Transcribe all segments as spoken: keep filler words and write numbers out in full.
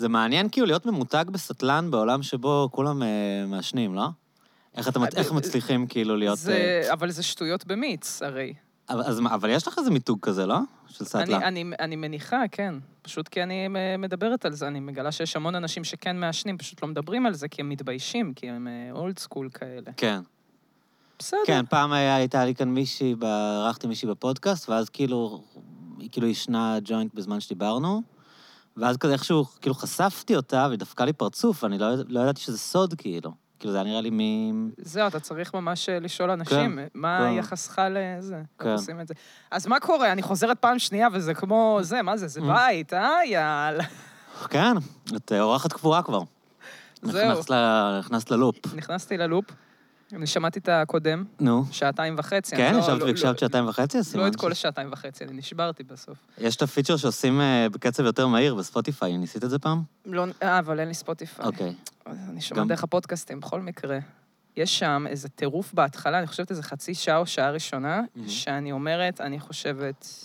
זה מעניין כאילו להיות ממותג בסטלן בעולם שבו כולם מעשנים, לא? איך אתם מצליחים כאילו להיות... אבל זה שטויות במיץ, הרי. אבל יש לך איזה מיתוג כזה, לא? של סטלן. אני מניחה, כן. פשוט כי אני מדברת על זה, אני מגלה שיש המון אנשים שכן מעשנים, פשוט לא מדברים על זה, כי הם מתביישים, כי הם אולד סקול כאלה. כן. בסדר. כן, פעם הייתה לי כאן מישהי, ערכתי מישהי בפודקאסט, ואז כאילו, כאילו ישנה ג'וינט בזמן שדיברנו, ואז כזה איכשהו, כאילו חשפתי אותה, ודווקא לי פרצוף, אני לא, לא ידעתי שזה סוד, כאילו. כאילו, זה היה נראה לי מ... זהו, אתה צריך ממש לשאול אנשים, כן, מה כן. יחסך לזה? כן. עושים את זה. אז מה קורה? אני חוזרת פעם שנייה, וזה כמו זה, מה זה? זה בית, אה? יאללה. כן, את אורחת קבועה כבר. זהו. נכנסת ללופ. נכנסתי ללופ. אני שמעתי את הקודם. נו. שעתיים וחצי. כן, ישבת והקשבת שעתיים וחצי? לא את כל השעתיים וחצי, אני נשברתי בסוף. יש את הפיצ'ר שעושים בקצב יותר מהיר בספוטיפיי, ניסית את זה פעם? לא, אה, אבל אין לי ספוטיפיי. אוקיי. אני שומע דרך הפודקאסטים, בכל מקרה. יש שם איזה טירוף בהתחלה, אני חושבת איזה חצי שעה או שעה ראשונה, שאני אומרת, אני חושבת...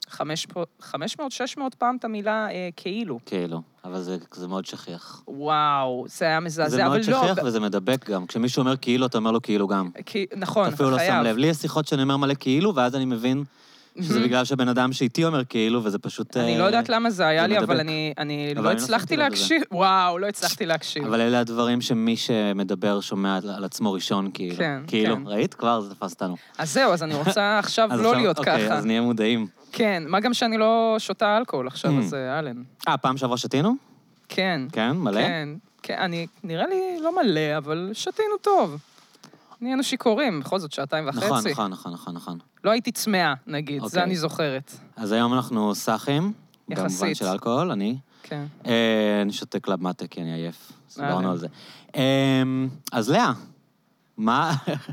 חמש מאות שש מאות פעם את המילה כאילו. כאילו, אבל זה מאוד שכיח. וואו, זה היה מזעזע, זה מאוד שכיח וזה מדבק גם. כשמישהו אומר כאילו, אתה אומר לו כאילו גם. נכון, אתה אפילו לא שם לב. לי יש שיחות שאני אומר מלא כאילו, ואז אני מבין שזה בגלל שבן אדם שאיתי אומר כאילו, וזה פשוט... אני לא יודעת למה זה היה לי, אבל אני לא הצלחתי להקשיב. וואו, לא הצלחתי להקשיב. אבל אלה הדברים שמי שמדבר שומע על עצמו ראשון, כאילו. כן, כאילו, ראית? כבר זה תפס אותנו. אז זהו, אז אני רוצה עכשיו לא להיות ככה. אוקיי, אז נהיה מודעים. כן, מה גם שאני לא שותה אלכוהול עכשיו, אז אלן. אה, פעם שעברה שתינו? כן. כן, מלא? כן, כן, אני, נראה לי לא מלא, אבל שתינו טוב. נהיינו שיכורים, בכל זאת שעתיים וחצי. נכון, נכון, נכון, נכון, נכון. לא הייתי צמאה, נגיד, זה אני זוכרת. אז היום אנחנו סחים, יחסית. במובן של אלכוהול, אני. כן. אני שותה קלאב מטה, כי אני עייף. סברנו על זה. אז לאה, מה...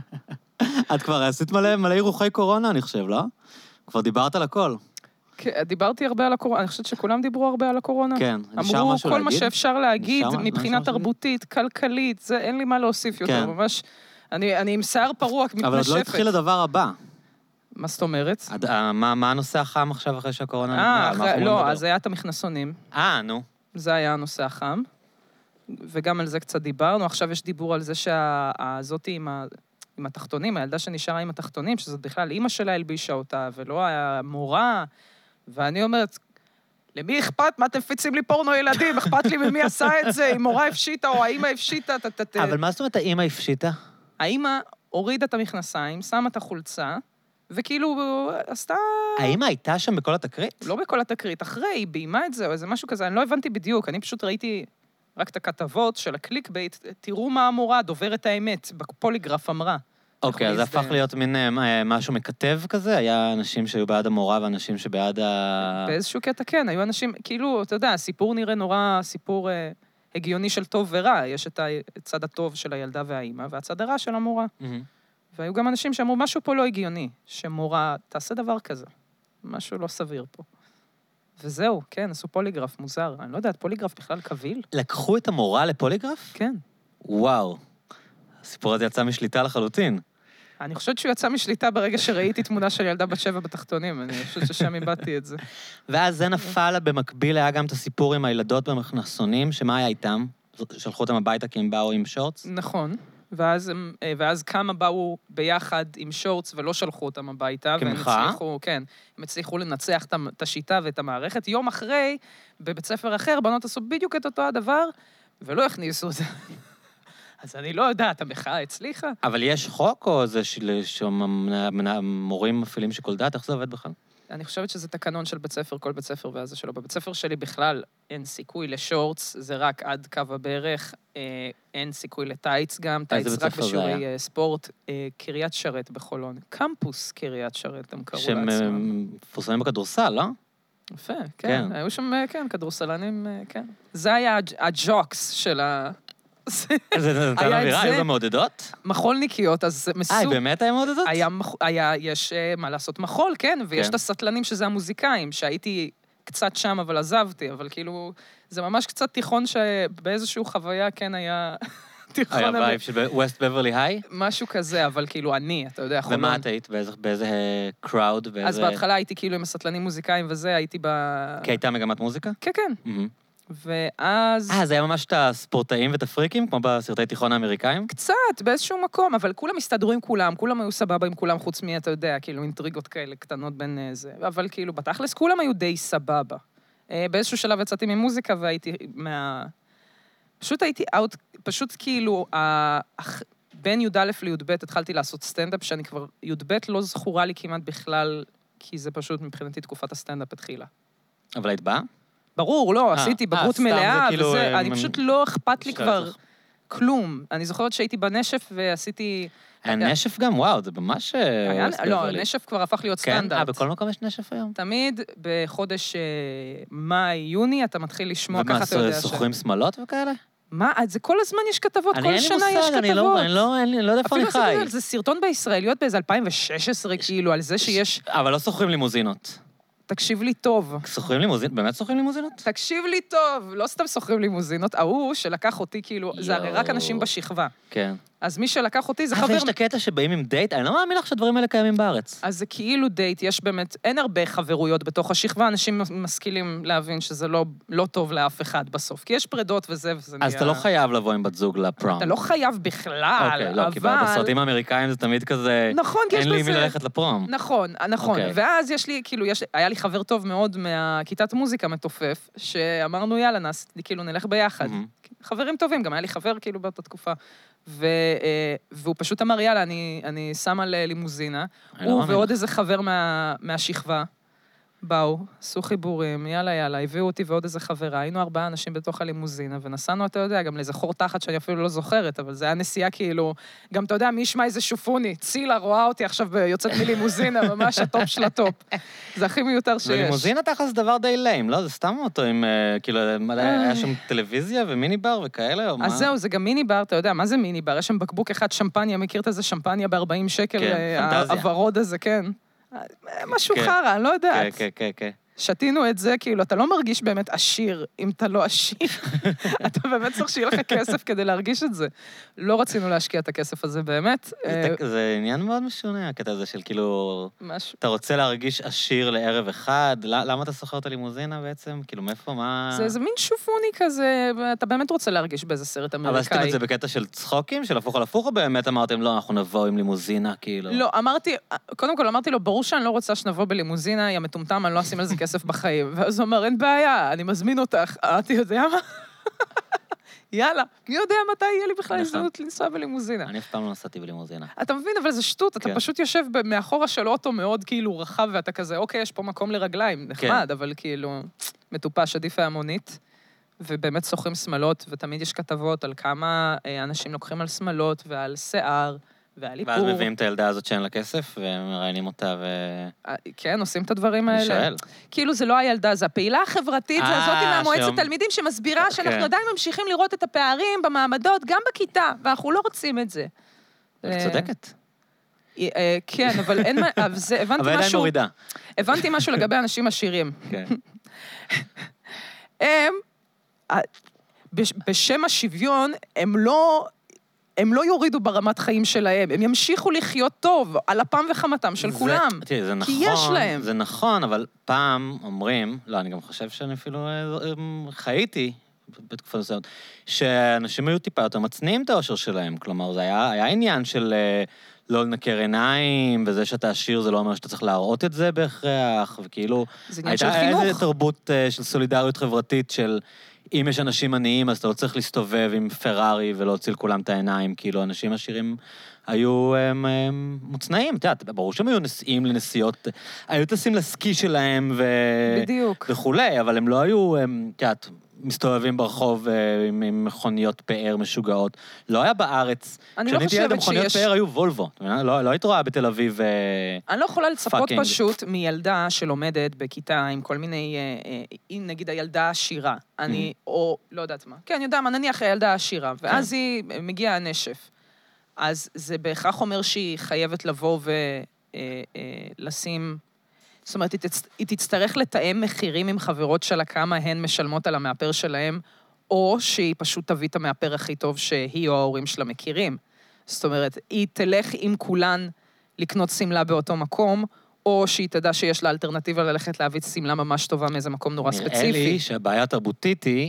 את כבר עשית מלא אירוחי קורונה, אני חושב, לא? כבר דיברת על הכל. דיברתי הרבה על הקורונה, אני חושבת שכולם דיברו הרבה על הקורונה. כן, נשאר משהו להגיד? אמרו כל מה שאפשר להגיד, מבחינה תרבותית, כלכלית, זה אין לי מה להוסיף יותר, ממש... אני עם שיער פרוע, מתנשפת. אבל עוד לא התחיל הדבר הבא. מה זאת אומרת? מה הנושא החם עכשיו אחרי שהקורונה... אה, לא, אז היה את המכנסונים. אה, נו. זה היה הנושא החם. וגם על זה קצת דיברנו. עכשיו יש דיבור על זה שהזאתי עם ה... עם התחתונים, הילדה שנשארה עם התחתונים, שזאת בכלל אימא שלה הלבישה אותה, ולא המורה, ואני אומרת, למי אכפת? מה אתם מפיצים לי פורנו ילדים? אכפת לי ממי עשה את זה? אם מורה הפשיטה או האמא הפשיטה? אבל מה זאת אומרת האמא הפשיטה? האמא הורידה את המכנסיים, שמה את החולצה, וכאילו עשתה... האמא הייתה שם בכל התקרית? לא בכל התקרית, אחרי, היא ביימה את זה, או איזה משהו כזה, אני לא הבנתי בדיוק, אני פשוט ראיתי... רק את הכתבות של הקליק בייט, תראו מה המורה, דוברת האמת, בפוליגרף אמרה. אוקיי, אז זה הפך להיות מין משהו מכתב כזה? היה אנשים שהיו בעד המורה ואנשים שבעד ה... באיזשהו קטע כן, היו אנשים, כאילו, אתה יודע, הסיפור נראה נורא סיפור הגיוני של טוב ורע, יש את הצד הטוב של הילדה והאימא, והצד הרע של המורה. והיו גם אנשים שאמרו, משהו פה לא הגיוני, שמורה, תעשה דבר כזה, משהו לא סביר פה. וזהו, כן, עשו פוליגרף מוזר. אני לא יודעת, פוליגרף בכלל קביל? לקחו את המורה לפוליגרף? כן. וואו. הסיפור הזה יצא משליטה לחלוטין. אני חושבת שהוא יצא משליטה ברגע שראיתי תמונה של ילדה בת שבע בתחתונים. אני חושבת ששם איבדתי את זה. ואז זה נפל, במקביל היה גם את הסיפור עם הילדות במכנסונים, שמה היה איתם? שלחו אותם הביתה כי הם באו עם שורטס? נכון. ואז, ואז כמה באו ביחד עם שורטס ולא שלחו אותם הביתה. כמחה? והם הצליחו, כן, הם הצליחו לנצח את השיטה ואת המערכת. יום אחרי, בבית ספר אחר, בנות עשו בדיוק את אותו הדבר, ולא הכניסו את זה. אז אני לא יודעת, המחאה הצליחה. אבל יש חוק או זה שמורים מפעילים שכל דעת? איך זה עובד בכלל? אני חושבת שזה תקנון של בית ספר, כל בית ספר ואז שלו. בבית ספר שלי בכלל אין סיכוי לשורטס, זה רק עד קו הברך, אין סיכוי לטייץ גם, טייץ רק בשיעורי ספורט, קריית שרת בחולון, קמפוס קריית שרת, הם קראו לעצמם. שהם מפורסמים בכדורסל, לא? יפה, כן, היו שם, כן, כדורסלנים, כן. זה היה הג'וקס של ה... זה נתן אווירה, היו גם מעודדות? מחולניקיות, אז מסוג... אה, באמת היה מעודדות? היה, יש מה לעשות מחול, כן, ויש את הסטלנים שזה המוזיקאים, שהייתי קצת שם, אבל עזבתי, אבל כאילו, זה ממש קצת תיכון שבאיזשהו חוויה כן היה... היה וייב של ווסט בברלי היי? משהו כזה, אבל כאילו אני, אתה יודע, חולון. ומה את היית? באיזה קראוד? אז בהתחלה הייתי כאילו עם הסטלנים מוזיקאים וזה, הייתי ב... כי הייתה מגמת מוזיקה? כן, כן. ואז... אה, זה היה ממש את הספורטאים ואת הפריקים, כמו בסרטי תיכון האמריקאים? קצת, באיזשהו מקום, אבל כולם הסתדרו עם כולם, כולם היו סבבה עם כולם, חוץ מי, אתה יודע, כאילו, אינטריגות כאלה קטנות בין זה, אבל כאילו, בתכלס, כולם היו די סבבה. באיזשהו שלב יצאתי ממוזיקה והייתי מה... פשוט הייתי אאוט, פשוט כאילו, בין י' א' לי' ב' התחלתי לעשות סטנדאפ, שאני כבר, י' ב' לא זכורה לי כמעט בכלל, כי זה פשוט מבחינתי תקופת הסטנדאפ התחילה. אבל היית באה? ברור, לא, עשיתי בגרות מלאה, וזה, אני פשוט לא אכפת לי כבר כלום. אני זוכרת שהייתי בנשף ועשיתי... היה נשף גם? וואו, זה ממש... לא, נשף כבר הפך להיות סטנדרט. כן, אה, בכל מקום יש נשף היום? תמיד בחודש מאי, יוני, אתה מתחיל לשמוע ככה, אתה יודע ש... ומה, סוחרים שמלות וכאלה? מה? זה כל הזמן יש כתבות, כל שנה יש כתבות. אני לא יודע איפה אני חי. זה סרטון בישראליות באיזה אלפיים ושש עשרה, כאילו, על זה שיש... אבל לא סוחרים לימוזינות. תקשיב לי טוב. סוחרים לימוזינות? באמת סוחרים לימוזינות? תקשיב לי טוב, לא סתם סוחרים לימוזינות, ההוא שלקח אותי, כאילו, זה הרי רק אנשים בשכבה. כן. אז מי שלקח אותי זה חבר... אבל יש את הקטע שבאים עם דייט, אני לא מאמין לך שהדברים האלה קיימים בארץ. אז זה כאילו דייט, יש באמת, אין הרבה חברויות בתוך השכבה, אנשים משכילים להבין שזה לא, לא טוב לאף אחד בסוף, כי יש פרדות וזה, וזה נהיה... אז אתה לא חייב לבוא עם בת זוג לפרום. אתה לא חייב בכלל, אוקיי, לא, אבל... כי בסרטים האמריקאים זה תמיד כזה... נכון, כי יש אין לי בזה... מי ללכת לפרום. נכון, נכון. אוקיי. ואז יש לי, כאילו, יש... היה לי חבר טוב מאוד מהכיתת מוזיקה מתופף, שאמרנו, יאללה, נס... כאילו, נלך ביחד. Mm-hmm. חברים טובים, גם היה לי חבר, כאילו, באותה תקופה. ו... והוא פשוט אמר, יאללה, אני, אני שם על לימוזינה. הוא ועוד איזה חבר מה... מהשכבה. באו, עשו חיבורים, יאללה, יאללה, הביאו אותי ועוד איזה חברה, היינו ארבעה אנשים בתוך הלימוזינה, ונסענו, אתה יודע, גם לאיזה חור תחת שאני אפילו לא זוכרת, אבל זה היה נסיעה כאילו, גם אתה יודע, מי ישמע איזה שופוני, צילה רואה אותי עכשיו יוצאת מלימוזינה, ממש הטופ של הטופ. זה הכי מיותר שיש. ולימוזינה תחת זה דבר די ליים, לא? זה סתם אותו עם, כאילו, היה שם טלוויזיה ומיני בר וכאלה, או מה? אז זהו, זה גם מיני בר, אתה יודע, מה זה מיני בר? יש שם בקבוק אחד שמפניה, מכיר את זה שמפניה ב-ארבעים שקל, הוורוד הזה, כן. משהו חרא, אני לא יודעת. כן, כן, כן. שתינו את זה, כאילו, אתה לא מרגיש באמת עשיר, אם אתה לא עשיר. אתה באמת צריך שיהיה לך כסף כדי להרגיש את זה. לא רצינו להשקיע את הכסף הזה באמת. זה עניין מאוד משונה, הקטע הזה של כאילו... אתה רוצה להרגיש עשיר לערב אחד, למה אתה סוחר את הלימוזינה בעצם? כאילו, מאיפה, מה... זה איזה מין שופוני כזה, אתה באמת רוצה להרגיש באיזה סרט אמריקאי. אבל עשיתם את זה בקטע של צחוקים, של הפוך על הפוך, או באמת אמרתם, לא, אנחנו נבוא עם לימוזינה, כאילו... לא, אמרתי, קודם כל אמרתי לו, ברור שאני לא רוצה שנבוא בלימוזינה, יא מטומטם, אני לא אשים על זה כסף בחיים. ואז הוא אמר, אין בעיה, אני מזמין אותך. אתה יודע מה? יאללה, מי יודע מתי יהיה לי בכלל הזדמנות לנסוע בלימוזינה. אני אף פעם לא נסעתי בלימוזינה. אתה מבין, אבל זה שטות, אתה פשוט יושב מאחורה של אוטו מאוד כאילו רחב, ואתה כזה, אוקיי, יש פה מקום לרגליים, נחמד, אבל כאילו, מטופש, עדיף המונית, ובאמת סוחרים שמלות, ותמיד יש כתבות על כמה אנשים לוקחים על שמלות ועל שיער, ועל איפור. ואז מביאים את הילדה הזאת שאין לה כסף, ומראיינים אותה ו... כן, עושים את הדברים האלה. אני שואל. כאילו זה לא הילדה, זה הפעילה החברתית, זה הזאת מהמועצת תלמידים שמסבירה שאנחנו עדיין ממשיכים לראות את הפערים במעמדות, גם בכיתה, ואנחנו לא רוצים את זה. את צודקת. כן, אבל אין מה... הבנתי משהו... אבל עדיין מורידה. הבנתי משהו לגבי אנשים עשירים. כן. הם, בשם השוויון, הם לא... הם לא יורידו ברמת חיים שלהם, הם ימשיכו לחיות טוב, על אפם וחמתם של כולם. זה נכון, כי יש להם. זה נכון, אבל פעם אומרים, לא, אני גם חושב שאני אפילו חייתי בתקופה מסוימת, שאנשים היו טיפה יותר מצניעים את האושר שלהם, כלומר, זה היה, היה עניין של לא לנקר עיניים, וזה שאתה עשיר זה לא אומר שאתה צריך להראות את זה בהכרח, וכאילו... זה עניין של חינוך. הייתה איזו תרבות של סולידריות חברתית של... אם יש אנשים עניים, אז אתה לא צריך להסתובב עם פרארי ולהוציא לכולם את העיניים, כאילו אנשים עשירים היו הם, הם, מוצנעים, אתה יודע, ברור שהם היו נסיעים לנסיעות, היו טסים לסקי שלהם ו... בדיוק. וכולי, אבל הם לא היו, הם, אתה יודע, מסתובבים ברחוב עם, עם מכוניות פאר משוגעות. לא היה בארץ. אני לא חושבת שיש... מכוניות פאר היו וולבו. לא, לא היית רואה בתל אביב... אני לא יכולה לצפות פשוט מילדה שלומדת בכיתה עם כל מיני... נגיד הילדה העשירה. אני... או לא יודעת מה. כן, אני יודע מה, נניח הילדה העשירה. ואז היא מגיעה הנשף. אז זה בהכרח אומר שהיא חייבת לבוא ולשים... זאת אומרת, היא תצטרך לתאם מחירים עם חברות שלה, כמה הן משלמות על המאפר שלהם, או שהיא פשוט תביא את המאפר הכי טוב שהיא או ההורים שלה מכירים. זאת אומרת, היא תלך עם כולן לקנות סמלה באותו מקום, או שהיא תדע שיש לה אלטרנטיבה ללכת להביא סמלה ממש טובה מאיזה מקום נורא ספציפי. נראה לי שהבעיה התרבותית היא,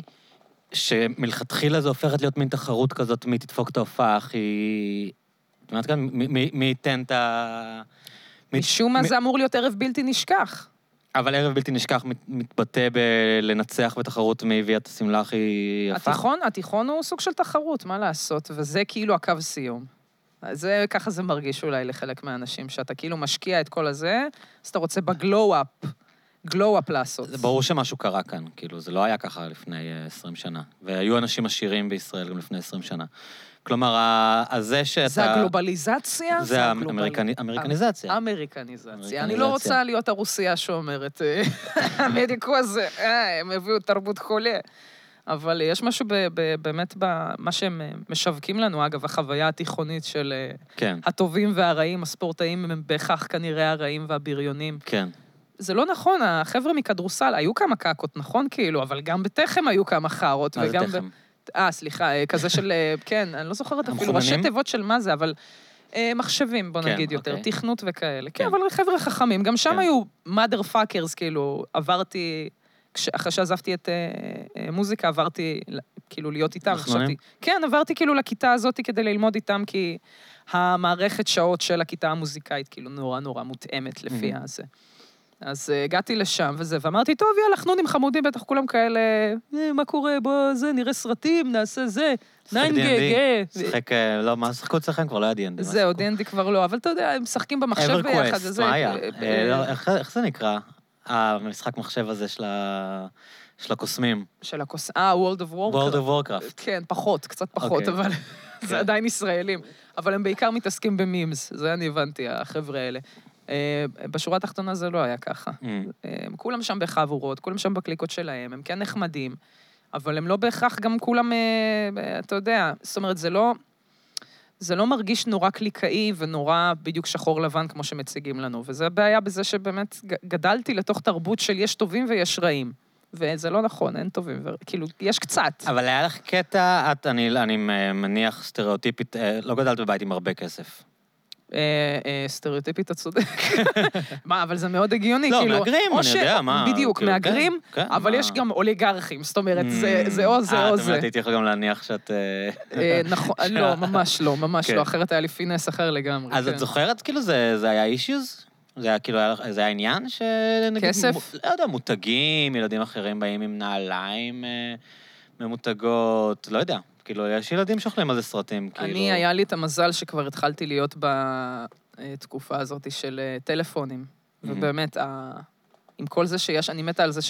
שמלכתחילה זה הופכת להיות מין תחרות כזאת, מי תדפוק את ההופעה הכי... זאת אומרת כאן, מי ייתן את ה... משום מה זה אמור להיות ערב בלתי נשכח. אבל ערב בלתי נשכח מתבטא בלנצח בתחרות מי הביא את הסמלה הכי יפה. התיכון, התיכון הוא סוג של תחרות, מה לעשות? וזה כאילו הקו סיום. זה, ככה זה מרגיש אולי לחלק מהאנשים, שאתה כאילו משקיע את כל הזה, אז אתה רוצה בגלו-אפ, גלו-אפ לעשות. זה ברור שמשהו קרה כאן, כאילו, זה לא היה ככה לפני עשרים שנה. והיו אנשים עשירים בישראל גם לפני עשרים שנה. כלומר, הזה שאתה... זה הגלובליזציה? זה האמריקניזציה. אמריקניזציה. אני לא רוצה להיות הרוסיה שאומרת, המדיקו הזה, הם הביאו תרבות חולה. אבל יש משהו באמת במה שהם משווקים לנו, אגב, החוויה התיכונית של הטובים והרעים, הספורטאים הם בהכרח כנראה הרעים והבריונים. כן. זה לא נכון, החבר'ה מכדורסל, היו כמה קקות, נכון כאילו, אבל גם בתחם היו כמה חרות. מה זה תחם? אה, סליחה, כזה של, כן, אני לא זוכרת אפילו, ראשי תיבות של מה זה, אבל מחשבים, בוא נגיד יותר, תכנות וכאלה. כן, אבל חבר'ה חכמים, גם שם היו mother fuckers, כאילו, עברתי, אחרי שעזבתי את מוזיקה, עברתי כאילו להיות איתם. מחנונים? כן, עברתי כאילו לכיתה הזאת כדי ללמוד איתם, כי המערכת שעות של הכיתה המוזיקאית, כאילו, נורא נורא מותאמת לפי הזה. אז הגעתי לשם וזה, ואמרתי, טוב, יאללה, חנונים חמודים, בטח כולם כאלה, מה קורה, בוא, זה, נראה סרטים, נעשה זה, ניינגג, שחק, לא, מה שחקו אצלכם? כבר לא היה די אנד די. זהו, די אנד די כבר לא, אבל אתה יודע, הם משחקים במחשב ביחד. EverQuest, מה היה? איך זה נקרא? המשחק מחשב הזה של הקוסמים. של הקוסמים, אה, World of Warcraft. World of Warcraft. כן, פחות, קצת פחות, אבל זה עדיין ישראלים. אבל הם בעיקר מתעסקים במימס, זה אני הבנתי, החבר'ה האלה. בשורה התחתונה זה לא היה ככה. כולם שם בחבורות, כולם שם בקליקות שלהם, הם כן נחמדים, אבל הם לא בהכרח גם כולם, אתה יודע, זאת אומרת, זה לא, זה לא מרגיש נורא קליקאי ונורא בדיוק שחור לבן כמו שמציגים לנו, וזה הבעיה בזה שבאמת גדלתי לתוך תרבות של יש טובים ויש רעים. וזה לא נכון, אין טובים, כאילו, יש קצת. אבל היה לך קטע, את, אני, אני מניח סטריאוטיפית, לא גדלת בבית עם הרבה כסף. סטריאוטיפית, אתה צודק. מה, אבל זה מאוד הגיוני, כאילו... לא, מהגרים, אני יודע, מה... בדיוק, מהגרים, אבל יש גם אוליגרכים, זאת אומרת, זה או זה או זה. אה, זאת הייתי יכול גם להניח שאת... נכון, לא, ממש לא, ממש לא, אחרת היה לי פינס אחר לגמרי. אז את זוכרת, כאילו, זה היה אישיוז? זה היה כאילו, זה היה עניין ש... כסף? לא יודע, מותגים, ילדים אחרים באים עם נעליים ממותגות, לא יודע. כאילו, יש ילדים שאוכלים על זה סרטים, כאילו... אני, היה לי את המזל שכבר התחלתי להיות בתקופה הזאת של טלפונים, ובאמת, עם כל זה שיש, אני מתה על זה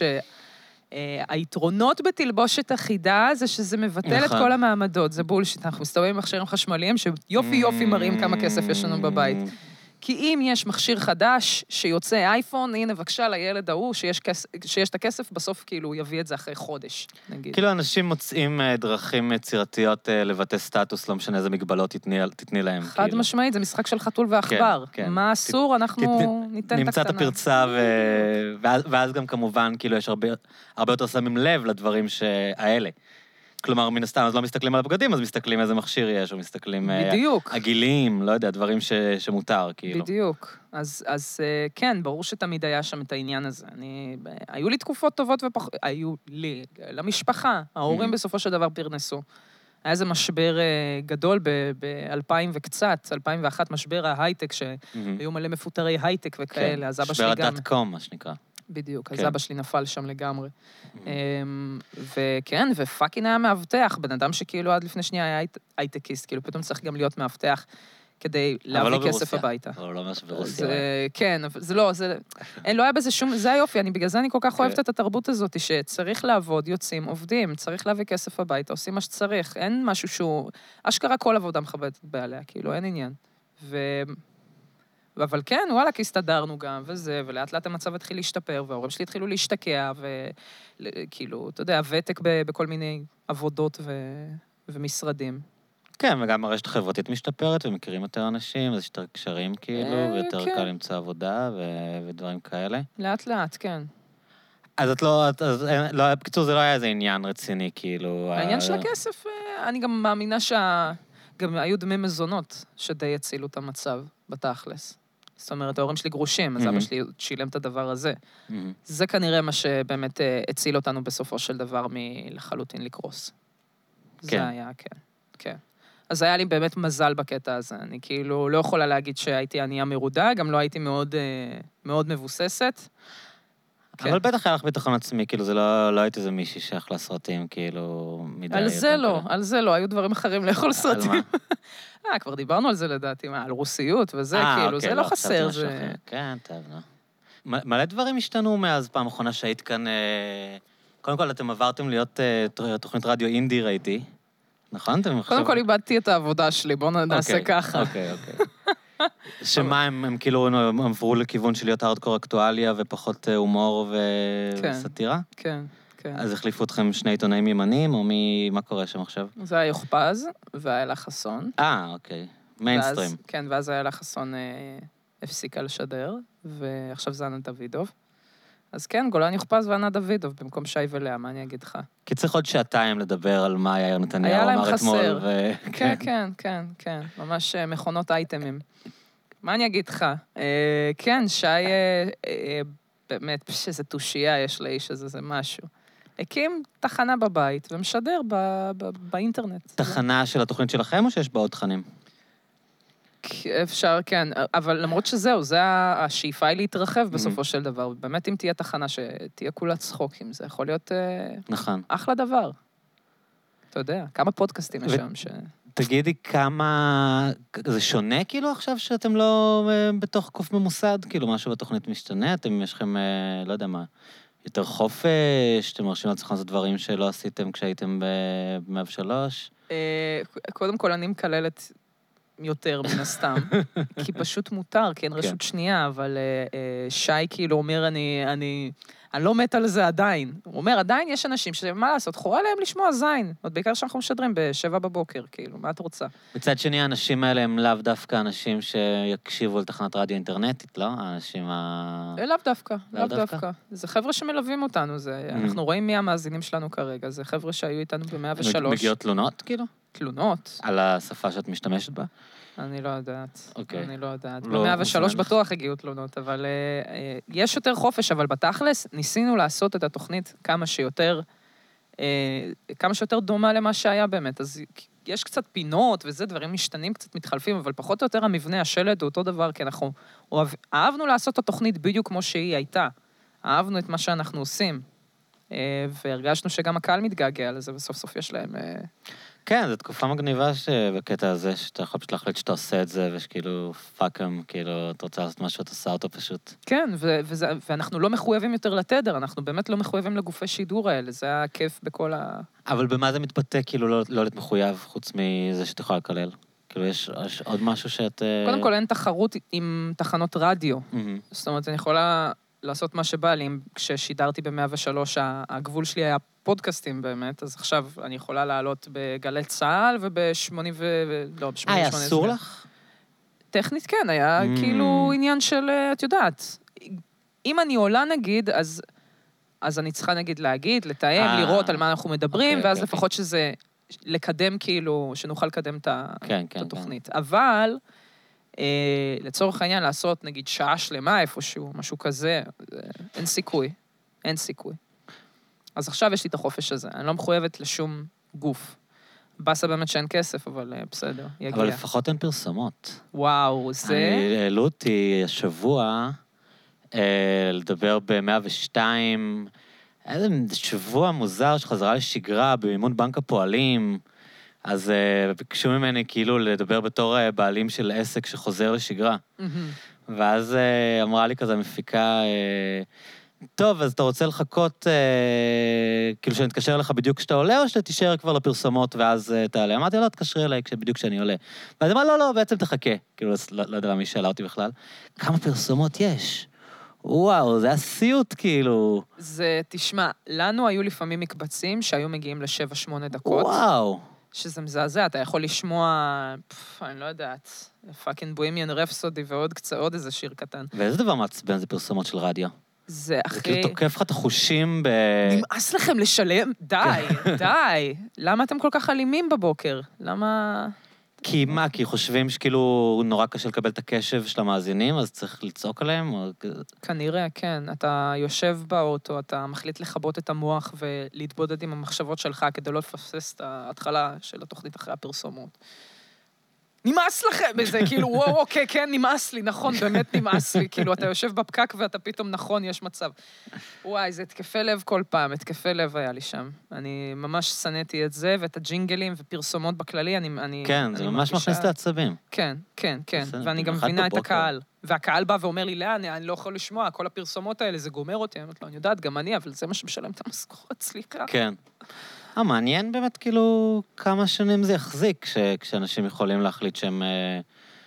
שהיתרונות בתלבושת אחידה, זה שזה מבטל את כל המעמדות, זה בולשיט, אנחנו מסתובבים עם מכשירים חשמליים, שיופי יופי מראים כמה כסף יש לנו בבית. כי אם יש מכשיר חדש שיוצא אייפון, הנה בבקשה לילד ההוא שיש, שיש את הכסף, בסוף כאילו הוא יביא את זה אחרי חודש, נגיד. כאילו אנשים מוצאים דרכים יצירתיות לבטא סטטוס, לא משנה איזה מגבלות תתני, תתני להם. חד כאילו. משמעית, זה משחק של חתול ועכבר. כן, כן. מה אסור, אנחנו ת, ניתן את הקטנה. נמצא את הפרצה, ו... ואז, ואז גם כמובן, כאילו יש הרבה, הרבה יותר שמים לב לדברים שהאלה. כלומר, מן הסתם, אז לא מסתכלים על הבגדים, אז מסתכלים איזה מכשיר יש, או מסתכלים... בדיוק. עגילים, לא יודע, דברים ש, שמותר, כאילו. בדיוק. אז, אז כן, ברור שתמיד היה שם את העניין הזה. אני, היו לי תקופות טובות ופח... היו לי, למשפחה. ההורים בסופו של דבר פרנסו. היה איזה משבר גדול ב-אלפיים וקצת, אלפיים ואחת, משבר ההייטק, שהיו מלא מפוטרי הייטק וכאלה, אז אבא שלי גם... משבר הדאט קום, מה שנקרא. בדיוק, אז אבא שלי נפל שם לגמרי. וכן, ופאקינג היה מאבטח, בן אדם שכאילו עד לפני שנייה היה הייטקיסט, כאילו פתאום צריך גם להיות מאבטח כדי להביא כסף הביתה. אבל לא ממש ברוסיה. כן, אבל זה לא, זה לא היה בזה שום, זה היופי, אני בגלל זה אני כל כך אוהבת את התרבות הזאת, שצריך לעבוד, יוצאים, עובדים, צריך להביא כסף הביתה, עושים מה שצריך, אין משהו שהוא, אשכרה כל עבודה מכבדת בעליה, כאילו, אין עניין. ו... אבל כן, וואלה, כי הסתדרנו גם, וזה, ולאט לאט המצב התחיל להשתפר, וההורים שלי התחילו להשתקע, וכאילו, אתה יודע, ותק בכל מיני עבודות ו... ומשרדים. כן, וגם הרשת החברתית משתפרת, ומכירים יותר אנשים, אז יש יותר קשרים כאילו, ויותר קל למצוא עבודה, ודברים כאלה. לאט לאט, כן. אז את לא, לא, בקיצור, זה לא היה איזה עניין רציני, כאילו... העניין של הכסף, אני גם מאמינה שה... גם היו דמי מזונות שדי הצילו את המצב בתכלס. זאת אומרת, ההורים שלי גרושים, אז אבא שלי שילם את הדבר הזה. זה כנראה מה שבאמת הציל אותנו בסופו של דבר מלחלוטין לקרוס. זה היה, כן, כן. אז היה לי באמת מזל בקטע הזה. אני כאילו לא יכולה להגיד שהייתי ענייה מרודה, גם לא הייתי מאוד, מאוד מבוססת. אבל בטח היה לך ביטחון עצמי, כאילו זה לא הייתי איזה מישהי שאכלה סרטים, כאילו מדי... על זה לא, על זה לא, היו דברים אחרים לאכול סרטים. על מה? אה, כבר דיברנו על זה לדעתי, מה, על רוסיות וזה, כאילו, זה לא חסר, זה... כן, טוב, לא. מלא דברים השתנו מאז פעם אחרונה שהיית כאן... קודם כל, אתם עברתם להיות תוכנית רדיו אינדי, ראיתי. נכון? קודם כל, איבדתי את העבודה שלי, בואו נעשה ככה. אוקיי, אוקיי. שמה, הם כאילו עברו לכיוון של להיות הארדקור אקטואליה ופחות הומור וסטירה? כן, כן. אז החליפו אתכם שני עיתונאים ימנים, או מה קורה שם עכשיו? זה היה יוחפז, והיה לה חסון. אה, אוקיי. מיינסטרים. כן, ואז היה לה חסון הפסיקה לשדר, ועכשיו זה ענה דוידוב. אז כן, גולן יוחפז וענה דוידוב, במקום שי ולאה, מה אני אגיד לך? כי צריך עוד שעתיים לדבר על מה יאיר נתניהו אמר אתמול. כן, כן, כן, כן, ממש מכונות אייטמים. מה אני אגיד לך? כן, שי, באמת, שזה תושייה יש לאיש הזה, זה משהו. הקים תחנה בבית ומשדר באינטרנט. תחנה של התוכנית שלכם או שיש בה עוד תכנים? אפשר, כן, אבל למרות שזהו, זה השאיפה היא להתרחב בסופו של דבר. באמת, אם תהיה תחנה שתהיה כולה צחוקים, זה יכול להיות אחלה דבר. אתה יודע, כמה פודקאסטים יש שם ש... תגידי כמה... זה שונה כאילו עכשיו שאתם לא בתוך קוף ממוסד? כאילו משהו בתוכנית משתנה? אתם יש לכם, לא יודע מה, יותר חופש? אתם מרשים לעצמכם לעשות דברים שלא עשיתם כשהייתם ב-מאה ושלוש? קודם כל, אני מקללת יותר מן הסתם, כי פשוט מותר, כי אין רשות שנייה, אבל שי כאילו אומר, אני... אני לא מת על זה עדיין. הוא אומר, עדיין יש אנשים שמה לעשות, חורה להם לשמוע זין, עוד בעיקר שאנחנו משדרים בשבע בבוקר, כאילו, מה את רוצה? מצד שני, האנשים האלה הם לאו דווקא אנשים שיקשיבו לתחנת רדיו אינטרנטית, לא? האנשים ה... לאו דווקא, לאו דווקא. זה חבר'ה שמלווים אותנו, אנחנו רואים מי המאזינים שלנו כרגע, זה חבר'ה שהיו איתנו ב-מאה ושלוש. מגיעות תלונות, כאילו? תלונות. על השפה שאת משתמשת בה? אני לא יודעת, אוקיי. אני לא יודעת. ב-מאה ושלוש בטוח הגיעו תלונות, אבל יש יותר חופש, אבל בתכלס ניסינו לעשות את התוכנית כמה שיותר, כמה שיותר דומה למה שהיה באמת. אז יש קצת פינות וזה, דברים משתנים, קצת מתחלפים, אבל פחות או יותר המבנה, השלד הוא אותו דבר, כי אנחנו אהבנו לעשות את התוכנית בדיוק כמו שהיא הייתה. אהבנו את מה שאנחנו עושים, והרגשנו שגם הקהל מתגעגע לזה, וסוף סוף יש להם... כן, זו תקופה מגניבה שבקטע הזה, שאתה יכול פשוט להחליט שאתה עושה את זה, ושכאילו, פאקם, כאילו, אתה רוצה לעשות משהו, אתה עושה אותו פשוט. כן, ואנחנו לא מחויבים יותר לתדר, אנחנו באמת לא מחויבים לגופי שידור האלה, זה היה כיף בכל ה... אבל במה זה מתבטא, כאילו, לא להיות מחויב, חוץ מזה שאת יכולה לקלל? כאילו, יש עוד משהו שאת... קודם כל, אין תחרות עם תחנות רדיו. זאת אומרת, אני יכולה לעשות מה שבא לי, כששידרתי ב-מאה ושלוש, הגבול שלי היה פודקאסטים באמת, אז עכשיו אני יכולה לעלות בגלי צהל וב-שמונים ו... לא, ב-שמונים ושמונה. היה אסור לך? טכנית כן, היה כאילו עניין של, את יודעת, אם אני עולה נגיד, אז, אז אני צריכה נגיד להגיד, לתאם, לראות על מה אנחנו מדברים, ואז לפחות שזה, לקדם כאילו, שנוכל לקדם את התוכנית. אבל, לצורך העניין, לעשות נגיד שעה שלמה איפשהו, משהו כזה, אין סיכוי, אין סיכוי. אז עכשיו יש לי את החופש הזה, אני לא מחויבת לשום גוף. בסה באמת שאין כסף, אבל בסדר, יגיע. אבל לפחות אין פרסומות. וואו, זה... אני העלו אותי השבוע אה, לדבר ב-מאה ושתיים, איזה שבוע מוזר שחזרה לשגרה במימון בנק הפועלים, אז אה, ביקשו ממני כאילו לדבר בתור אה, בעלים של עסק שחוזר לשגרה. Mm-hmm. ואז אה, אמרה לי כזה מפיקה... אה, טוב, אז אתה רוצה לחכות, אה, כאילו שנתקשר אליך בדיוק כשאתה עולה, או שאתה תישאר כבר לפרסומות ואז אה, תעלה? אמרתי, לא, תקשרי אליי בדיוק כשאני עולה. ואז אמרה, לא, לא, בעצם תחכה. כאילו, לא, לא יודע מי שאלה אותי בכלל. כמה פרסומות יש? וואו, זה הסיוט, כאילו. זה, תשמע, לנו היו לפעמים מקבצים שהיו מגיעים לשבע, שמונה דקות. וואו. שזה מזעזע, אתה יכול לשמוע, פף, אני לא יודעת, פאקינג בוהמיאן רפסודי ועוד קצת, עוד איזה שיר קטן. ואיזה דבר מעצבן זה פרסומות של רדיו? זה אחרי... זה כאילו תוקף לך את החושים ב... נמאס לכם לשלם? די, די. למה אתם כל כך אלימים בבוקר? למה... כי מה? כי חושבים שכאילו נורא קשה לקבל את הקשב של המאזינים, אז צריך לצעוק עליהם? או... כנראה, כן. אתה יושב באוטו, אתה מחליט לכבות את המוח ולהתבודד עם המחשבות שלך כדי לא לפספס את ההתחלה של התוכנית אחרי הפרסומות. נמאס לכם! זה כאילו, וואו, אוקיי, כן, נמאס לי, נכון, באמת נמאס לי. כאילו, אתה יושב בפקק ואתה פתאום, נכון, יש מצב. וואי, זה התקפי לב כל פעם, התקפי לב היה לי שם. אני ממש שנאתי את זה, ואת הג'ינגלים ופרסומות בכללי, אני אני כן, זה ממש מכניס לעצבים. כן, כן, כן, ואני גם מבינה את הקהל. והקהל בא ואומר לי, לא, אני לא יכול לשמוע, כל הפרסומות האלה, זה גומר אותי. אני אומרת לו, אני יודעת, גם אני, אבל זה מה שמשלם את המשכורת, סליחה. כן. אה, מעניין באמת כאילו כמה שנים זה יחזיק, כש, כשאנשים יכולים להחליט שהם אה,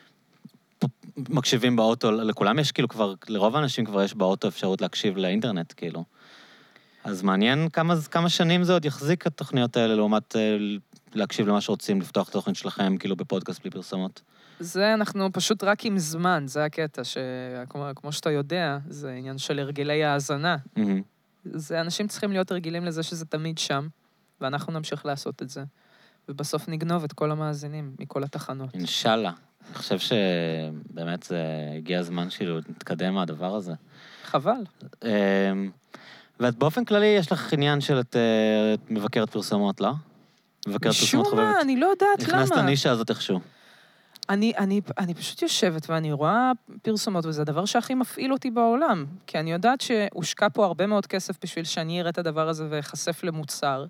מקשיבים באוטו, לכולם יש כאילו כבר, לרוב האנשים כבר יש באוטו אפשרות להקשיב לאינטרנט, כאילו. אז מעניין כמה, כמה שנים זה עוד יחזיק התוכניות האלה, לעומת אה, להקשיב למה שרוצים, לפתוח את התוכנית שלכם, כאילו בפודקאסט בלי פרסומות. זה אנחנו פשוט רק עם זמן, זה הקטע, שכמו כמו שאתה יודע, זה עניין של הרגלי ההאזנה. Mm-hmm. זה, אנשים צריכים להיות רגילים לזה שזה תמיד שם. ואנחנו נמשיך לעשות את זה. ובסוף נגנוב את כל המאזינים מכל התחנות. אינשאללה. אני חושב שבאמת זה הגיע הזמן כאילו נתקדם מהדבר הזה. חבל. ואת באופן כללי יש לך עניין של את מבקרת פרסומות, לא? מבקרת פרסומות חובבת. משום מה, אני לא יודעת למה. נכנסת הנישה הזאת איכשהו. אני, אני, אני פשוט יושבת ואני רואה פרסומות, וזה הדבר שהכי מפעיל אותי בעולם. כי אני יודעת שהושקע פה הרבה מאוד כסף בשביל שאני אראה את הדבר הזה ואחשף למוצר.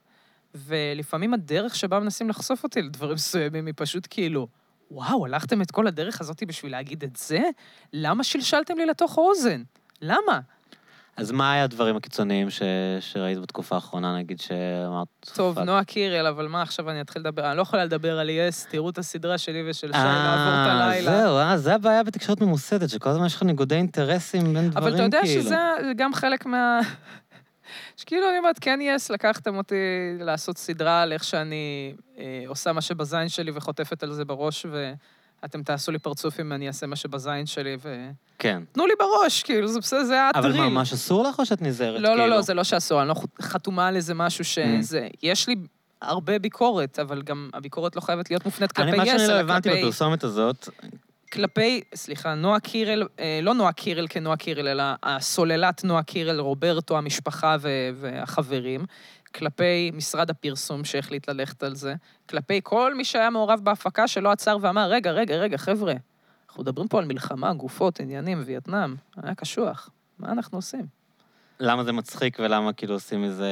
ולפעמים הדרך שבה מנסים לחשוף אותי לדברים מסוימים היא פשוט כאילו, וואו, הלכתם את כל הדרך הזאת בשביל להגיד את זה? למה שלשלתם לי לתוך האוזן? למה? אז מה היה הדברים הקיצוניים ש... שראית בתקופה האחרונה, נגיד שאמרת... טוב, פאק. נועה קירל, אבל מה עכשיו אני אתחיל לדבר? אני לא יכולה לדבר על יס, תראו את הסדרה שלי ושל שי, לעבור את הלילה. זהו, אה, זה הבעיה בתקשורת ממוסדת, שכל הזמן יש לך ניגודי אינטרסים בין דברים כאילו. אבל אתה יודע כאילו. שזה גם חלק מה... שכאילו אני אומרת, כן יס, לקחתם אותי לעשות סדרה על איך שאני אה, עושה מה שבזין שלי וחוטפת על זה בראש, ואתם תעשו לי פרצוף אם אני אעשה מה שבזין שלי, ו... כן. תנו לי בראש, כאילו, זה בסדר, זה היה טריל. אבל ממש אסור לך או שאת נזהרת? לא, כאילו? לא, לא, זה לא שאסור, אני לא חתומה על איזה משהו שזה... Mm. יש לי הרבה ביקורת, אבל גם הביקורת לא חייבת להיות מופנית כלפי יס, אני, מה שאני לא כלפי... הבנתי בפרסומת הזאת... כלפי, סליחה, נועה קירל, לא נועה קירל כנועה קירל, אלא הסוללת נועה קירל, רוברטו, המשפחה והחברים, כלפי משרד הפרסום שהחליט ללכת על זה, כלפי כל מי שהיה מעורב בהפקה שלא עצר ואמר, רגע, רגע, רגע, חבר'ה, אנחנו מדברים פה על מלחמה, גופות, עניינים, וייטנאם, היה קשוח, מה אנחנו עושים? למה זה מצחיק ולמה כאילו עושים איזה...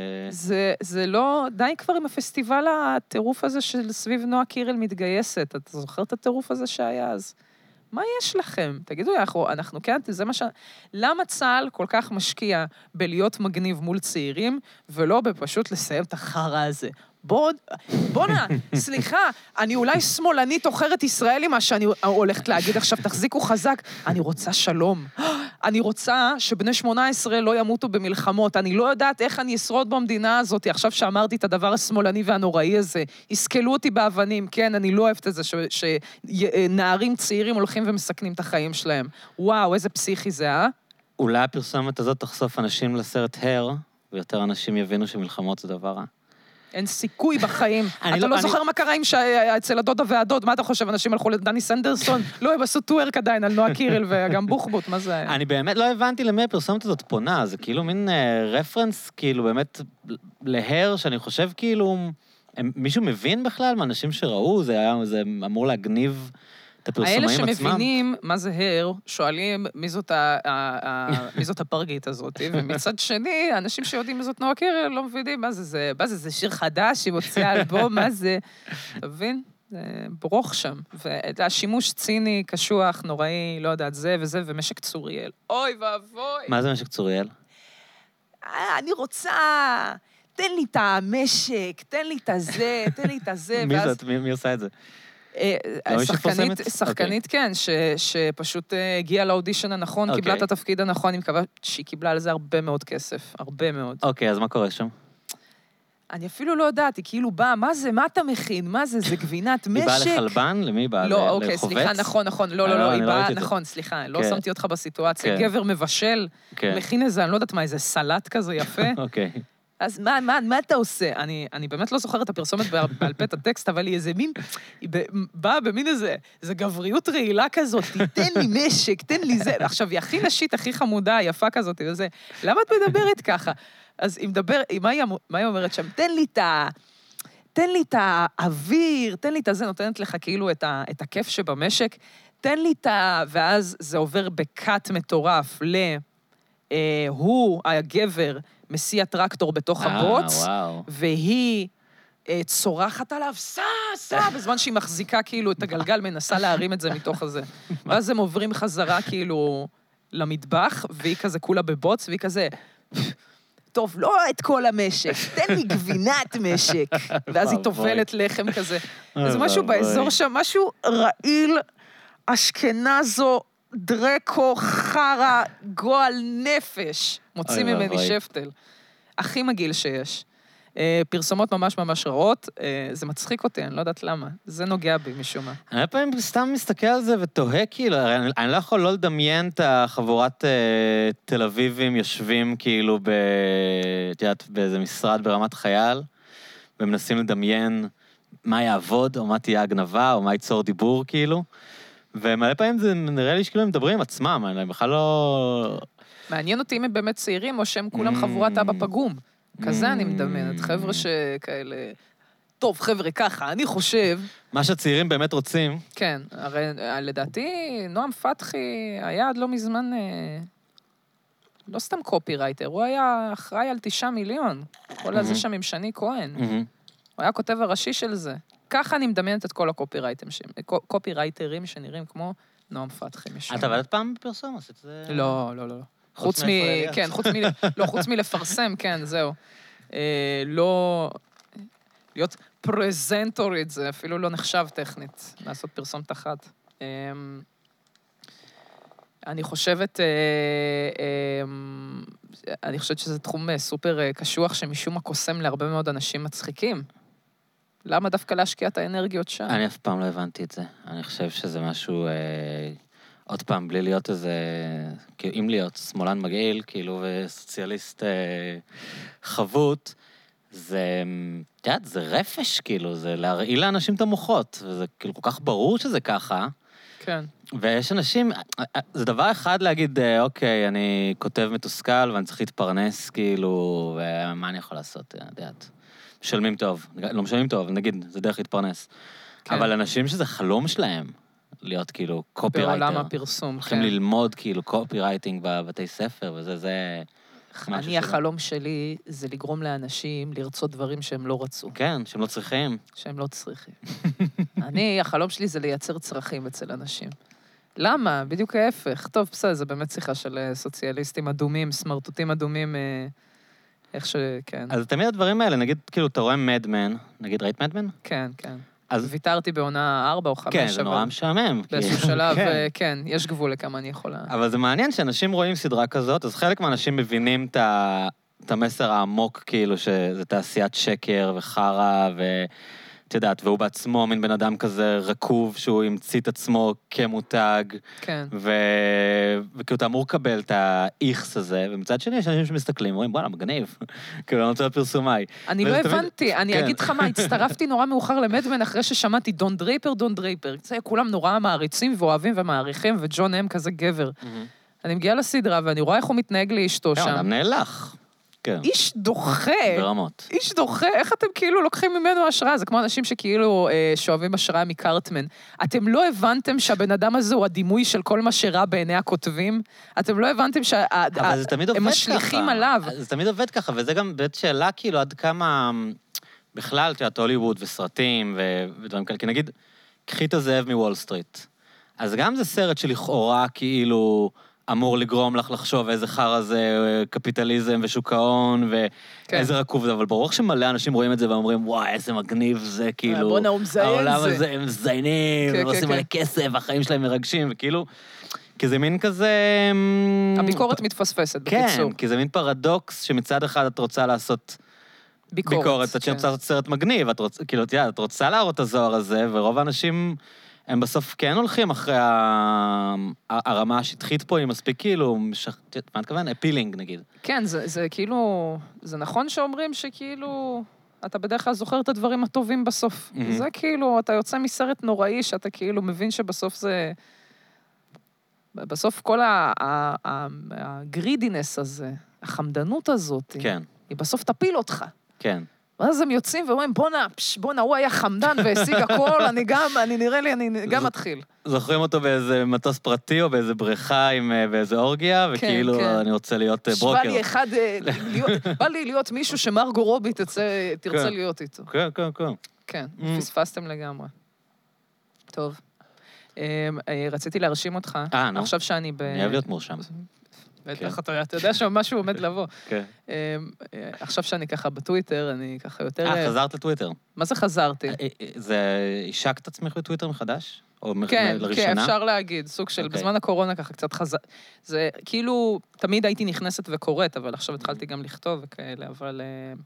זה, זה לא... די כבר עם הפסטיבל הטירוף הזה של סביב נועה קירל מתגייסת. אתה זוכר את הטירוף הזה שהיה אז? מה יש לכם? תגידו, אנחנו, אנחנו כן, זה מה ש... למה צה"ל כל כך משקיע בלהיות מגניב מול צעירים, ולא בפשוט לסיים את החרא הזה? בוא, בוא נע, סליחה, אני אולי שמאלנית אוכרת ישראלי, מה שאני הולכת להגיד עכשיו, תחזיקו חזק, אני רוצה שלום. אני רוצה שבני שמונה עשרה לא ימותו במלחמות, אני לא יודעת איך אני אשרוד במדינה הזאת, עכשיו שאמרתי את הדבר השמאלני והנוראי הזה, הסכלו אותי באבנים, כן, אני לא אוהבת את זה, שנערים צעירים הולכים ומסכנים את החיים שלהם. וואו, איזה פסיכי זה, אה? אולי הפרסומת הזאת תחשוף אנשים לסרט הר, ויותר אנשים יבינו שמלחמות זה דבר רע. אין סיכוי בחיים. אתה לא זוכר מה קרה אצל הדודה והדוד, מה אתה חושב? אנשים הלכו לדני סנדרסון? לא, הם עשו טוורק עדיין על נועה קירל וגם בוחבוט, מה זה היה? אני באמת לא הבנתי למי הפרסומת הזאת פונה, זה כאילו מין רפרנס, כאילו באמת להר, שאני חושב כאילו, מישהו מבין בכלל מאנשים שראו, זה אמור להגניב את הפרסומאים עצמם. האלה שמבינים מה זה הר, שואלים מי זאת, ה, ה, ה, מי זאת הפרגית הזאת, ומצד שני, האנשים שיודעים מי זאת נועה קירל, לא מבינים מה זה, זה, מה זה, זה שיר חדש, היא מוציאה אלבום, מה זה, אתה מבין? זה ברוך שם, והשימוש ציני, קשוח, נוראי, לא יודעת, זה וזה, ומשק צוריאל. אוי ואבוי. מה זה משק צוריאל? אני רוצה... תן לי את המשק, תן לי את הזה, תן לי את הזה. מי זאת? מי עושה את זה? שחקנית, שחקנית כן, שפשוט הגיעה לאודישן הנכון, קיבלה את התפקיד הנכון, אני מקווה שהיא קיבלה על זה הרבה מאוד כסף, הרבה מאוד. אוקיי, אז מה קורה שם? אני אפילו לא יודעת, היא כאילו באה, מה זה, מה אתה מכין, מה זה, זה גבינת משק? היא באה לחלבן? למי היא באה? לא, אוקיי, סליחה, נכון, נכון, לא, לא, לא, היא באה, נכון, סליחה, לא שמתי אותך בסיטואציה, גבר מבשל, מכין איזה, אני לא יודעת מה, איזה סלט כזה יפה. אוקיי. אז מה, מה, מה אתה עושה? אני, אני באמת לא זוכרת את הפרסומת בעל פה את הטקסט, אבל היא איזה מין, היא באה במין איזה, איזה גבריות רעילה כזאת, תן לי נשק, תן לי זה. עכשיו, היא הכי נשית, הכי חמודה, יפה כזאת, וזה, למה את מדברת ככה? אז היא מדבר, מה היא, מה היא אומרת שם? תן לי את ה... תן לי את האוויר, תן לי את הזה, נותנת לך כאילו את, ה, את הכיף שבמשק, תן לי את ה... ואז זה עובר בקאט מטורף ל... אה, הוא, הגבר, מסיע טרקטור בתוך הבוץ, והיא אה, צורחת עליו, סע, סע, בזמן שהיא מחזיקה כאילו את הגלגל, מנסה להרים את זה מתוך הזה. ואז הם עוברים חזרה כאילו למטבח, והיא כזה כולה בבוץ, והיא כזה... טוב, לא את כל המשק, תן לי גבינת משק. ואז היא תובלת לחם כזה. אז משהו באזור שם, משהו רעיל, אשכנזו, דרקו, חרה, גועל נפש. מוציא ממני שפטל. הכי מגעיל שיש. פרסומות ממש ממש רעות, זה מצחיק אותי, אני לא יודעת למה. זה נוגע בי משום מה. אני הרבה פעמים סתם מסתכל על זה ותוהה, כאילו, אני לא יכול לא לדמיין את החבורת תל אביבים יושבים כאילו ב... את יודעת, באיזה משרד ברמת חייל, ומנסים לדמיין מה יעבוד, או מה תהיה הגנבה, או מה ייצור דיבור, כאילו. ומלא פעמים זה נראה לי שכאילו הם מדברים עם עצמם, אני בכלל לא... מעניין אותי אם הם באמת צעירים, או שהם כולם חבורת אבא פגום. כזה אני מדמיינת, חבר'ה שכאלה... טוב, חבר'ה, ככה, אני חושב... מה שהצעירים באמת רוצים. כן, הרי לדעתי, נועם פתחי היה עד לא מזמן... לא סתם קופירייטר, הוא היה אחראי על תשעה מיליון. כל הזה שם עם שני כהן. הוא היה כותב הראשי של זה. ככה אני מדמיינת את כל הקופירייטרים שנראים כמו נועם פתחי. את עבדת פעם בפרסום? עשית זה... לא, לא, לא. חוץ מ... כן, חוץ מ... לא, חוץ מלפרסם, כן, זהו. לא... להיות פרזנטורית, זה אפילו לא נחשב טכנית, לעשות פרסום תחת. אני חושבת... אני חושבת שזה תחום סופר קשוח, שמשום מה קוסם להרבה מאוד אנשים מצחיקים. למה דווקא להשקיע את האנרגיות שם? אני אף פעם לא הבנתי את זה. אני חושב שזה משהו... עוד פעם, בלי להיות איזה, אם להיות שמאלן מגעיל, כאילו, וסוציאליסט אה, חבוט, זה, את יודעת, זה רפש, כאילו, זה להרעיל לאנשים את המוחות, וזה כאילו כל כך ברור שזה ככה. כן. ויש אנשים, זה דבר אחד להגיד, אוקיי, אני כותב מתוסכל, ואני צריך להתפרנס, כאילו, ומה אני יכול לעשות, את יודעת. משלמים טוב, לא משלמים טוב, נגיד, זה דרך להתפרנס. כן. אבל אנשים שזה חלום שלהם, להיות כאילו קופירייטר. בעולם הפרסום, כן. הולכים ללמוד כאילו קופירייטינג בבתי ספר, וזה זה... אני, החלום שלי זה לגרום לאנשים לרצות דברים שהם לא רצו. כן, שהם לא צריכים. שהם לא צריכים. אני, החלום שלי זה לייצר צרכים אצל אנשים. למה? בדיוק ההפך. טוב, בסדר, זה באמת שיחה של סוציאליסטים אדומים, סמרטוטים אדומים, איך ש... כן. אז תמיד הדברים האלה, נגיד, כאילו, אתה רואה מדמן, נגיד, ראית מדמן? כן, כן. אז ויתרתי בעונה ארבע או חמש. כן, זה נורא משעמם. באיזשהו שלב, כן, יש גבול לכמה אני יכולה. אבל זה מעניין שאנשים רואים סדרה כזאת, אז חלק מהאנשים מבינים את המסר העמוק, כאילו, שזה תעשיית שקר וחרה, ואת יודעת, והוא בעצמו מין בן אדם כזה רקוב, שהוא המציא את עצמו כמותג, כן. וכאילו, אתה אמור לקבל את האיכס הזה, ומצד שני, יש אנשים שמסתכלים, אומרים, וואלה, מגניב, כאילו, אני רוצה לפרסומי. אני לא הבנתי, אני אגיד לך מה, הצטרפתי נורא מאוחר למדמן, אחרי ששמעתי דון דרייפר, דון דרייפר, זה כולם נורא מעריצים ואוהבים ומעריכים, וג'ון הם כזה גבר. אני מגיעה לסדרה, ואני רואה איך הוא מתנהג לאשתו שם. אדם נהלך. איש דוחה. ברמות. איש דוחה, איך אתם כאילו לוקחים ממנו השראה? זה כמו אנשים שכאילו אה, שואבים השראה מקארטמן. אתם לא הבנתם שהבן אדם הזה הוא הדימוי של כל מה שרע בעיני הכותבים? אתם לא הבנתם שהם משליכים עליו. זה תמיד עובד ככה, וזה גם בית שאלה כאילו עד כמה בכלל, תיאת הוליווד וסרטים ודברים כאלה, כי נגיד, קחי את הזאב מוול סטריט. אז גם זה סרט שלכאורה כאילו... אמור לגרום לך לחשוב איזה חר הזה, קפיטליזם ושוק ההון, ואיזה רקוב זה, אבל ברור שמלא אנשים רואים את זה ואומרים, וואי, איזה מגניב זה, כאילו, בוא נאום זיין זה. העולם הזה, הם מזיינים, הם עושים מלא כסף, החיים שלהם מרגשים, וכאילו, כי זה מין כזה... הביקורת מתפספסת, בקיצור. כן, כי זה מין פרדוקס שמצד אחד את רוצה לעשות ביקורת, את רוצה לעשות סרט מגניב, כאילו, את רוצה להראות את הזוהר הזה, ורוב האנשים... הם בסוף כן הולכים אחרי ה... הרמה השטחית פה, היא מספיק כאילו, מה תכוון? אפילינג נגיד. כן, זה, זה כאילו, זה נכון שאומרים שכאילו, אתה בדרך כלל זוכר את הדברים הטובים בסוף. Mm-hmm. זה כאילו, אתה יוצא מסרט נוראי, שאתה כאילו מבין שבסוף זה... בסוף כל הגרידינס הזה, החמדנות הזאת, כן. היא בסוף תפיל אותך. כן. ואז הם יוצאים ואומרים, בונה, פש, בונה, הוא היה חמדן והשיג הכל, אני גם, אני נראה לי, אני גם מתחיל. זוכרים אותו באיזה מטוס פרטי או באיזה בריכה עם באיזה אורגיה, וכאילו אני רוצה להיות ברוקר. בא לי אחד, בא לי להיות מישהו שמרגו רובי תרצה להיות איתו. כן, כן, כן. כן, פספסתם לגמרי. טוב. רציתי להרשים אותך. אה, נו. עכשיו שאני ב... אני אוהב להיות מורשם. בטח, אתה יודע שמשהו עומד לבוא. כן. עכשיו שאני ככה בטוויטר, אני ככה יותר... אה, חזרת לטוויטר. מה זה חזרתי? זה... השקת עצמך בטוויטר מחדש? או כן, לראשונה? כן, אפשר להגיד, סוג של... בזמן הקורונה ככה קצת חזר... זה כאילו, תמיד הייתי נכנסת וקוראת, אבל עכשיו התחלתי גם לכתוב וכאלה, אבל...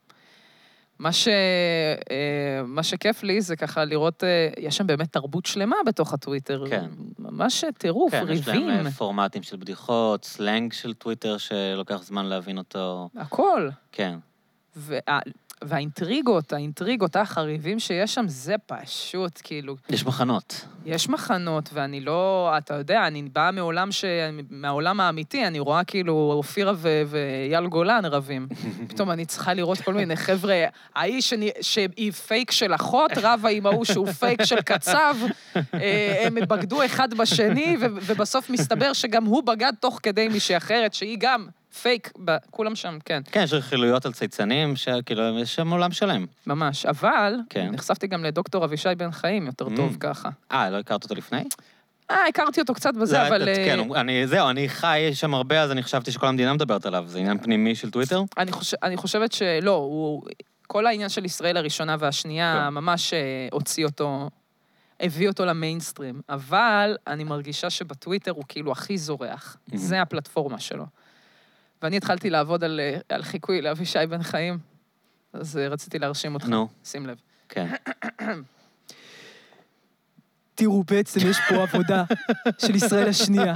מה ש... מה שכיף לי זה ככה לראות, יש שם באמת תרבות שלמה בתוך הטוויטר. כן. ממש טירוף, כן, ריבים. יש להם פורמטים של בדיחות, סלנג של טוויטר שלוקח זמן להבין אותו. הכל. כן. וה... והאינטריגות, האינטריגות, החריבים שיש שם, זה פשוט, כאילו... יש מחנות. יש מחנות, ואני לא... אתה יודע, אני באה מעולם ש... מהעולם האמיתי, אני רואה כאילו אופירה ו... ואייל גולן רבים. פתאום אני צריכה לראות כל מיני חבר'ה, האיש שאני... שהיא פייק של אחות, רבה עם ההוא שהוא פייק של קצב, הם בגדו אחד בשני, ו... ובסוף מסתבר שגם הוא בגד תוך כדי מישהי אחרת, שהיא גם... פייק, כולם שם, כן. כן, יש רכילויות על צייצנים, שכאילו, יש שם עולם שלם. ממש, אבל, כן. נחשפתי גם לדוקטור אבישי בן חיים, יותר טוב ככה. אה, לא הכרת אותו לפני? אה, הכרתי אותו קצת בזה, אבל... כן, אני, זהו, אני חי שם הרבה, אז אני חשבתי שכל המדינה מדברת עליו. זה עניין פנימי של טוויטר? אני, חושב, אני חושבת שלא, הוא... כל העניין של ישראל הראשונה והשנייה, ממש הוציא אותו... הביא אותו למיינסטרים, אבל אני מרגישה שבטוויטר הוא כאילו הכי זורח. זה הפלטפורמה שלו. ואני התחלתי לעבוד על, על חיקוי לאבישי בן חיים, אז רציתי להרשים אותך. נו. שים לב. כן. תראו, בעצם יש פה עבודה של ישראל השנייה.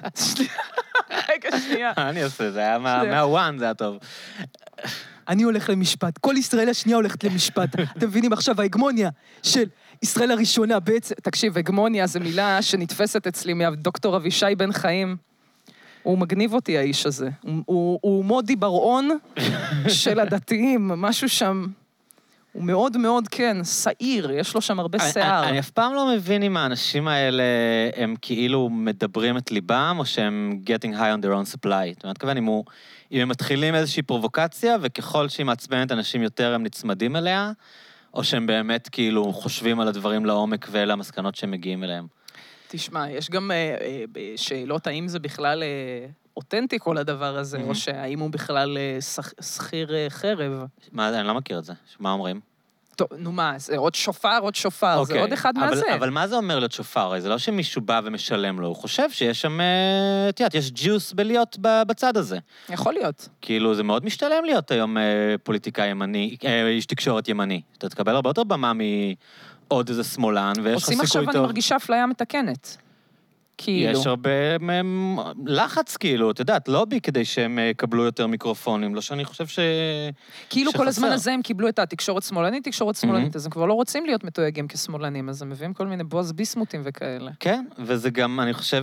רגע, שנייה. אני עושה, זה היה מהוואן, זה היה טוב. אני הולך למשפט, כל ישראל השנייה הולכת למשפט. אתם מבינים עכשיו, ההגמוניה של ישראל הראשונה בעצם... תקשיב, הגמוניה זו מילה שנתפסת אצלי מהדוקטור אבישי בן חיים. הוא מגניב אותי, האיש הזה. הוא, הוא, הוא מודי ברעון של הדתיים, משהו שם... הוא מאוד מאוד, כן, שעיר, יש לו שם הרבה שיער. אני, אני אף פעם לא מבין אם האנשים האלה הם כאילו מדברים את ליבם, או שהם getting high on their own supply. זאת אומרת, כיוון, אם, הוא, אם הם מתחילים איזושהי פרובוקציה, וככל שהיא מעצבנת אנשים יותר, הם נצמדים אליה, או שהם באמת כאילו חושבים על הדברים לעומק ואלה המסקנות שהם מגיעים אליהם. תשמע, יש גם אה, אה, שאלות האם זה בכלל אה, אותנטי כל הדבר הזה, mm-hmm. או שהאם הוא בכלל אה, שכיר אה, חרב. מה, אני לא מכיר את זה. מה אומרים? טוב, נו מה, זה עוד שופר, עוד שופר, okay. זה עוד אחד אבל, מהזה. אבל מה זה אומר להיות שופר? זה לא שמישהו בא ומשלם לו, הוא חושב שיש שם, את יודעת, יש ג'יוס בלהיות בצד הזה. יכול להיות. כאילו, זה מאוד משתלם להיות היום פוליטיקאי ימני, איש תקשורת ימני. אתה תקבל הרבה יותר במה מעוד איזה שמאלן, ויש לך סיכוי טוב. עושים עכשיו, אני מרגישה אפליה מתקנת. כאילו. יש הרבה לחץ, כאילו, את יודעת, לובי כדי שהם יקבלו יותר מיקרופונים, לא שאני חושב ש... כאילו כל הזמן הזה הם קיבלו את התקשורת שמאלנית, תקשורת שמאלנית, אז הם כבר לא רוצים להיות מתויגים כשמאלנים, אז הם מביאים כל מיני בוז ביסמוטים וכאלה. כן, וזה גם, אני חושב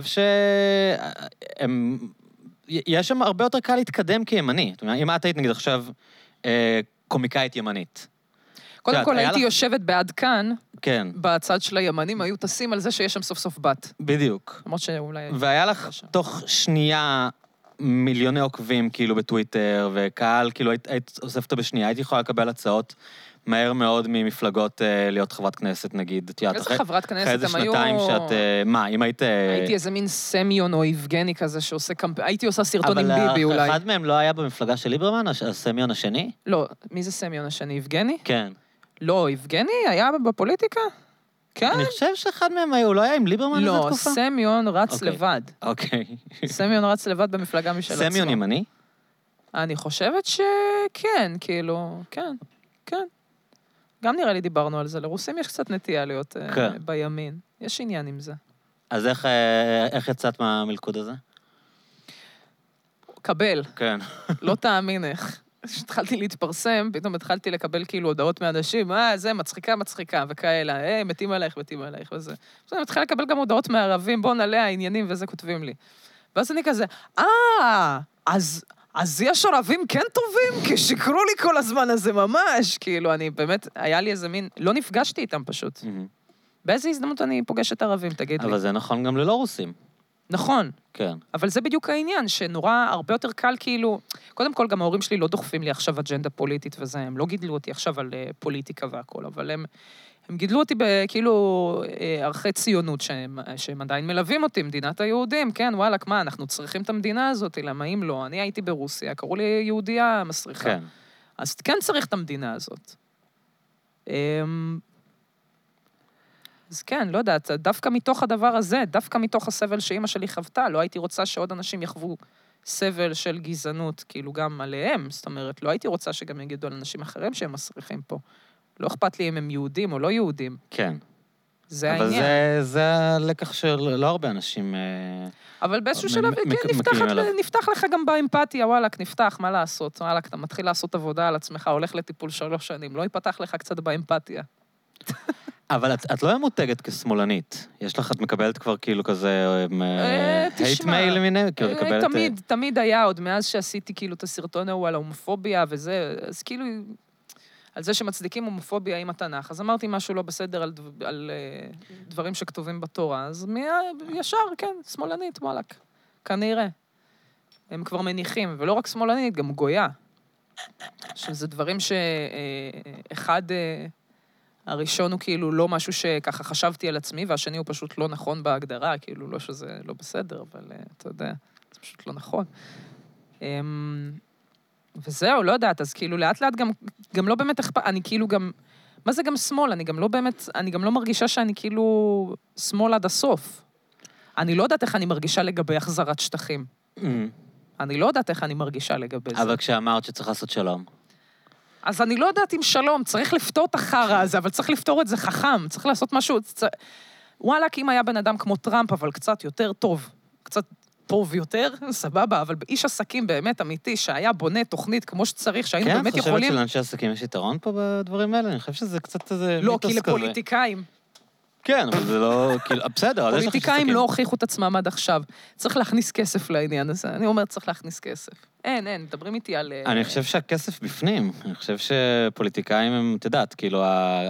שהם... יש שם הרבה יותר קל להתקדם כימני. זאת אומרת, אם את היית נגיד עכשיו קומיקאית ימנית, קודם כל הייתי יושבת בעד כאן, כן. בצד של הימנים, היו טסים על זה שיש שם סוף סוף בת. בדיוק. למרות שאולי... והיה לך תוך שנייה מיליוני עוקבים כאילו בטוויטר, וקהל כאילו היית, היית אוספת בשנייה, הייתי יכולה לקבל הצעות מהר מאוד ממפלגות להיות חברת כנסת נגיד. איזה חברת כנסת? אחרי איזה שנתיים שאת... מה, אם היית... הייתי איזה מין סמיון או יבגני כזה שעושה קמפ... הייתי עושה סרטון עם ביבי אולי. אבל אחד מהם לא היה במפלגה של ליברמן, הסמיון השני? לא, מי זה סמיון השני? יבגני? כן. לא, יבגני היה בפוליטיקה? כן. אני חושב שאחד מהם היה, הוא לא היה עם ליברמן איזה תקופה? לא, סמיון רץ לבד. אוקיי. סמיון רץ לבד במפלגה משל עצמו. סמיון ימני? אני חושבת שכן, כאילו, כן, כן. גם נראה לי דיברנו על זה, לרוסים יש קצת נטייה להיות כן. בימין. יש עניין עם זה. אז איך, איך יצאת מהמלכוד הזה? קבל. כן. לא תאמין איך. כשהתחלתי להתפרסם, פתאום התחלתי לקבל כאילו הודעות מאנשים, אה, זה מצחיקה, מצחיקה, וכאלה, אה, מתים עלייך, מתים עלייך, וזה. אז אני מתחילה לקבל גם הודעות מערבים, בוא נעלה העניינים, וזה כותבים לי. ואז אני כזה, אה, אז, אז יש ערבים כן טובים? כי שיקרו לי כל הזמן הזה ממש. כאילו, אני באמת, היה לי איזה מין, לא נפגשתי איתם פשוט. באיזה הזדמנות אני פוגשת ערבים, תגיד לי. אבל זה נכון גם ללא רוסים. נכון. כן. אבל זה בדיוק העניין, שנורא, הרבה יותר קל כאילו, קודם כל גם ההורים שלי לא דוחפים לי עכשיו אג'נדה פוליטית וזה, הם לא גידלו אותי עכשיו על uh, פוליטיקה והכל, אבל הם, הם גידלו אותי בכאילו uh, ערכי ציונות, שהם, שהם עדיין מלווים אותי, מדינת היהודים, כן, וואלק, מה, אנחנו צריכים את המדינה הזאת, למה אם לא? אני הייתי ברוסיה, קראו לי יהודייה מסריחה. כן. אז כן צריך את המדינה הזאת. Um, אז כן, לא יודעת, דווקא מתוך הדבר הזה, דווקא מתוך הסבל שאימא שלי חוותה, לא הייתי רוצה שעוד אנשים יחוו סבל של גזענות, כאילו גם עליהם, זאת אומרת, לא הייתי רוצה שגם יגידו על אנשים אחרים שהם מסריחים פה. לא אכפת לי אם הם יהודים או לא יהודים. כן. זה אבל העניין. זה, זה הלקח של לא הרבה אנשים... אבל באיזשהו שלב, כן, נפתח, נפתח לך גם באמפתיה, וואלק, נפתח, מה לעשות? וואלק, אתה מתחיל לעשות עבודה על עצמך, הולך לטיפול שלוש שנים, לא ייפתח לך קצת באמפתיה. אבל את, את לא מותגת כשמאלנית. יש לך, את מקבלת כבר כאילו כזה... הייט מייל למיני? תמיד, תמיד היה, עוד מאז שעשיתי כאילו את הסרטון ההוא על ההומופוביה וזה, אז כאילו, על זה שמצדיקים הומופוביה עם התנ"ך, אז אמרתי משהו לא בסדר על, על דברים שכתובים בתורה, אז מי, ישר, כן, שמאלנית, וואלק, כנראה. הם כבר מניחים, ולא רק שמאלנית, גם גויה. שזה דברים שאחד... הראשון הוא כאילו לא משהו שככה חשבתי על עצמי, והשני הוא פשוט לא נכון בהגדרה, כאילו לא שזה לא בסדר, אבל אתה יודע, זה פשוט לא נכון. וזהו, לא יודעת, אז כאילו לאט לאט גם, גם לא באמת אכפת, אני כאילו גם, מה זה גם שמאל? אני גם לא באמת, אני גם לא מרגישה שאני כאילו שמאל עד הסוף. אני לא יודעת איך אני מרגישה לגבי החזרת שטחים. אני לא יודעת איך אני מרגישה לגבי זה. אבל כשאמרת שצריך לעשות שלום. אז אני לא יודעת אם שלום, צריך לפתור את החרא הזה, אבל צריך לפתור את זה חכם, צריך לעשות משהו... צ... וואלה, כי אם היה בן אדם כמו טראמפ, אבל קצת יותר טוב, קצת טוב יותר, סבבה, אבל איש עסקים באמת אמיתי, שהיה בונה תוכנית כמו שצריך, שהיינו כן, באמת יכולים... כן, יכולים... את חושבת שלאנשי עסקים יש יתרון פה בדברים האלה? אני חושב שזה קצת איזה לא, מיתוס כי כזה. לפוליטיקאים. כן, אבל זה לא... כאילו, בסדר, פוליטיקאים לא הוכיחו את עצמם עד עכשיו. צריך להכניס כסף לעניין הזה. אני אומרת, צריך להכניס כסף. אין, אין, מדברים איתי על... אני חושב שהכסף בפנים. אני חושב שפוליטיקאים הם, תדעת, כאילו,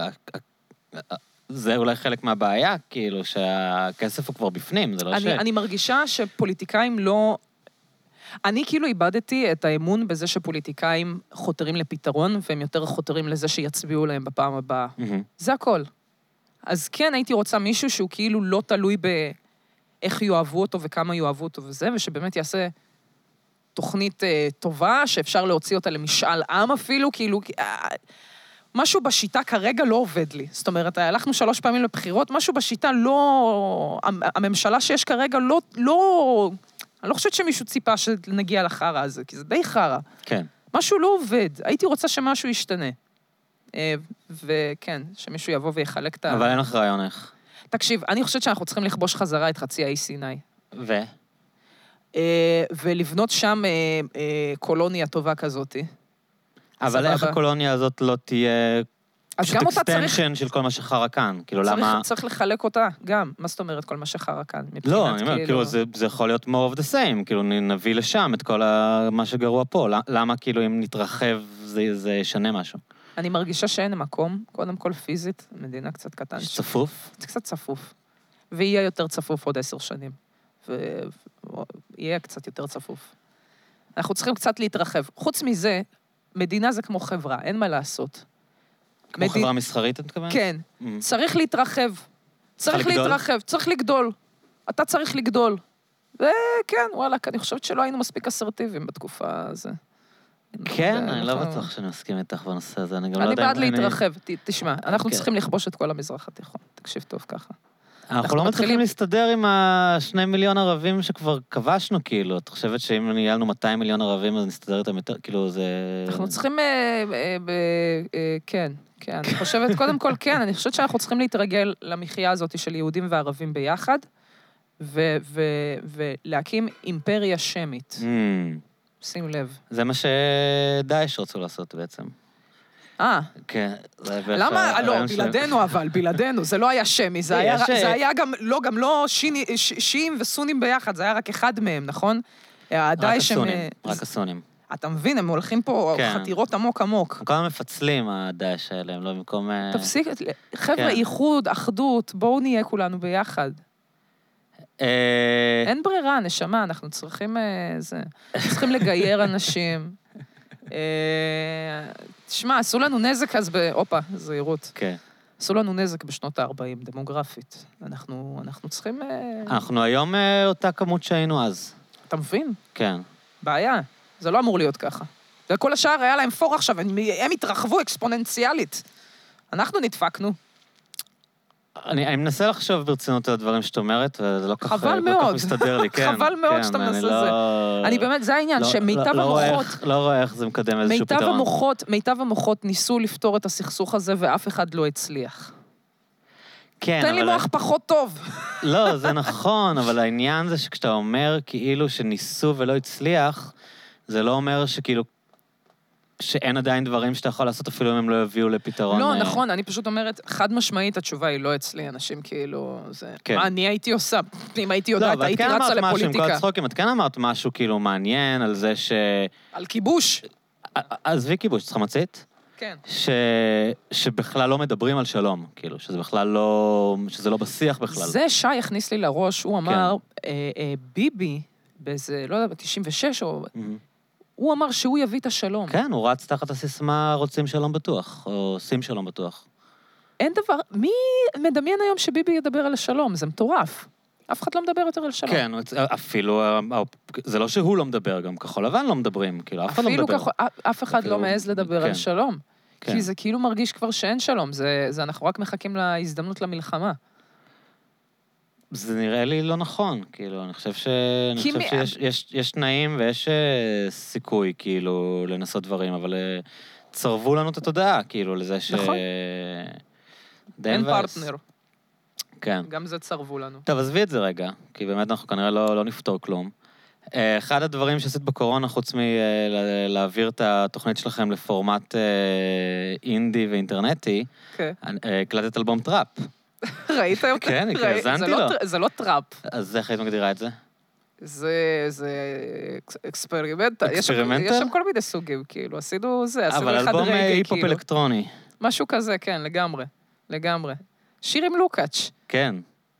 זה אולי חלק מהבעיה, כאילו, שהכסף הוא כבר בפנים, זה לא ש... אני מרגישה שפוליטיקאים לא... אני כאילו איבדתי את האמון בזה שפוליטיקאים חותרים לפתרון, והם יותר חותרים לזה שיצביעו להם בפעם הבאה. זה הכל. אז כן, הייתי רוצה מישהו שהוא כאילו לא תלוי באיך יאהבו אותו וכמה יאהבו אותו וזה, ושבאמת יעשה תוכנית אה, טובה, שאפשר להוציא אותה למשאל עם אפילו, כאילו, אה, משהו בשיטה כרגע לא עובד לי. זאת אומרת, הלכנו שלוש פעמים לבחירות, משהו בשיטה לא... הממשלה שיש כרגע לא... לא אני לא חושבת שמישהו ציפה שנגיע לחרא הזה, כי זה די חרא. כן. משהו לא עובד. הייתי רוצה שמשהו ישתנה. וכן, שמישהו יבוא ויחלק את ה... אבל אין לך רעיון איך. תקשיב, אני חושבת שאנחנו צריכים לכבוש חזרה את חצי האי סיני. ו? ולבנות שם קולוניה טובה כזאת. אבל איך הקולוניה הזאת לא תהיה... פשוט אקסטנשן של כל מה שחרה כאן, כאילו למה... צריך לחלק אותה גם, מה זאת אומרת כל מה שחרה כאן? לא, אני אומר, כאילו זה יכול להיות more of the same, כאילו נביא לשם את כל מה שגרוע פה, למה כאילו אם נתרחב זה ישנה משהו? אני מרגישה שאין מקום, קודם כל פיזית, מדינה קצת קטן. צפוף? זה קצת צפוף. ויהיה יותר צפוף עוד עשר שנים. ויהיה קצת יותר צפוף. אנחנו צריכים קצת להתרחב. חוץ מזה, מדינה זה כמו חברה, אין מה לעשות. כמו מד... חברה מסחרית, את מתכוונת? כן. Mm-hmm. צריך להתרחב. צריך להתרחב, צריך לגדול. אתה צריך לגדול. וכן, וואלה, אני חושבת שלא היינו מספיק אסרטיביים בתקופה הזו. כן, אני לא בטוח שאני מסכים איתך בנושא הזה, אני גם לא יודע... אני בעד להתרחב, תשמע, אנחנו צריכים לכבוש את כל המזרח התיכון, תקשיב טוב ככה. אנחנו לא מצליחים להסתדר עם השני מיליון ערבים שכבר כבשנו, כאילו. את חושבת שאם נהיה לנו מאתיים מיליון ערבים, אז נסתדר איתם יותר, כאילו, זה... אנחנו צריכים, כן, כן. אני חושבת, קודם כל, כן, אני חושבת שאנחנו צריכים להתרגל למחיה הזאת של יהודים וערבים ביחד, ולהקים אימפריה שמית. שים לב. זה מה שדאעש רצו לעשות בעצם. אה. כן. למה? לא, בלעדינו אבל, בלעדינו. זה לא היה שמי, זה היה גם לא, גם לא שיעים וסונים ביחד, זה היה רק אחד מהם, נכון? רק הסונים, רק הסונים. אתה מבין, הם הולכים פה חתירות עמוק עמוק. הם כל המפצלים, הדאעש האלה, הם לא במקום... תפסיק, חבר'ה, איחוד, אחדות, בואו נהיה כולנו ביחד. אין ברירה, נשמה, אנחנו צריכים... צריכים לגייר אנשים. תשמע, עשו לנו נזק אז ב... אופה, זהירות. כן. עשו לנו נזק בשנות ה-ארבעים, דמוגרפית. אנחנו, אנחנו צריכים... אנחנו היום אותה כמות שהיינו אז. אתה מבין? כן. בעיה. זה לא אמור להיות ככה. וכל השאר היה להם פור עכשיו, הם, הם התרחבו אקספוננציאלית. אנחנו נדפקנו. אני, אני מנסה לחשוב ברצינות על הדברים שאת אומרת, וזה לא כך, חבל לא מאוד. כך מסתדר לי, כן. חבל מאוד כן, שאתה מנסה לא, זה. אני באמת, זה העניין, לא, שמיטב לא, המוחות... לא רואה, איך, לא רואה איך זה מקדם איזשהו מיטב פתרון. המוחות, מיטב המוחות ניסו לפתור את הסכסוך הזה, ואף אחד לא הצליח. כן, תן אבל... לי מוח פחות טוב. לא, זה נכון, אבל העניין זה שכשאתה אומר כאילו שניסו ולא הצליח, זה לא אומר שכאילו... שאין עדיין דברים שאתה יכול לעשות, אפילו אם הם לא יביאו לפתרון. לא, נכון, אני פשוט אומרת, חד משמעית, התשובה היא לא אצלי, אנשים כאילו, זה... כן. מה אני הייתי עושה? אם הייתי יודעת, הייתי רצה לפוליטיקה. לא, ואת כן אמרת משהו, עם כל הצחוקים, את כן אמרת משהו כאילו מעניין על זה ש... על כיבוש. עזבי כיבוש, צריכה מצית? כן. ש... שבכלל לא מדברים על שלום, כאילו, שזה בכלל לא... שזה לא בשיח בכלל. זה שי הכניס לי לראש, הוא אמר, כן. אה, אה, ביבי, באיזה, לא יודע, ב-תשעים ושש או... Mm-hmm. הוא אמר שהוא יביא את השלום. כן, הוא רץ תחת הסיסמה רוצים שלום בטוח, או עושים שלום בטוח. אין דבר, מי מדמיין היום שביבי ידבר על השלום? זה מטורף. אף אחד לא מדבר יותר על שלום. כן, אפילו, זה לא שהוא לא מדבר, גם כחול לבן לא מדברים, כאילו, אף אחד לא מדבר. אפילו אף אחד לא מעז לדבר על שלום. כי זה כאילו מרגיש כבר שאין שלום, זה אנחנו רק מחכים להזדמנות למלחמה. זה נראה לי לא נכון, כאילו, אני חושב ש... אני חושב שיש יש, יש תנאים ויש סיכוי, כאילו, לנסות דברים, אבל צרבו לנו את התודעה, כאילו, לזה ש... נכון. אין פרטנר. כן. גם זה צרבו לנו. טוב, עזבי את זה רגע, כי באמת אנחנו כנראה לא, לא נפתור כלום. אחד הדברים שעשית בקורונה, חוץ מלהעביר את התוכנית שלכם לפורמט אינדי ואינטרנטי, הקלטת אלבום טראפ. ראית אותה? כן, התאזנתי לו. זה לא טראפ. אז איך היית מגדירה את זה? זה אקספרימנט. אקספרימנט? יש שם כל מיני סוגים, כאילו, עשינו זה, עשינו אבל אלבום היפ-הופ אלקטרוני. משהו כזה, כן, לגמרי. לגמרי. שיר עם לוקאץ'. כן.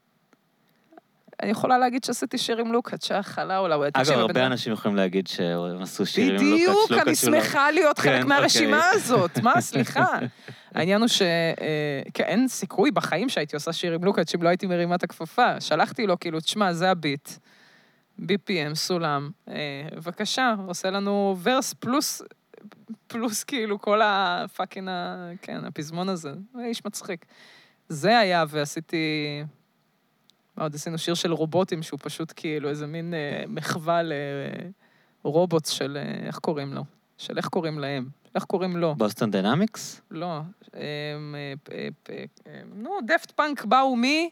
אני יכולה להגיד שעשיתי שיר עם לוקאץ', שהחלה אולי... אגב, הרבה אנשים יכולים להגיד שהם עשו שיר עם לוקאץ'. בדיוק, אני שמחה להיות חלק מהרשימה הזאת. מה, סליחה. העניין הוא שאין סיכוי בחיים שהייתי עושה שיר עם לוקאץ' אם לא הייתי מרימה את הכפפה. שלחתי לו, כאילו, תשמע, זה הביט. בי פי אם, סולם. בבקשה, עושה לנו ורס פלוס, פלוס כאילו כל הפאקינג, כן, הפזמון הזה. איש מצחיק. זה היה, ועשיתי... מה עוד עשינו? שיר של רובוטים, שהוא פשוט כאילו איזה מין אה, מחווה לרובוטס של, אה, איך קוראים לו? של איך קוראים להם? איך קוראים לו? בוסטון דיינמיקס? לא. אה, אה, אה, אה, אה, נו, דפט פאנק באו מי?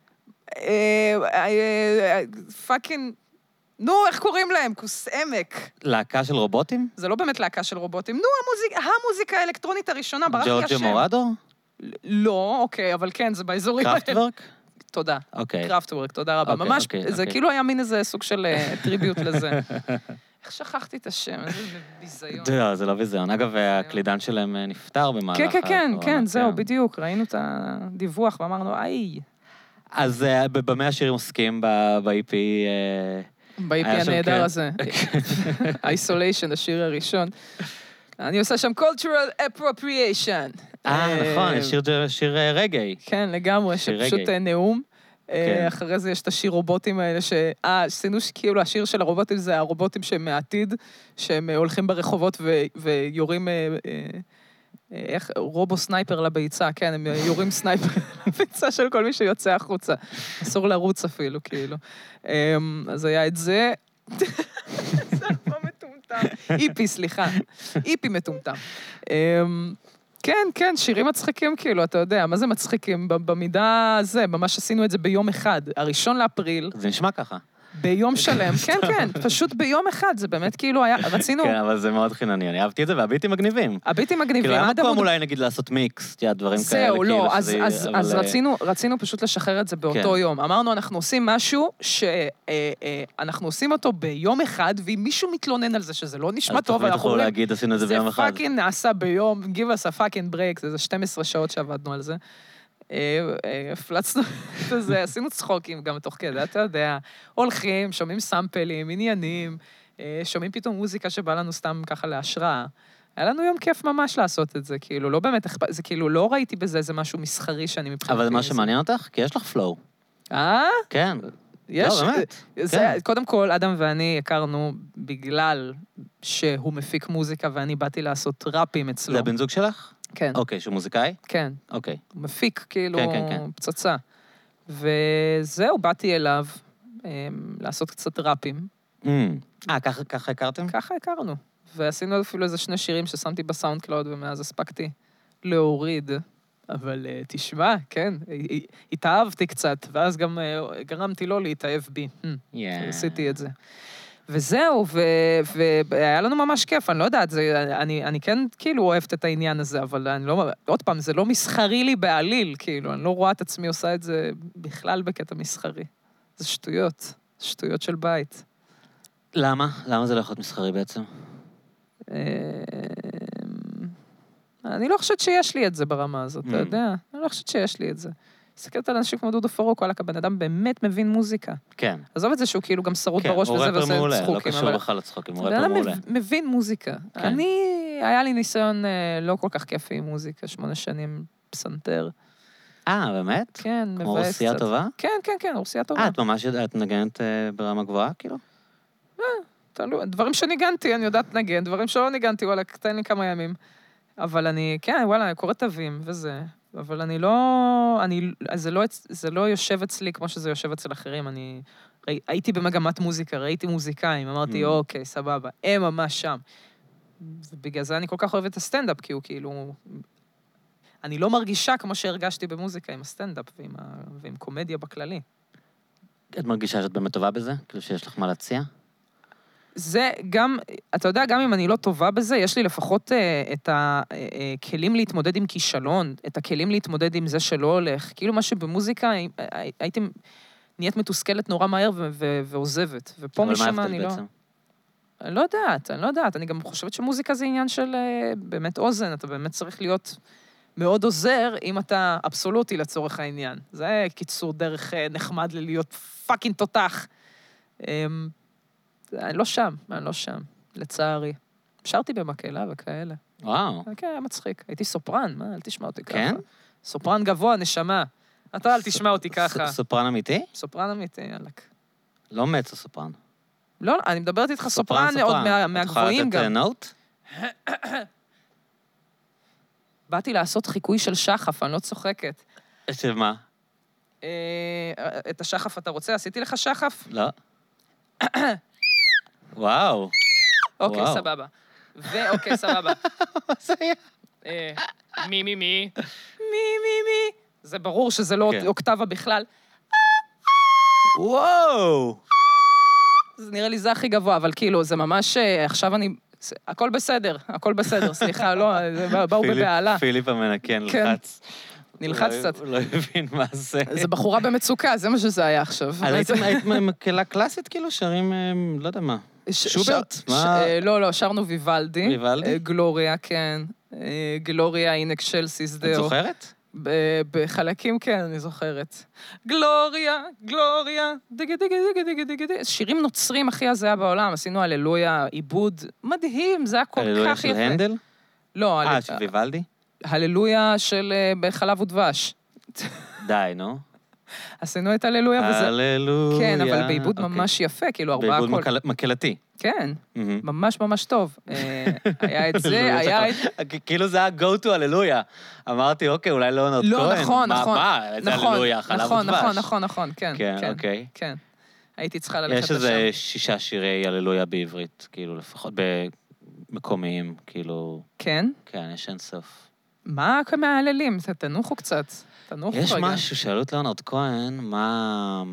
אה, אה, פאקינג... נו, איך קוראים להם? כוס עמק. להקה של רובוטים? זה לא באמת להקה של רובוטים. נו, המוזיק, המוזיקה האלקטרונית הראשונה, ברח לי השם. ג'ורג'ה מורדו? לא, אוקיי, אבל כן, זה באזורים האלה. קראפטוורק? תודה. אוקיי. קראפטוורק, תודה רבה. אוקיי, ממש, אוקיי, זה אוקיי. כאילו היה מין איזה סוג של טריביוט לזה. איך שכחתי את השם? איזה ביזיון. לא, זה לא ביזיון. אגב, הקלידן שלהם נפטר במהלך כן, כן, כן, הקורונה, כן, זהו, בדיוק. ראינו את הדיווח ואמרנו, איי. אז במה השירים עוסקים ב-אי פי? ב-אי פי הנהדר הזה. Isolation, השיר הראשון. אני עושה שם cultural appropriation. אה, נכון, יש שיר רגעי. כן, לגמרי, שפשוט נאום. אחרי זה יש את השיר רובוטים האלה, ש... אה, עשינו כאילו השיר של הרובוטים זה הרובוטים שהם מעתיד, שהם הולכים ברחובות ויורים איך, רובו סנייפר לביצה, כן, הם יורים סנייפר לביצה של כל מי שיוצא החוצה. אסור לרוץ אפילו, כאילו. אז היה את זה. זה לא מטומטם. איפי, סליחה. איפי מטומטם. כן, כן, שירים מצחיקים, כאילו, אתה יודע, מה זה מצחיקים? במידה הזה, ממש עשינו את זה ביום אחד. הראשון לאפריל. זה נשמע ככה. ביום שלם, כן, כן, פשוט ביום אחד, זה באמת כאילו היה, רצינו... כן, אבל זה מאוד חינני, אני אהבתי את זה, והביטים מגניבים. הביטים מגניבים. כאילו, היה מקום אולי נגיד לעשות מיקס, תהיה דברים כאלה. זהו, לא, אז רצינו פשוט לשחרר את זה באותו יום. אמרנו, אנחנו עושים משהו שאנחנו עושים אותו ביום אחד, ואם מישהו מתלונן על זה שזה לא נשמע טוב, אנחנו יכולים להגיד, עשינו את זה ביום אחד. זה פאקינג נעשה ביום, give us a fucking break, זה שתים עשרה שעות שעבדנו על זה. הפלצנו את זה, עשינו צחוקים גם תוך כדי, אתה יודע, הולכים, שומעים סאמפלים, עניינים, שומעים פתאום מוזיקה שבא לנו סתם ככה להשראה. היה לנו יום כיף ממש לעשות את זה, כאילו, לא באמת, זה כאילו, לא ראיתי בזה, זה משהו מסחרי שאני מבחינתי. אבל זה מה שמעניין אותך? כי יש לך פלואו. אה? כן. יש, לא, באמת. זה, קודם כל, אדם ואני הכרנו בגלל שהוא מפיק מוזיקה, ואני באתי לעשות ראפים אצלו. זה הבן זוג שלך? כן. אוקיי, שהוא מוזיקאי? כן. אוקיי. הוא מפיק, כאילו, כן, כן, כן. פצצה. וזהו, באתי אליו לעשות קצת ראפים. אה, ככה, ככה הכרתם? ככה הכרנו. ועשינו אפילו איזה שני שירים ששמתי בסאונד קלאוד, ומאז הספקתי להוריד. אבל תשמע, כן, התאהבתי קצת, ואז גם גרמתי לו להתאהב בי. עשיתי את זה. וזהו, והיה לנו ממש כיף, אני לא יודעת, אני כן כאילו אוהבת את העניין הזה, אבל אני לא, עוד פעם, זה לא מסחרי לי בעליל, כאילו, אני לא רואה את עצמי עושה את זה בכלל בקטע מסחרי. זה שטויות, שטויות של בית. למה? למה זה לא יכול להיות מסחרי בעצם? אני לא חושבת שיש לי את זה ברמה הזאת, אתה יודע? אני לא חושבת שיש לי את זה. מסתכלת על אנשים כמו דודו פרוק, וואלה, הבן אדם באמת מבין מוזיקה. כן. עזוב את זה שהוא כאילו גם שרוט בראש וזה ועושה צחוקים. כן, הוא רפר מעולה, לא קשור בכלל לצחוקים, הוא רפר מעולה. מבין מוזיקה. אני, היה לי ניסיון לא כל כך כיפי עם מוזיקה, שמונה שנים פסנתר. אה, באמת? כן, מבאס קצת. כמו רוסיה טובה? כן, כן, כן, רוסיה טובה. אה, את ממש יודעת, נגנת ברמה גבוהה, כאילו? דברים שניגנתי, אני יודעת נגן, דברים שלא ניגנתי, וואלה, תן לי כמה ימים. אבל אני, כן, וואלה, קורא תווים וזה. אבל אני לא, אני, זה לא, זה לא יושב אצלי כמו שזה יושב אצל אחרים. אני ראי, הייתי במגמת מוזיקה, ראיתי מוזיקאים, אמרתי, אוקיי, סבבה, הם ממש שם. ובגלל זה אני כל כך אוהבת את הסטנדאפ, כי הוא כאילו, אני לא מרגישה כמו שהרגשתי במוזיקה עם הסטנדאפ ועם, ה, ועם קומדיה בכללי. את מרגישה שאת באמת טובה בזה? כאילו שיש לך מה להציע? זה גם, אתה יודע, גם אם אני לא טובה בזה, יש לי לפחות uh, את הכלים להתמודד עם כישלון, את הכלים להתמודד עם זה שלא הולך. כאילו מה שבמוזיקה, הייתי נהיית מתוסכלת נורא מהר ו- ו- ועוזבת. ופה משם אני לא... בעצם? אני לא יודעת, אני לא יודעת. אני גם חושבת שמוזיקה זה עניין של uh, באמת אוזן, אתה באמת צריך להיות מאוד עוזר אם אתה אבסולוטי לצורך העניין. זה קיצור דרך uh, נחמד ללהיות פאקינג תותח. Um, אני לא שם, אני לא שם, לצערי. שרתי במקהלה וכאלה. וואו. כן, היה מצחיק. הייתי סופרן, מה? אל תשמע אותי ככה. כן? סופרן גבוה, נשמה. אתה אל תשמע אותי ככה. סופרן אמיתי? סופרן אמיתי, יאלק. לא מצו סופרן. לא, אני מדברת איתך סופרן עוד מהגבוהים גם. את יכולה לתת נוט? באתי לעשות חיקוי של שחף, אני לא צוחקת. של מה? את השחף אתה רוצה? עשיתי לך שחף? לא. וואו. אוקיי, סבבה. ואוקיי, סבבה. מה זה היה? מי, מי, מי? מי, מי, מי? זה ברור שזה לא אוקטבה בכלל. וואו. זה נראה לי זה הכי גבוה, אבל כאילו, זה ממש, עכשיו אני, הכל בסדר, הכל בסדר, סליחה, לא, באו בבעלה. פיליפ המנקן לחץ. נלחץ קצת. הוא לא הבין מה זה. זה בחורה במצוקה, זה מה שזה היה עכשיו. היית מקהלה קלאסית כאילו? שרים, לא יודע מה. שוברט? לא, לא, שרנו ויוולדי. ויוולדי? גלוריה, כן. גלוריה, הנה אקשלסיס דאו. את זוכרת? בחלקים כן, אני זוכרת. גלוריה, גלוריה, דיגי דיגי דיגי דיגי דיגי דיגי. שירים נוצרים הכי הזה היה בעולם, עשינו הללויה, עיבוד מדהים, זה היה כל כך יפה. הללויה של הנדל? לא. אה, של ויוולדי? הללויה של בחלב ודבש. די, נו. עשינו את הללויה, וזה... הללויה. כן, אבל בעיבוד ממש יפה, כאילו ארבעה קול. בעיבוד מקלתי. כן, ממש ממש טוב. היה את זה, היה את... כאילו זה היה go to הללויה. אמרתי, אוקיי, אולי לאונרד כהן. לא, נכון, נכון. מה, זה הללויה, חלב ודבש. נכון, נכון, נכון, נכון, כן. כן, אוקיי. כן. הייתי צריכה ללכת לשם. יש איזה שישה שירי הללויה בעברית, כאילו, לפחות במקומיים, כאילו... כן? כן, יש אין סוף. מה מההללים? תנוחו קצת. תנוחו רגע. יש משהו, שאלו את לאונרד כהן, מה...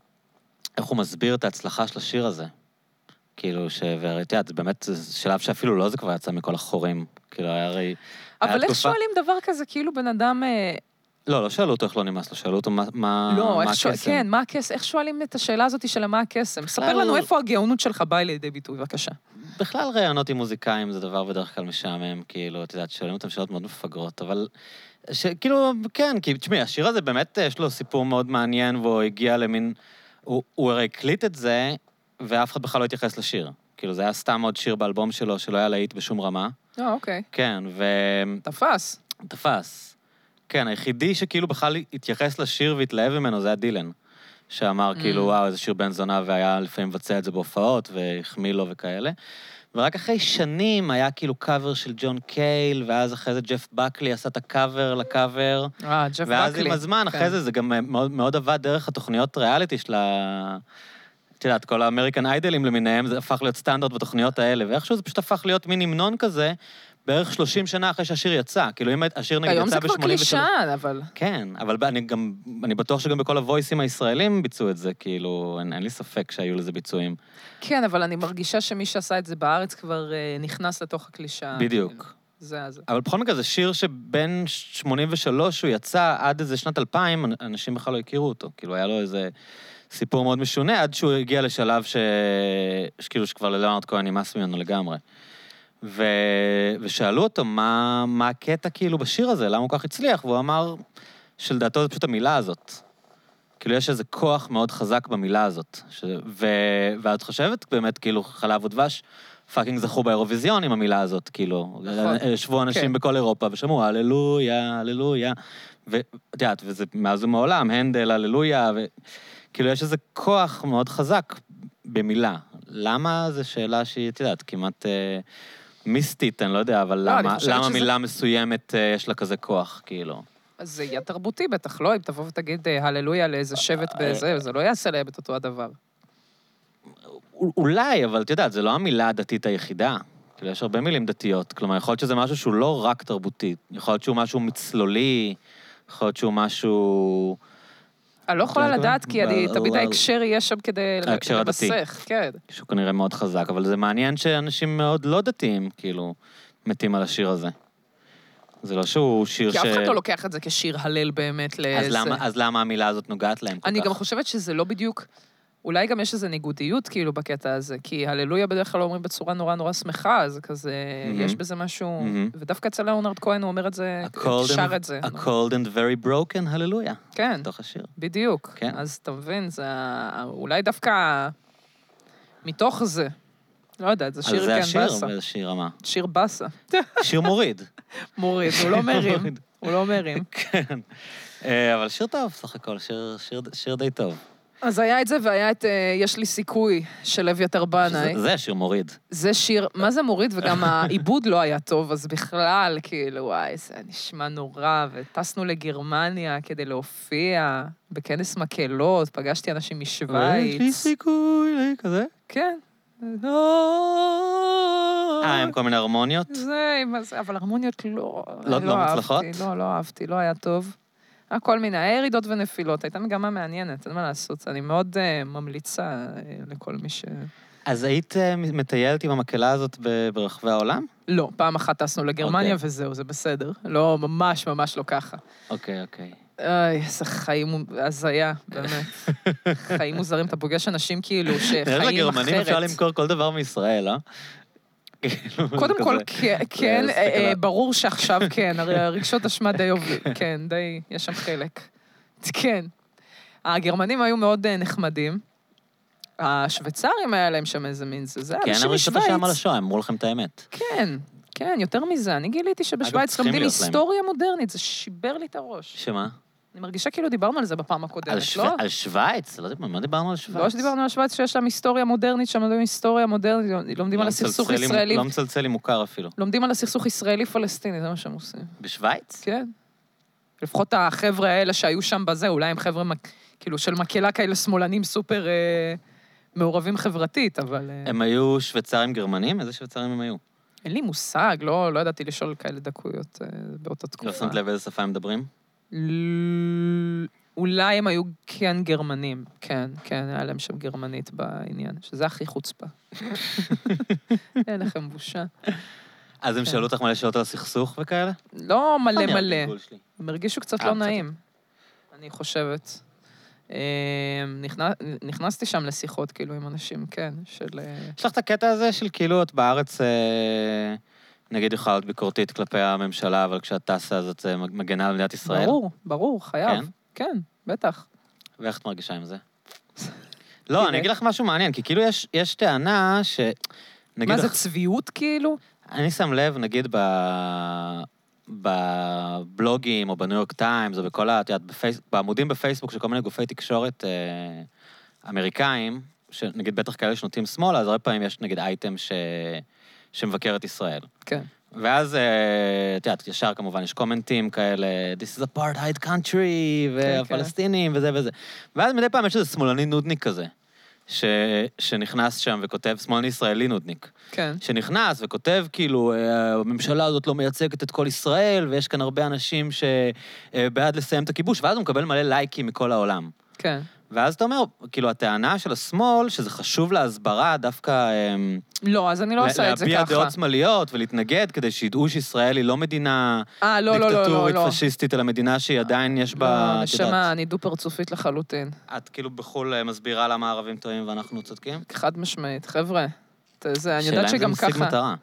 איך הוא מסביר את ההצלחה של השיר הזה. כאילו, וראיתי, זה באמת שלב שאפילו לא זה כבר יצא מכל החורים. כאילו, היה הרי... אבל איך שואלים דבר כזה, כאילו בן אדם... לא, לא שאלו אותו איך לא נמאס לו, שאלו אותו מה הקסם. כן, מה הקסם? איך שואלים את השאלה הזאת של מה הקסם? ספר לנו איפה הגאונות שלך באה לידי ביטוי, בבקשה. בכלל רעיונות עם מוזיקאים זה דבר בדרך כלל משעמם, כאילו, את יודעת, שואלים אותם שאלות מאוד מפגרות, אבל... כאילו, כן, כי, תשמעי, השיר הזה באמת יש לו סיפור מאוד מעניין, והוא הגיע למין... הוא הרי הקליט את זה, ואף אחד בכלל לא התייחס לשיר. כאילו, זה היה סתם עוד שיר באלבום שלו, שלא היה להיט בשום רמה. אה, אוקיי. כן, ו... תפס. תפס. כן, היחידי שכאילו בכלל התייחס לשיר והתלהב ממנו, זה היה דילן. שאמר, כאילו, וואו, איזה שיר בן זונה, והיה לפעמים מבצע את זה בהופעות, והחמיא לו וכאלה. ורק אחרי שנים היה כאילו קאבר של ג'ון קייל, ואז אחרי זה ג'ף בקלי עשה את הקאבר לקאבר. אה, ג'ף בקלי. ואז עם הזמן, אחרי זה, זה גם מאוד, מאוד עבד דרך התוכניות ריאליטי של ה... את יודעת, כל האמריקן איידלים למיניהם, זה הפך להיות סטנדרט בתוכניות האלה, ואיכשהו זה פשוט הפך להיות מין המנון כזה, בערך שלושים שנה אחרי שהשיר יצא. כאילו, אם השיר נגיד יצא ב-שמונים ושלוש... היום זה כבר קלישן, אבל... כן, אבל אני גם, אני בטוח שגם בכל הוויסים הישראלים ביצעו את זה, כאילו, אין, אין לי ספק שהיו לזה ביצועים. כן, אבל אני מרגישה שמי שעשה את זה בארץ כבר נכנס לתוך הקלישה. בדיוק. זה זה. אבל בכל מקרה, זה שיר שבין שמונים ושלוש הוא יצא עד איזה שנת אלפיים, אנשים בכלל לא הכירו אותו. כאילו, היה לו איזה סיפור מאוד משונה, עד שהוא הגיע לשלב ש... שכאילו שכבר ללאונרד כהן נמאס ממנו לגמרי. ו... ושאלו אותו מה, מה הקטע כאילו בשיר הזה, למה הוא כך הצליח, והוא אמר שלדעתו זה פשוט המילה הזאת. כאילו יש איזה כוח מאוד חזק במילה הזאת. ש... ו... ואת חושבת באמת כאילו חלב ודבש, פאקינג זכו באירוויזיון עם המילה הזאת, כאילו. נכון. שבו אנשים כן. בכל אירופה ושמעו, הללויה, הללויה. ואת יודעת, וזה מאז ומעולם, הנדל, הללויה, וכאילו יש איזה כוח מאוד חזק במילה. למה? זו שאלה שהיא, את יודעת, כמעט... מיסטית, אני לא יודע, אבל לא, למה, למה שזה... מילה מסוימת יש לה כזה כוח, כאילו? אז זה יהיה תרבותי בטח, לא? אם תבוא ותגיד הללויה לאיזה שבט בזה, זה לא יעשה להם את אותו הדבר. אולי, אבל את יודעת, זה לא המילה הדתית היחידה. כאילו, יש הרבה מילים דתיות. כלומר, יכול להיות שזה משהו שהוא לא רק תרבותי. יכול להיות שהוא משהו מצלולי, יכול להיות שהוא משהו... אני לא יכולה לדעת, כי תמיד ההקשר יהיה שם כדי לבסך, כן. שהוא כנראה מאוד חזק, אבל זה מעניין שאנשים מאוד לא דתיים, כאילו, מתים על השיר הזה. זה לא שהוא שיר ש... כי אף אחד לא לוקח את זה כשיר הלל באמת לאיזה... אז למה המילה הזאת נוגעת להם כל כך? אני גם חושבת שזה לא בדיוק... אולי גם יש איזו ניגודיות כאילו בקטע הזה, כי הללויה בדרך כלל אומרים בצורה נורא נורא שמחה, אז כזה, יש בזה משהו, ודווקא אצל לאונרד כהן הוא אומר את זה, שר את זה. A cold and very broken, הללויה. כן, בתוך השיר. בדיוק. אז אתה מבין, זה אולי דווקא מתוך זה, לא יודעת, זה שיר כן בסה. אז זה השיר, זה שיר מה? שיר בסה. שיר מוריד. מוריד, הוא לא מרים. הוא לא מרים. כן. אבל שיר טוב, סך הכל, שיר די טוב. אז היה את זה, והיה את יש לי סיכוי של אביתר בנאי. זה שיר מוריד. זה שיר, מה זה מוריד? וגם העיבוד לא היה טוב, אז בכלל, כאילו, וואי, זה נשמע נורא, וטסנו לגרמניה כדי להופיע בכנס מקהלות, פגשתי אנשים משוויץ. יש לי סיכוי, כזה? כן. אה, עם כל מיני הרמוניות? זה, אבל הרמוניות לא... לא מצלחות? לא, לא אהבתי, לא היה טוב. כל מיני, הירידות ונפילות, הייתה מגמה מעניינת, אין מה לעשות, אני מאוד uh, ממליצה uh, לכל מי ש... אז היית uh, מטיילת עם המקהלה הזאת ברחבי העולם? לא, פעם אחת טסנו לגרמניה okay. וזהו, זה בסדר. לא, ממש ממש לא ככה. אוקיי, okay, אוקיי. Okay. אוי, איזה חיים, הזיה, באמת. חיים מוזרים, אתה פוגש אנשים כאילו שחיים אחרת. לגרמנים אפשר למכור כל דבר מישראל, אה? קודם כל, כן, ברור שעכשיו כן, הרי הרגשות אשמה די עובדים, כן, די, יש שם חלק. כן. הגרמנים היו מאוד נחמדים. השוויצרים היה להם שם איזה מין זה, זה היה בשביל שוויץ. כן, אבל שם על השואה, אמרו לכם את האמת. כן, כן, יותר מזה. אני גיליתי שבשוויץ לומדים היסטוריה מודרנית, זה שיבר לי את הראש. שמה? אני מרגישה כאילו דיברנו על זה בפעם הקודמת, לא? על שוויץ? לא דיברנו על שוויץ. לא שדיברנו על שוויץ שיש להם היסטוריה מודרנית, שם לומדים היסטוריה מודרנית, לומדים על הסכסוך ישראלי. לא מצלצל לי מוכר אפילו. לומדים על הסכסוך ישראלי-פלסטיני, זה מה שהם עושים. בשוויץ? כן. לפחות החבר'ה האלה שהיו שם בזה, אולי הם חבר'ה כאילו של מקהלה כאלה שמאלנים סופר מעורבים חברתית, אבל... הם היו שוויצרים גרמנים? איזה שוויצרים הם היו? אין לי מושג, לא ידעתי לשאול כאלה דקויות באותה תקופה. לא שמת לב איזה שפה הם מדברים? אולי הם היו כן גרמנים, כן, כן, היה להם שם גרמנית בעניין, שזה הכי חוצפה. אין לכם בושה. אז הם שאלו אותך מלא שאלות על הסכסוך וכאלה? לא מלא מלא. הם הרגישו קצת לא נעים, אני חושבת. נכנסתי שם לשיחות, כאילו, עם אנשים, כן, של... יש לך את הקטע הזה של כאילו, את בארץ, נגיד, יכולה להיות ביקורתית כלפי הממשלה, אבל כשאת טסה, אז את מגנה על מדינת ישראל? ברור, ברור, חייב. כן, בטח. ואיך את מרגישה עם זה? לא, אני אגיד לך משהו מעניין, כי כאילו יש טענה ש... מה זה צביעות, כאילו? אני שם לב, נגיד, בבלוגים או בניו יורק טיימס, או בכל ה... בעמודים בפייסבוק של כל מיני גופי תקשורת אמריקאים, שנגיד בטח כאלה שנוטים שמאלה, אז הרבה פעמים יש נגיד אייטם שמבקר את ישראל. כן. ואז, את יודעת, ישר כמובן יש קומנטים כאלה, This is apartheid country, והפלסטינים וזה וזה. ואז מדי פעם יש איזה שמאלני נודניק כזה. ש... שנכנס שם וכותב, שמאלני ישראלי נודניק. כן. שנכנס וכותב, כאילו, הממשלה הזאת לא מייצגת את כל ישראל, ויש כאן הרבה אנשים שבעד לסיים את הכיבוש, ואז הוא מקבל מלא לייקים מכל העולם. כן. ואז אתה אומר, כאילו, הטענה של השמאל, שזה חשוב להסברה, דווקא... לא, אז אני לא עושה את זה ככה. להביע דעות שמאליות ולהתנגד, כדי שידעו שישראל היא לא מדינה אה, לא, לא, לא, דיקטטורית פשיסטית, אלא מדינה שהיא עדיין יש בה... לא, נשמה, אני דו פרצופית לחלוטין. את כאילו בחול מסבירה למה הערבים טועים ואנחנו צודקים? חד משמעית, חבר'ה. אני יודעת שגם ככה... שאלה אם זה משיג מטרה.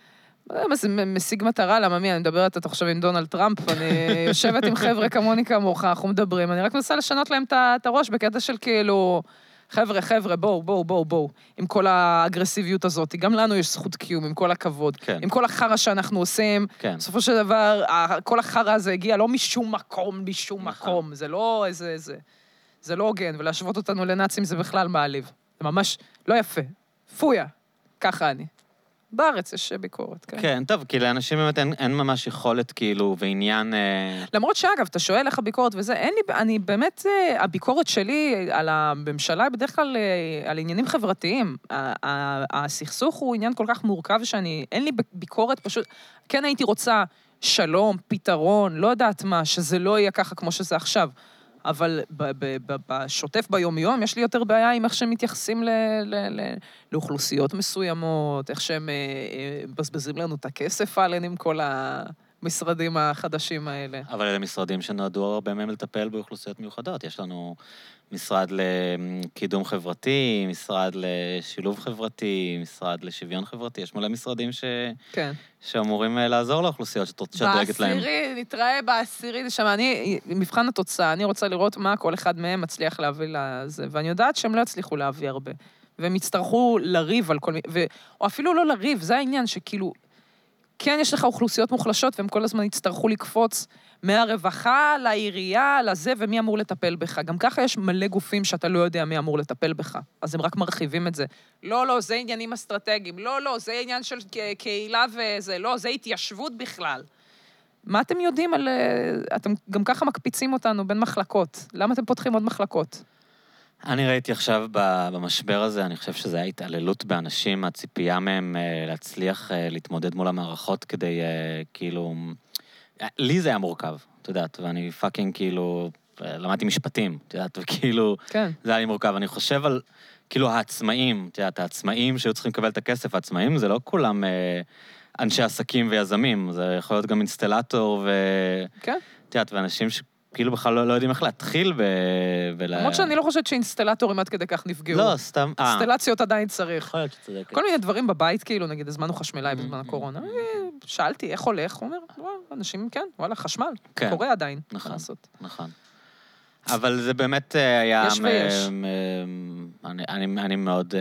זה משיג מטרה, למה מי? אני מדברת, אתה חושב, עם דונלד טראמפ, אני יושבת עם חבר'ה כמוני כמוך, אנחנו מדברים, אני רק מנסה לשנות להם את הראש בקטע של כאילו, חבר'ה, חבר'ה, בואו, בואו, בואו, בואו, עם כל האגרסיביות הזאת, גם לנו יש זכות קיום, עם כל הכבוד, כן. עם כל החרא שאנחנו עושים, כן. בסופו של דבר, כל החרא הזה הגיע לא משום מקום, משום מקום, זה לא איזה, זה, זה לא הוגן, ולהשוות אותנו לנאצים זה בכלל מעליב, זה ממש לא יפה, פויה, ככה אני. בארץ יש ביקורת, כן. כן, טוב, כי לאנשים באמת אין, אין ממש יכולת, כאילו, ועניין... למרות שאגב, אתה שואל איך הביקורת וזה, אין לי, אני באמת, הביקורת שלי על הממשלה, בדרך כלל על עניינים חברתיים. הסכסוך הוא עניין כל כך מורכב שאני, אין לי ביקורת פשוט, כן הייתי רוצה שלום, פתרון, לא יודעת מה, שזה לא יהיה ככה כמו שזה עכשיו. אבל בשוטף ביום-יום, יש לי יותר בעיה עם איך שהם מתייחסים לאוכלוסיות מסוימות, איך שהם מבזבזים לנו את הכסף עליהם עם כל המשרדים החדשים האלה. אבל אלה משרדים שנועדו הרבה מהם לטפל באוכלוסיות מיוחדות. יש לנו משרד לקידום חברתי, משרד לשילוב חברתי, משרד לשוויון חברתי. יש מלא משרדים ש... כן. שאמורים לעזור לאוכלוסיות שאת דואגת להם. בעשירי, נתראה בעשירי, שם אני, מבחן התוצאה, אני רוצה לראות מה כל אחד מהם מצליח להביא לזה, ואני יודעת שהם לא יצליחו להביא הרבה, והם יצטרכו לריב על כל מיני, ו... או אפילו לא לריב, זה העניין שכאילו, כן יש לך אוכלוסיות מוחלשות, והם כל הזמן יצטרכו לקפוץ מהרווחה לעירייה, לזה, ומי אמור לטפל בך. גם ככה יש מלא גופים שאתה לא יודע מי אמור לטפל בך, אז הם רק מרחיבים את זה. לא, לא, זה עניינים אסטרטגיים, לא, לא, זה עניין של קהילה וזה, לא, זה התיישבות בכלל. מה אתם יודעים על... אתם גם ככה מקפיצים אותנו בין מחלקות. למה אתם פותחים עוד מחלקות? אני ראיתי עכשיו במשבר הזה, אני חושב שזה היה התעללות באנשים, הציפייה מהם להצליח להתמודד מול המערכות כדי כאילו... לי זה היה מורכב, את יודעת, ואני פאקינג כאילו, למדתי משפטים, את יודעת, וכאילו, כן. זה היה לי מורכב. אני חושב על, כאילו, העצמאים, את יודעת, העצמאים שהיו צריכים לקבל את הכסף, העצמאים זה לא כולם אה, אנשי עסקים ויזמים, זה יכול להיות גם אינסטלטור ו... כן. את יודעת, ואנשים ש... כאילו בכלל לא, לא יודעים איך להתחיל ב... למרות שאני לא חושבת שאינסטלטורים עד כדי כך נפגעו. לא, סתם... אינסטלציות עדיין צריך. יכול להיות שצודקת. כל מיני דברים בבית, כאילו, נגיד, הזמנו חשמלאי בזמן הקורונה. שאלתי, איך הולך? הוא אומר, אנשים, כן, וואלה, חשמל. קורה עדיין. נכון, נכון. אבל זה באמת היה... יש ויש. אני מאוד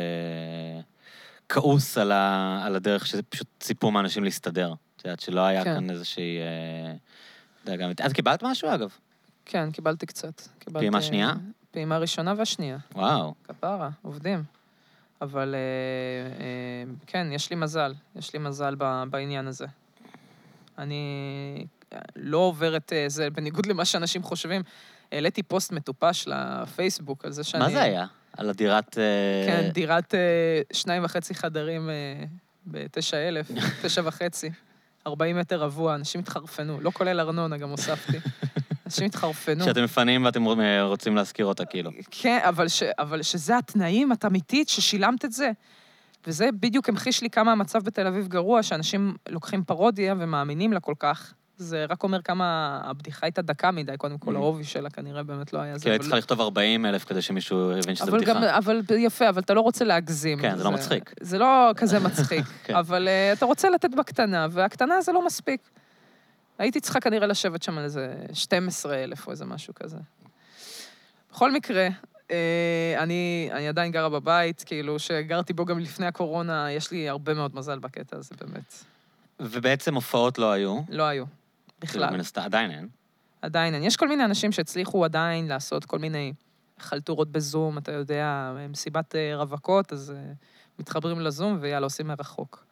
כעוס על הדרך שפשוט ציפו מאנשים להסתדר. את יודעת, שלא היה כאן איזושהי... אז קיבלת משהו, אגב? כן, קיבלתי קצת. קיבלתי, פעימה שנייה? פעימה ראשונה והשנייה. וואו. כפרה, עובדים. אבל אה, אה, כן, יש לי מזל. יש לי מזל ב, בעניין הזה. אני לא עוברת אה, זה, בניגוד למה שאנשים חושבים. העליתי פוסט מטופש לפייסבוק על זה שאני... מה זה היה? על הדירת... כן, דירת אה, שניים וחצי חדרים אה, בתשע אלף, תשע וחצי, ארבעים מטר רבוע, אנשים התחרפנו, לא כולל ארנונה, גם הוספתי. אנשים התחרפנו. שאתם מפנים ואתם רוצים להזכיר אותה, כאילו. כן, אבל, ש, אבל שזה התנאים, את אמיתית, ששילמת את זה. וזה בדיוק המחיש לי כמה המצב בתל אביב גרוע, שאנשים לוקחים פרודיה ומאמינים לה כל כך. זה רק אומר כמה הבדיחה הייתה דקה מדי, קודם כל, העובי שלה כנראה באמת לא היה זה. כי היית צריכה לכתוב ארבעים אלף כדי שמישהו יבין שזה בדיחה. אבל יפה, אבל אתה לא רוצה להגזים. כן, זה לא מצחיק. זה לא כזה מצחיק, אבל אתה רוצה לתת בקטנה, והקטנה זה לא מספיק. הייתי צריכה כנראה לשבת שם על איזה שנים עשר אלף או איזה משהו כזה. בכל מקרה, אני, אני עדיין גרה בבית, כאילו שגרתי בו גם לפני הקורונה, יש לי הרבה מאוד מזל בקטע הזה, באמת. ובעצם הופעות לא היו? לא היו, בכלל. עדיין אין. עדיין אין. יש כל מיני אנשים שהצליחו עדיין לעשות כל מיני חלטורות בזום, אתה יודע, מסיבת רווקות, אז מתחברים לזום ויאללה, עושים מרחוק.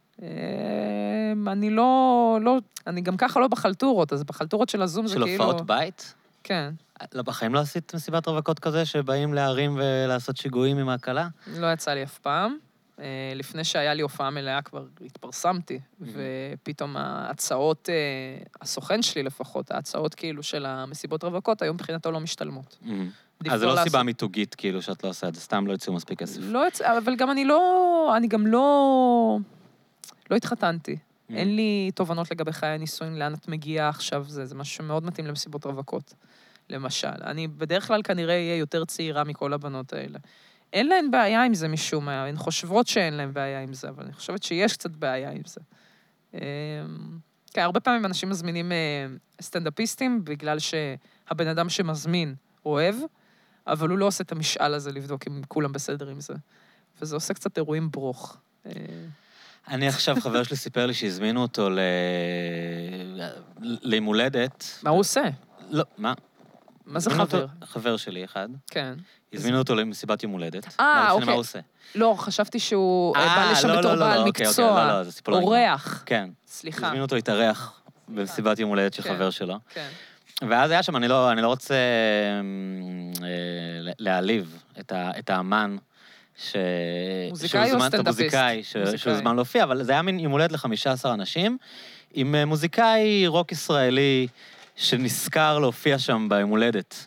אני לא, לא, אני גם ככה לא בחלטורות, אז בחלטורות של הזום זה כאילו... של הופעות בית? כן. לא, בחיים לא עשית מסיבת רווקות כזה, שבאים להרים ולעשות שיגועים עם ההקלה? לא יצא לי אף פעם. לפני שהיה לי הופעה מלאה כבר התפרסמתי, ופתאום ההצעות, הסוכן שלי לפחות, ההצעות כאילו של המסיבות רווקות, היום מבחינתו לא משתלמות. אז זה לא סיבה מיתוגית כאילו שאת לא עושה את זה, סתם לא יצאו מספיק כסף. לא יצא, אבל גם אני לא, אני גם לא, לא התחתנתי. אין לי תובנות לגבי חיי הניסויים, לאן את מגיעה עכשיו, זה, זה משהו שמאוד מתאים למסיבות רווקות, למשל. אני בדרך כלל כנראה אהיה יותר צעירה מכל הבנות האלה. אין להן בעיה עם זה משום מה, הן חושבות שאין להן בעיה עם זה, אבל אני חושבת שיש קצת בעיה עם זה. כן, הרבה פעמים אנשים מזמינים סטנדאפיסטים, בגלל שהבן אדם שמזמין אוהב, אבל הוא לא עושה את המשאל הזה לבדוק אם כולם בסדר עם זה. וזה עושה קצת אירועים ברוך. אני עכשיו, חבר שלי סיפר לי שהזמינו אותו ליום הולדת. מה הוא עושה? לא, מה? מה זה חבר? חבר שלי אחד. כן. הזמינו אותו למסיבת יום הולדת. אה, אוקיי. מה הוא עושה? לא, חשבתי שהוא בא לשם בתור בעל מקצוע. אורח. כן. סליחה. הזמינו אותו להתארח במסיבת יום הולדת של חבר שלו. כן. ואז היה שם, אני לא, אני לא רוצה להעליב את האמן, מוזיקאי או סטנדאפיסט? המוזיקאי שהוזמן להופיע, אבל זה היה מין יום הולדת ל-חמישה עשר אנשים, עם מוזיקאי רוק ישראלי שנזכר להופיע שם ביום הולדת.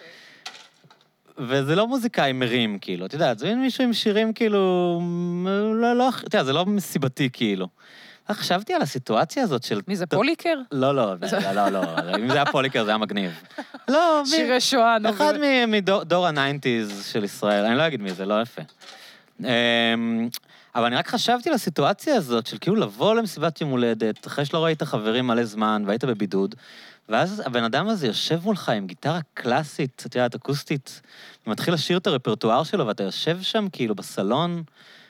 וזה לא מוזיקאי מרים, כאילו, אתה יודע, זה מישהו עם שירים, כאילו, לא, לא, אתה יודע, זה לא מסיבתי, כאילו. חשבתי על הסיטואציה הזאת של... מי זה, פוליקר? לא, לא, לא, לא, אם זה היה פוליקר, זה היה מגניב. לא, שירי שואה, נו. אחד מדור ה-תשעים של ישראל, אני לא אגיד מי זה, לא יפה. אבל אני רק חשבתי על הסיטואציה הזאת, של כאילו לבוא למסיבת יום הולדת, אחרי שלא ראית חברים מלא זמן, והיית בבידוד, ואז הבן אדם הזה יושב מולך עם גיטרה קלאסית, את יודעת, אקוסטית, ומתחיל לשיר את הרפרטואר שלו, ואתה יושב שם כאילו בסלון,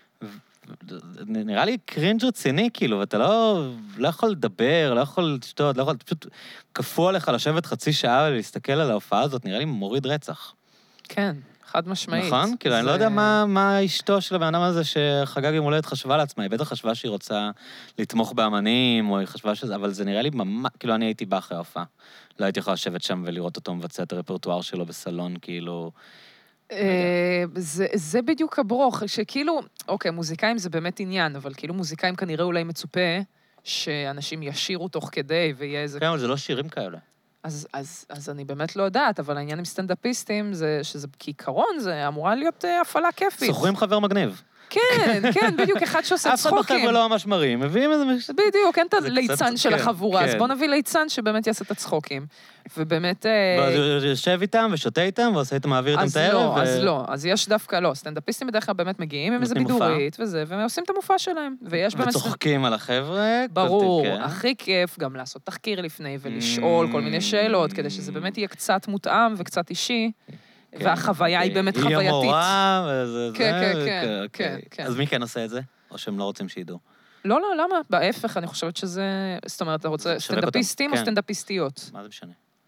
נראה לי קרינג' רציני, כאילו, ואתה לא, לא יכול לדבר, לא יכול לשתות, לא יכול, פשוט כפו עליך לשבת חצי שעה ולהסתכל על ההופעה הזאת, נראה לי מוריד רצח. כן, חד משמעית. נכון? כאילו, אני לא יודע מה, מה אשתו של הבן אדם הזה שחגג יום הולדת חשבה לעצמה, היא בטח חשבה שהיא רוצה לתמוך באמנים, או היא חשבה שזה, אבל זה נראה לי ממש, כאילו, אני הייתי בא אחרי ההופעה. לא הייתי יכולה לשבת שם ולראות אותו מבצע את הרפרטואר שלו בסלון, כאילו... זה, זה בדיוק הברוך, שכאילו, אוקיי, מוזיקאים זה באמת עניין, אבל כאילו מוזיקאים כנראה אולי מצופה שאנשים ישירו תוך כדי ויהיה איזה... כן, אבל זה לא שירים כאלה. אז, אז, אז אני באמת לא יודעת, אבל העניין עם סטנדאפיסטים זה שזה כעיקרון, זה אמורה להיות הפעלה כיפית. שוכרים חבר מגניב. כן, כן, בדיוק, אחד שעושה צחוקים. אף אחד בחבר'ה לא ממש מרים, מביאים איזה... בדיוק, אין את הליצן של החבורה, אז בוא נביא ליצן שבאמת יעשה את הצחוקים. ובאמת... ואז הוא יושב איתם ושותה איתם, ועושה איתם, מעביר איתם את הערב. אז לא, אז לא, אז יש דווקא, לא, סטנדאפיסטים בדרך כלל באמת מגיעים עם איזה בידורית וזה, והם עושים את המופע שלהם. וצוחקים על החבר'ה. ברור, הכי כיף גם לעשות תחקיר לפני ולשאול כל מיני שאלות, כדי שזה באמת יהיה קצת מותאם וקצת אישי. והחוויה היא באמת חווייתית. היא המורה, וזה... כן, כן, כן, כן. אז מי כן עושה את זה? או שהם לא רוצים שידעו? לא, לא, למה? בהפך, אני חושבת שזה... זאת אומרת, אתה רוצה סטנדאפיסטים או סטנדאפיסטיות? מה זה משנה?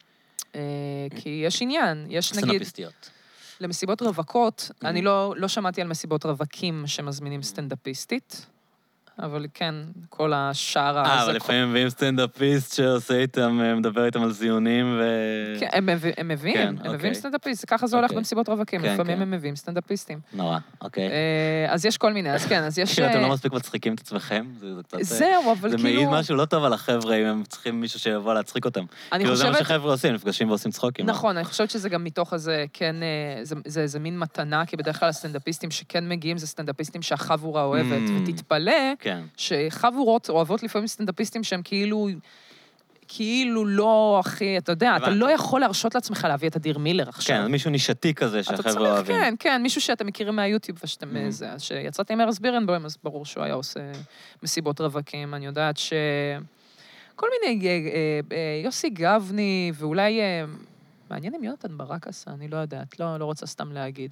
כי יש עניין, יש נגיד... סטנדאפיסטיות. למסיבות רווקות, אני לא, לא שמעתי על מסיבות רווקים שמזמינים סטנדאפיסטית, אבל כן, כל השאר... אה, אבל לפעמים מביאים סטנדאפיסט שעושה איתם, מדבר איתם על זיונים ו... כן, הם מביאים, הם מביאים סטנדאפיסט, ככה זה הולך במסיבות רווקים, לפעמים הם מביאים סטנדאפיסטים. נורא, אוקיי. אז יש כל מיני, אז כן, אז יש... כאילו, אתם לא מספיק מצחיקים את עצמכם? זהו, אבל כאילו... זה מעיד משהו לא טוב על החבר'ה, אם הם צריכים מישהו שיבוא להצחיק אותם. כאילו, זה מה שחבר'ה עושים, נפגשים ועושים צחוקים. נכון, אני חושבת שזה גם מתוך איזה, כן, זה איזה מין מתנה, כי בדרך כלל הסטנדאפיסטים שכן מגיעים, זה סטנדאפיסטים שהחבורה אוהבת, ותתפלא שחבורות אוהבות לפעמים סטנדאפיסטים שהם כאילו, כאילו לא, אחי, אתה יודע, אתה לא יכול להרשות לעצמך להביא את אדיר מילר עכשיו. כן, מישהו נישתי כזה שהחבר'ה אוהבים. כן, כן, מישהו שאתם מכירים מהיוטיוב, ושאתם איזה, שיצאתי עם ארז בירנבוים, אז ברור שהוא היה עושה מסיבות רווקים, אני יודעת ש... כל מיני, יוסי גבני, ואולי, מעניין אם יונתן ברק עשה, אני לא יודעת, לא רוצה סתם להגיד.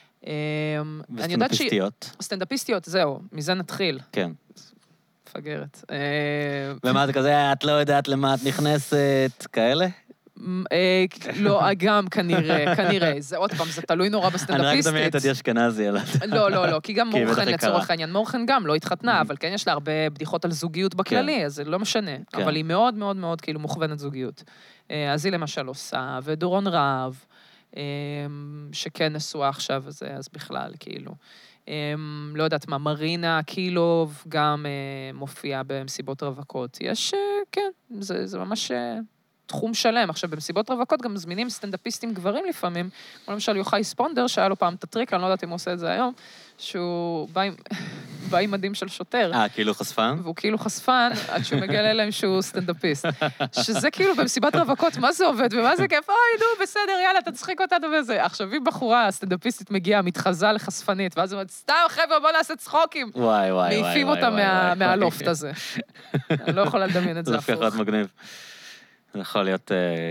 וסטנדאפיסטיות. סטנדאפיסטיות, זהו, מזה נתחיל. כן. מפגרת. ומה זה כזה, את לא יודעת למה את נכנסת, כאלה? לא, גם כנראה, כנראה. זה עוד פעם, זה תלוי נורא בסטנדאפיסטית. אני רק דמיין את עדי אשכנזי. לא, לא, לא, כי גם מורחן לצורך העניין. מורחן גם לא התחתנה, אבל כן יש לה הרבה בדיחות על זוגיות בכללי, אז זה לא משנה. אבל היא מאוד מאוד מאוד כאילו מוכוונת זוגיות. אז היא למשל עושה, ודורון רהב, שכן נשואה עכשיו, אז בכלל, כאילו. לא יודעת מה, מרינה קילוב גם מופיעה במסיבות רווקות. יש, כן, זה ממש תחום שלם. עכשיו, במסיבות רווקות גם מזמינים סטנדאפיסטים גברים לפעמים, כמו למשל יוחאי ספונדר, שהיה לו פעם את הטריק, אני לא יודעת אם הוא עושה את זה היום, שהוא בא עם... בא עם מדים של שוטר. אה, כאילו חשפן? והוא כאילו חשפן, עד שהוא מגלה להם שהוא סטנדאפיסט. שזה כאילו במסיבת רווקות, מה זה עובד ומה זה כיף? אוי, נו, בסדר, יאללה, תצחיק אותנו וזה. עכשיו, אם בחורה, הסטנדאפיסטית מגיעה, מתחזה לחשפנית, ואז היא אומרת, סתם, חבר'ה, בוא נעשה צחוקים. וואי, וואי, וואי. מעיפים אותה מהלופט הזה. אני לא יכולה לדמיין את זה הפוך. זה הופך להיות מגניב. זה יכול להיות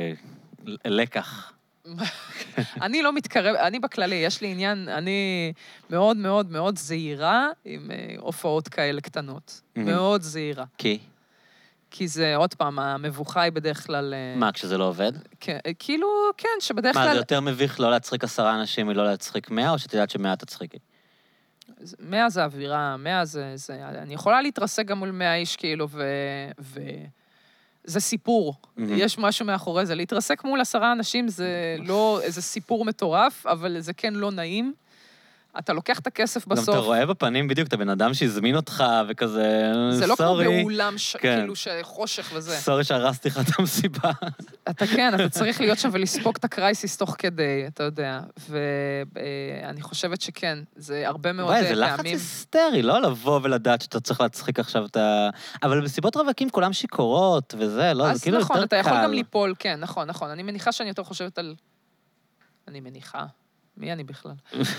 לקח. אני לא מתקרב, אני בכללי, יש לי עניין, אני מאוד מאוד מאוד זהירה עם הופעות כאלה קטנות. מאוד זהירה. כי? כי זה, עוד פעם, המבוכה היא בדרך כלל... מה, כשזה לא עובד? כאילו, כן, שבדרך כלל... מה, זה יותר מביך לא להצחיק עשרה אנשים מלא להצחיק מאה, או שאת יודעת שמאה תצחיקי? מאה זה אווירה, מאה זה... אני יכולה להתרסק גם מול מאה איש, כאילו, ו... זה סיפור, mm-hmm. יש משהו מאחורי זה. להתרסק מול עשרה אנשים זה לא איזה סיפור מטורף, אבל זה כן לא נעים. אתה לוקח את הכסף בסוף. גם אתה רואה בפנים בדיוק את הבן אדם שהזמין אותך וכזה, סורי. זה לא כמו באולם ש... כן. כאילו שחושך וזה. סורי שהרסתי לך את המסיבה. אתה כן, אתה צריך להיות שם ולספוק את הקרייסיס תוך כדי, אתה יודע. ואני חושבת שכן, זה הרבה מאוד פעמים. וואי, זה לחץ היסטרי, לא לבוא ולדעת שאתה צריך להצחיק עכשיו את ה... אבל במסיבות רווקים כולם שיקורות וזה, לא, זה כאילו יותר קל. אז נכון, אתה יכול גם ליפול, כן, נכון, נכון. אני מניחה שאני יותר חושבת על... אני מניחה. מי אני בכלל?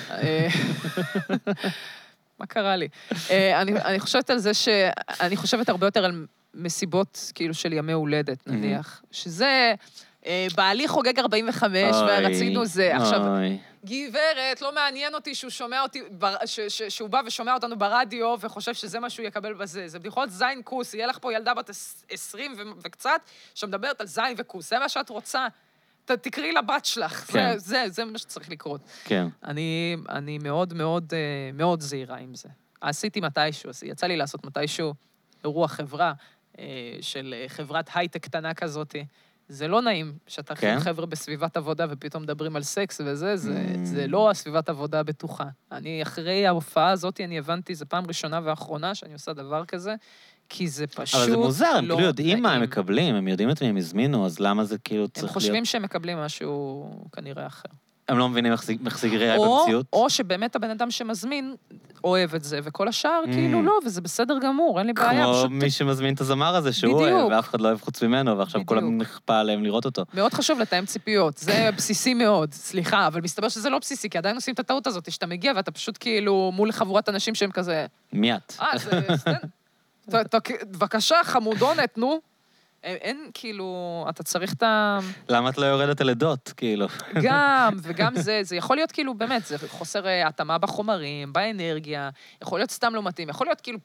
מה קרה לי? אני חושבת על זה שאני חושבת הרבה יותר על מסיבות כאילו של ימי הולדת, נניח, שזה בעלי חוגג ארבעים וחמש, ורצינו זה. עכשיו, גברת, לא מעניין אותי שהוא שומע אותי, שהוא בא ושומע אותנו ברדיו, וחושב שזה מה שהוא יקבל בזה. זה בדיחות זין כוס, יהיה לך פה ילדה בת עשרים וקצת, שמדברת על זין וכוס, זה מה שאת רוצה. תקראי לבת שלך, זה, זה, זה מה שצריך לקרות. כן. אני, אני מאוד, מאוד, מאוד זהירה עם זה. עשיתי מתישהו, יצא לי לעשות מתישהו אירוע חברה, של חברת הייטק קטנה כזאת. זה לא נעים שאתה כן? חבר'ה בסביבת עבודה ופתאום מדברים על סקס וזה, זה, mm. זה לא הסביבת עבודה הבטוחה. אני, אחרי ההופעה הזאת, אני הבנתי, זה פעם ראשונה ואחרונה שאני עושה דבר כזה, כי זה פשוט אבל זה מוזר, הם כאילו יודעים מה הם מקבלים, הם יודעים את מי הם הזמינו, אז למה זה כאילו צריך להיות... הם חושבים שהם מקבלים משהו כנראה אחר. הם לא מבינים איך זה יראה במציאות? או שבאמת הבן אדם שמזמין אוהב את זה, וכל השאר כאילו לא, וזה בסדר גמור, אין לי בעיה. כמו מי שמזמין את הזמר הזה שהוא אוהב, ואף אחד לא אוהב חוץ ממנו, ועכשיו כולם נכפה עליהם לראות אותו. מאוד חשוב לתאם ציפיות, זה בסיסי מאוד, סליחה, אבל מסתבר שזה לא בסיסי, כי עדיין עושים את הטעות הזאת, שאתה מגיע ואתה פשוט כאילו מול חבורת אנשים שהם כזה... מי את? אה, זה... בבקשה, חמודונת, נו. אין, כאילו, אתה צריך את ה... למה את לא יורדת על עדות, כאילו? גם, וגם זה, זה יכול להיות כאילו, באמת, זה חוסר התאמה בחומרים, באנרגיה, יכול להיות סתם לא מתאים, יכול להיות כאילו,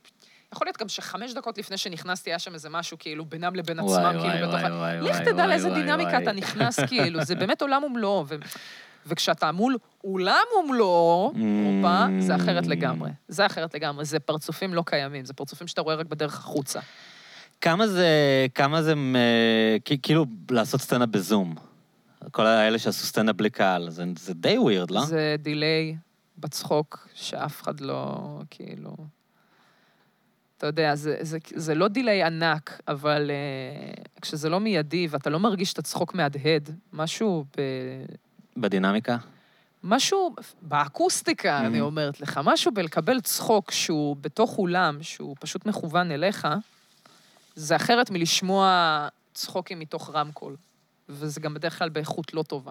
יכול להיות גם שחמש דקות לפני שנכנסתי, היה שם איזה משהו, כאילו, בינם לבין וואי, עצמם, וואי, כאילו, בתוך... וואי, וואי, לך וואי, תדע וואי, לאיזה וואי, דינמיקה וואי. אתה נכנס, כאילו, זה באמת עולם ומלואו, ו... וכשאתה מול אולם ומלואו, אירופה, זה אחרת לגמרי. זה אחרת לגמרי, זה פרצופים לא קיימים, זה פרצופים שאתה רואה רק בדרך החוצה. כמה זה, כמה זה, כ- כאילו, לעשות סטנדאפ בזום? כל האלה שעשו סטנדאפ בלי קהל, זה, זה די ווירד, לא? זה דיליי בצחוק, שאף אחד לא, כאילו... אתה יודע, זה, זה, זה לא דיליי ענק, אבל uh, כשזה לא מיידי, ואתה לא מרגיש את הצחוק מהדהד, משהו ב... בדינמיקה? משהו באקוסטיקה, Mm-hmm. אני אומרת לך, משהו בלקבל צחוק שהוא בתוך אולם, שהוא פשוט מכוון אליך, זה אחרת מלשמוע צחוקים מתוך רמקול, וזה גם בדרך כלל באיכות לא טובה.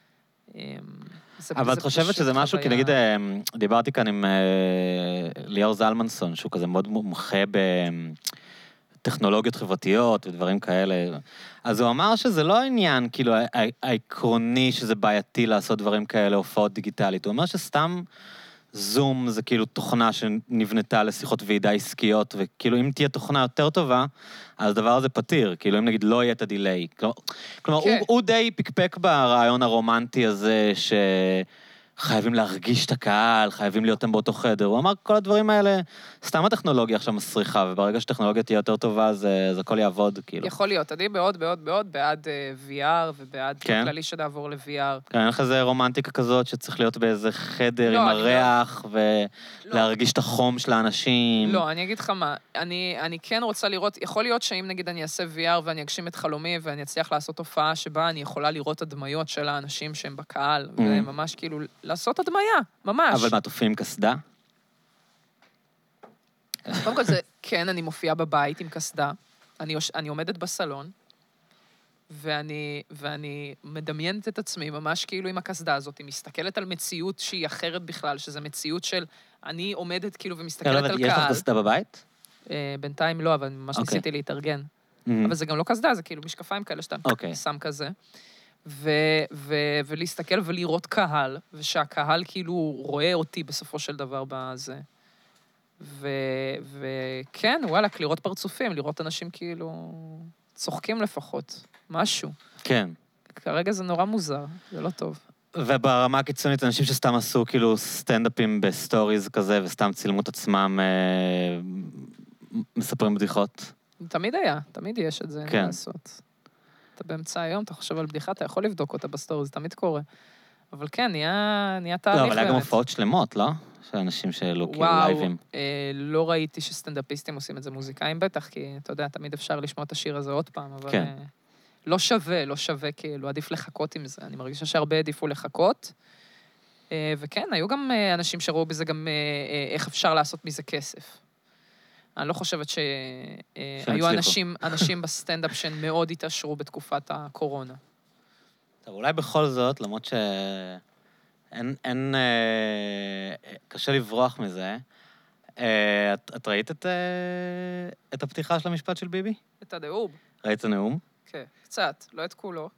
אבל את חושבת שזה משהו, כי נגיד, דיברתי כאן עם ליאור זלמנסון, שהוא כזה מאוד מומחה בטכנולוגיות חברתיות ודברים כאלה, אז הוא אמר שזה לא העניין, כאילו, העקרוני שזה בעייתי לעשות דברים כאלה, הופעות דיגיטלית. הוא אומר שסתם זום זה כאילו תוכנה שנבנתה לשיחות ועידה עסקיות, וכאילו אם תהיה תוכנה יותר טובה, אז הדבר הזה פתיר, כאילו אם נגיד לא יהיה את הדיליי. כלומר, הוא, הוא די פקפק ברעיון הרומנטי הזה, שחייבים להרגיש את הקהל, חייבים להיות הם באותו חדר. הוא אמר, כל הדברים האלה, סתם הטכנולוגיה עכשיו מסריחה, וברגע שטכנולוגיה תהיה יותר טובה, אז, אז הכל יעבוד, כאילו. יכול להיות, אני מאוד מאוד מאוד בעד וי אר, ובעד כן? כללי שנעבור ל-וי אר. כן, אין לך איזה רומנטיקה כזאת שצריך להיות באיזה חדר לא, עם הריח, לא... ולהרגיש לא. את החום של האנשים. לא, אני אגיד לך מה, אני, אני כן רוצה לראות, יכול להיות שאם נגיד אני אעשה וי אר ואני אגשים את חלומי, ואני אצליח לעשות הופעה שבה אני יכולה לראות הדמיות של האנשים שהם בקהל, mm-hmm. וממש כאילו, לעשות הדמיה, ממש. אבל מה, תופיע עם קסדה? קודם כל זה, כן, אני מופיעה בבית עם קסדה, אני, אני עומדת בסלון, ואני, ואני מדמיינת את עצמי ממש כאילו עם הקסדה הזאת, היא מסתכלת על מציאות שהיא אחרת בכלל, שזה מציאות של, אני עומדת כאילו ומסתכלת על קהל. יש לך קסדה בבית? בינתיים לא, אבל ממש ניסיתי להתארגן. אבל זה גם לא קסדה, זה כאילו משקפיים כאלה שאתה שם כזה. ולהסתכל ולראות קהל, ושהקהל כאילו רואה אותי בסופו של דבר בזה. וכן, וואלה, לראות פרצופים, לראות אנשים כאילו צוחקים לפחות, משהו. כן. כרגע זה נורא מוזר, זה לא טוב. וברמה הקיצונית, אנשים שסתם עשו כאילו סטנדאפים בסטוריז כזה, וסתם צילמו את עצמם, אה, מספרים בדיחות. תמיד היה, תמיד יש את זה כן. לעשות. אתה באמצע היום, אתה חושב על בדיחה, אתה יכול לבדוק אותה בסטוריז, זה תמיד קורה. אבל כן, נהיה, נהיה תהליך באמת. לא, אבל היה גם הופעות שלמות, לא? של אנשים שעלו כאילו לייבים. וואו, אה, לא ראיתי שסטנדאפיסטים עושים את זה מוזיקאים בטח, כי אתה יודע, תמיד אפשר לשמוע את השיר הזה עוד פעם, אבל... כן. אה, לא שווה, לא שווה, כאילו, עדיף לחכות עם זה. אני מרגישה שהרבה עדיפו לחכות. וכן, היו גם אנשים שראו בזה גם איך אפשר לעשות מזה כסף. אני לא חושבת שהיו אנשים, אנשים בסטנדאפ שהם מאוד התעשרו בתקופת הקורונה. טוב, אולי בכל זאת, למרות שאין, אין, קשה לברוח מזה, את, את ראית את, את הפתיחה של המשפט של ביבי? את הנאום. ראית את הנאום? כן, קצת, לא את כולו.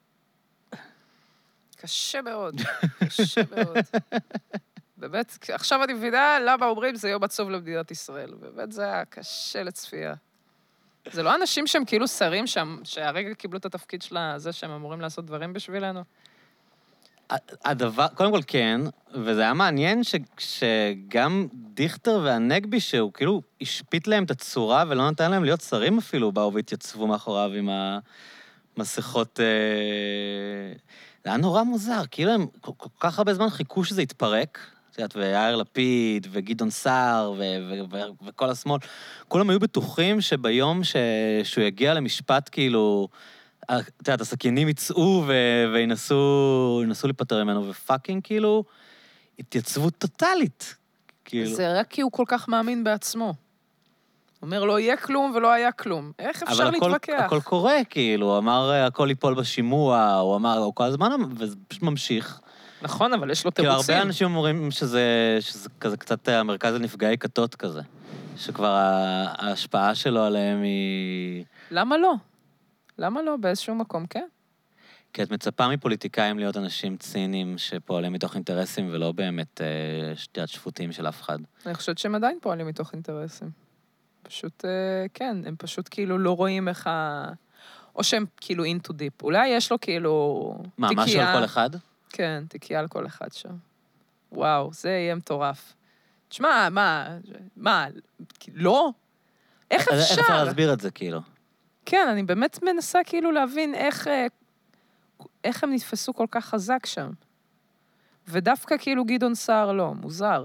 קשה מאוד, קשה מאוד. באמת, עכשיו אני מבינה למה אומרים זה יום עצוב למדינת ישראל. באמת זה היה קשה לצפייה. זה לא אנשים שהם כאילו שרים שם, שהרגע קיבלו את התפקיד של זה שהם אמורים לעשות דברים בשבילנו. הדבר, קודם כל כן, וזה היה מעניין ש, שגם דיכטר והנגבי, שהוא כאילו השפיט להם את הצורה ולא נתן להם להיות שרים אפילו, באו והתייצבו מאחוריו עם המסכות. זה היה נורא מוזר, כאילו הם כל, כל כך הרבה זמן חיכו שזה יתפרק, ויאיר לפיד וגדעון סער ו- ו- ו- וכל השמאל, כולם היו בטוחים שביום ש- שהוא יגיע למשפט כאילו, אתה יודעת, הסכינים יצאו ו- וינסו ינסו להיפטר ממנו, ופאקינג כאילו, התייצבות טוטלית. כאילו. זה רק כי הוא כל כך מאמין בעצמו. הוא אומר, לא יהיה כלום ולא היה כלום. איך אפשר אבל להתווכח? אבל הכל קורה, כאילו, הוא אמר, הכל ייפול בשימוע, הוא אמר, הוא כל הזמן, וזה פשוט ממשיך. נכון, אבל יש לו תירוצים. כאילו, הרבה אנשים אומרים שזה, שזה כזה קצת המרכז לנפגעי כתות כזה, שכבר ההשפעה שלו עליהם היא... למה לא? למה לא? באיזשהו מקום, כן. כי את מצפה מפוליטיקאים להיות אנשים ציניים שפועלים מתוך אינטרסים, ולא באמת שתיית שפוטים של אף אחד. אני חושבת שהם עדיין פועלים מתוך אינטרסים. פשוט, כן, הם פשוט כאילו לא רואים איך ה... או שהם כאילו into deep. אולי יש לו כאילו... מה, תיקייה... משהו על כל אחד? כן, תיקייה על כל אחד שם. וואו, זה יהיה מטורף. תשמע, מה, מה, לא? איך אפשר? איך אפשר להסביר את זה, כאילו? כן, אני באמת מנסה כאילו להבין איך, איך הם נתפסו כל כך חזק שם. ודווקא כאילו גדעון סער לא, מוזר.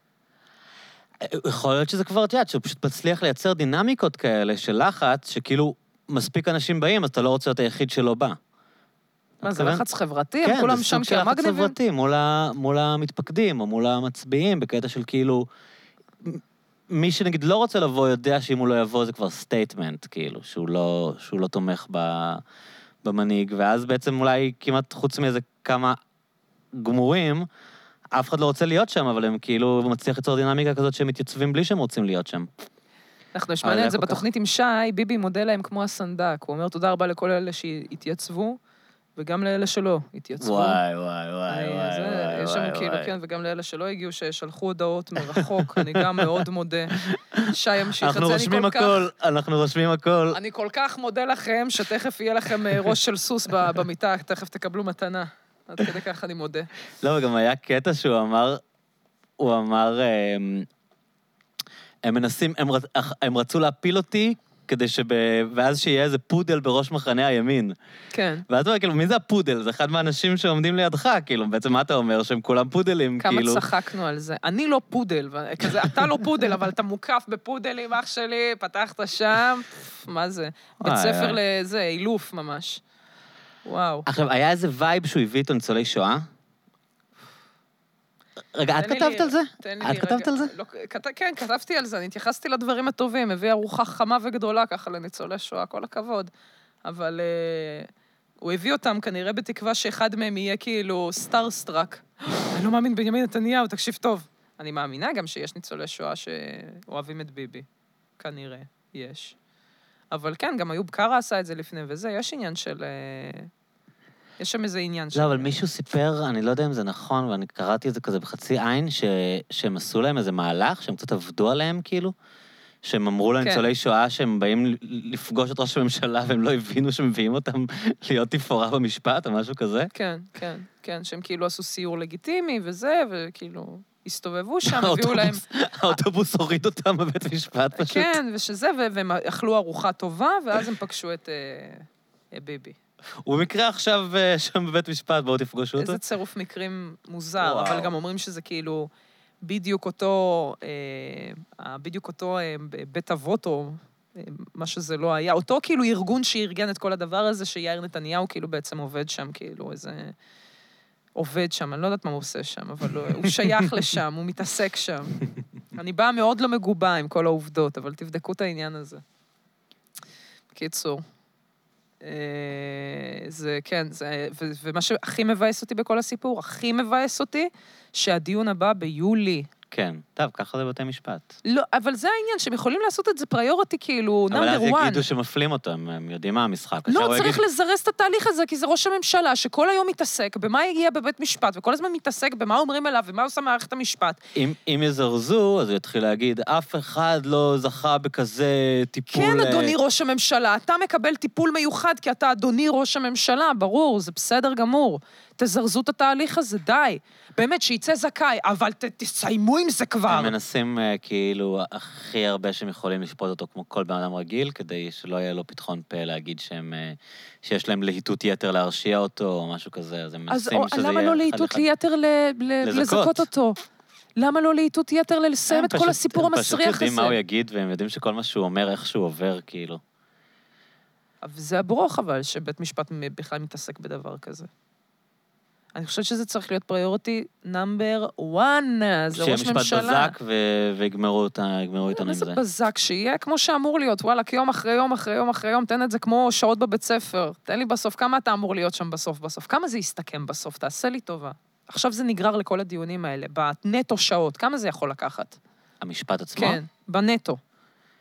יכול להיות שזה כבר, את יודעת, שהוא פשוט מצליח לייצר דינמיקות כאלה של לחץ, שכאילו מספיק אנשים באים, אז אתה לא רוצה להיות היחיד שלא בא. מה, זה לחץ חברתי? כן, כולם זה שם סוג של לחץ כמגניבים? חברתי, מול, ה, מול המתפקדים, או מול המצביעים, בקטע של כאילו, מי שנגיד לא רוצה לבוא, יודע שאם הוא לא יבוא, זה כבר סטייטמנט, כאילו, שהוא לא, שהוא לא תומך ב, במנהיג, ואז בעצם אולי כמעט חוץ מאיזה כמה גמורים, אף אחד לא רוצה להיות שם, אבל הם כאילו מצליח ליצור דינמיקה כזאת שהם מתייצבים בלי שהם רוצים להיות שם. אנחנו השמענו את זה בתוכנית עם שי, ביבי מודה להם כמו הסנדק. הוא אומר תודה רבה לכל אלה שהתייצבו, וגם לאלה שלא התייצבו. וואי, וואי, וואי, וואי. יש שם כאילו, כן, וגם לאלה שלא הגיעו, ששלחו הודעות מרחוק, אני גם מאוד מודה. שי ימשיך את זה, אנחנו רושמים הכל, אנחנו רושמים הכל. אני כל כך מודה לכם, שתכף יהיה לכם ראש של סוס במיטה, תכף תקבלו מתנה. עד כדי כך אני מודה. לא, וגם היה קטע שהוא אמר, הוא אמר, הם מנסים, הם, הם רצו להפיל אותי, כדי שב... ואז שיהיה איזה פודל בראש מחנה הימין. כן. ואז הוא אומר, כאילו, מי זה הפודל? זה אחד מהאנשים שעומדים לידך, כאילו, בעצם מה אתה אומר? שהם כולם פודלים, כמה כאילו... כמה צחקנו על זה. אני לא פודל, כזה, אתה לא פודל, אבל אתה מוקף בפודלים, אח שלי, פתחת שם, מה זה? בית ספר לזה, אילוף ממש. וואו. עכשיו, היה איזה וייב שהוא הביא איתו ניצולי שואה? רגע, את כתבת על זה? את כתבת על זה? כן, כתבתי על זה, אני התייחסתי לדברים הטובים, הביא ארוחה חמה וגדולה ככה לניצולי שואה, כל הכבוד. אבל הוא הביא אותם כנראה בתקווה שאחד מהם יהיה כאילו סטארסטראק. אני לא מאמין בנימין נתניהו, תקשיב טוב. אני מאמינה גם שיש ניצולי שואה שאוהבים את ביבי. כנראה, יש. אבל כן, גם איוב קרא עשה את זה לפני, וזה, יש עניין של... יש שם איזה עניין של... לא, אבל מישהו סיפר, אני לא יודע אם זה נכון, ואני קראתי את זה כזה בחצי עין, ש... שהם עשו להם איזה מהלך, שהם קצת עבדו עליהם, כאילו, שהם אמרו לניצולי שואה שהם באים לפגוש את ראש הממשלה, והם לא הבינו שמביאים אותם להיות תפאורה במשפט, או משהו כזה. כן, כן, כן, שהם כאילו עשו סיור לגיטימי וזה, וכאילו... הסתובבו שם, הביאו להם... האוטובוס הוריד אותם בבית משפט פשוט. כן, ושזה, והם אכלו ארוחה טובה, ואז הם פגשו את ביבי. הוא במקרה עכשיו שם בבית משפט, בואו תפגשו אותו. איזה צירוף מקרים מוזר, אבל גם אומרים שזה כאילו בדיוק אותו, בדיוק אותו בית אבות, או מה שזה לא היה, אותו כאילו ארגון שארגן את כל הדבר הזה, שיאיר נתניהו כאילו בעצם עובד שם, כאילו איזה... עובד שם, אני לא יודעת מה הוא עושה שם, אבל הוא שייך לשם, הוא מתעסק שם. אני באה מאוד לא מגובה עם כל העובדות, אבל תבדקו את העניין הזה. בקיצור. זה, כן, זה, ומה שהכי מבאס אותי בכל הסיפור, הכי מבאס אותי, שהדיון הבא ביולי. כן, טוב, ככה זה בתי משפט. לא, אבל זה העניין, שהם יכולים לעשות את זה פריוריטי, כאילו, נאמבר וואן. אבל אז יגידו שמפלים אותם, הם יודעים מה המשחק. לא, צריך לזרס את התהליך הזה, כי זה ראש הממשלה, שכל היום מתעסק במה יגיע בבית משפט, וכל הזמן מתעסק במה אומרים אליו, ומה עושה מערכת המשפט. אם, אם יזרזו, אז הוא יתחיל להגיד, אף אחד לא זכה בכזה טיפול... כן, אדוני ראש הממשלה, אתה מקבל טיפול מיוחד, כי אתה אדוני ראש הממשלה, ברור, זה בסדר גמור. תזרזו את התהליך הזה, די. באמת, שיצא זכאי, אבל ת, תסיימו עם זה כבר. הם מנסים uh, כאילו הכי הרבה שהם יכולים לשפוט אותו כמו כל בן אדם רגיל, כדי שלא יהיה לו פתחון פה להגיד שהם, uh, שיש להם להיטות יתר להרשיע אותו, או משהו כזה, אז הם מנסים אז שזה יהיה... למה לא להיטות יתר ל... ל... לזכות אותו? למה לא להיטות יתר לסיים את כל הסיפור המסריח הזה? הם פשוט יודעים מה הוא יגיד, והם יודעים שכל מה שהוא אומר, איך שהוא עובר, כאילו. זה הברוך, אבל, שבית משפט בכלל מתעסק בדבר כזה. אני חושבת שזה צריך להיות פריוריטי נאמבר וואן, זה ראש ממשלה. שיהיה משפט בזק ויגמרו איתנו עם זה. איזה בזק שיהיה כמו שאמור להיות, וואלה, יום אחרי יום אחרי יום אחרי יום, תן את זה כמו שעות בבית ספר, תן לי בסוף, כמה אתה אמור להיות שם בסוף בסוף, כמה זה יסתכם בסוף, תעשה לי טובה. עכשיו זה נגרר לכל הדיונים האלה, בנטו שעות, כמה זה יכול לקחת? המשפט עצמו? כן, בנטו.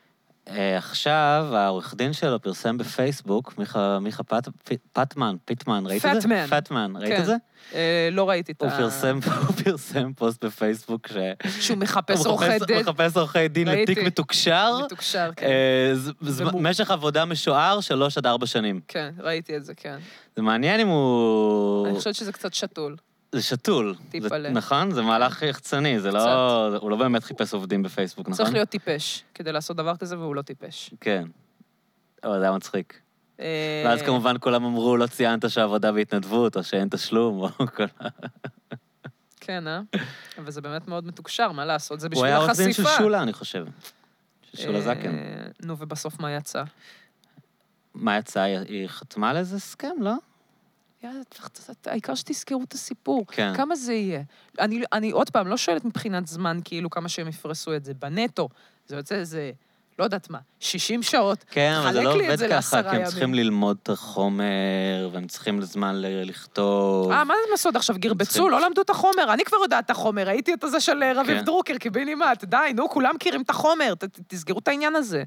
עכשיו, העורך דין שלו פרסם בפייסבוק, מיכה פטמן, פיטמן, ראית את זה? פטמן. פטמן, ראית את זה? לא ראיתי את ה... הוא פרסם פוסט בפייסבוק ש... שהוא מחפש עורכי דין. הוא מחפש עורכי דין לתיק מתוקשר. מתוקשר, כן. משך עבודה משוער, שלוש עד ארבע שנים. כן, ראיתי את זה, כן. זה מעניין אם הוא... אני חושבת שזה קצת שתול. זה שתול. טיפלה. נכון? זה מהלך יחצני, זה לא... הוא לא באמת חיפש עובדים בפייסבוק, נכון? צריך להיות טיפש כדי לעשות דבר כזה, והוא לא טיפש. כן. אבל זה היה מצחיק. ואז כמובן כולם אמרו, לא ציינת שהעבודה בהתנדבות, או שאין תשלום, או כל... כן, אה? אבל זה באמת מאוד מתוקשר, מה לעשות? זה בשביל החשיפה. הוא היה עורך דין של שולה, אני חושב. של שולה זקן. נו, ובסוף מה יצא? מה יצא? היא חתמה על איזה הסכם, לא? העיקר שתזכרו את הסיפור. כן. כמה זה יהיה? אני, אני עוד פעם לא שואלת מבחינת זמן, כאילו כמה שהם יפרסו את זה. בנטו, זה יוצא איזה, לא יודעת מה, שישים שעות. כן, אבל זה לא עובד ככה, כי הם צריכים ללמוד את החומר, והם צריכים לזמן לכתוב. אה, מה זה מסוד עכשיו? גרבצו, לא למדו את החומר. אני כבר יודעת את החומר, ראיתי את זה של רביב דרוקר, קיבינימט. די, נו, כולם מכירים את החומר, תסגרו את העניין הזה.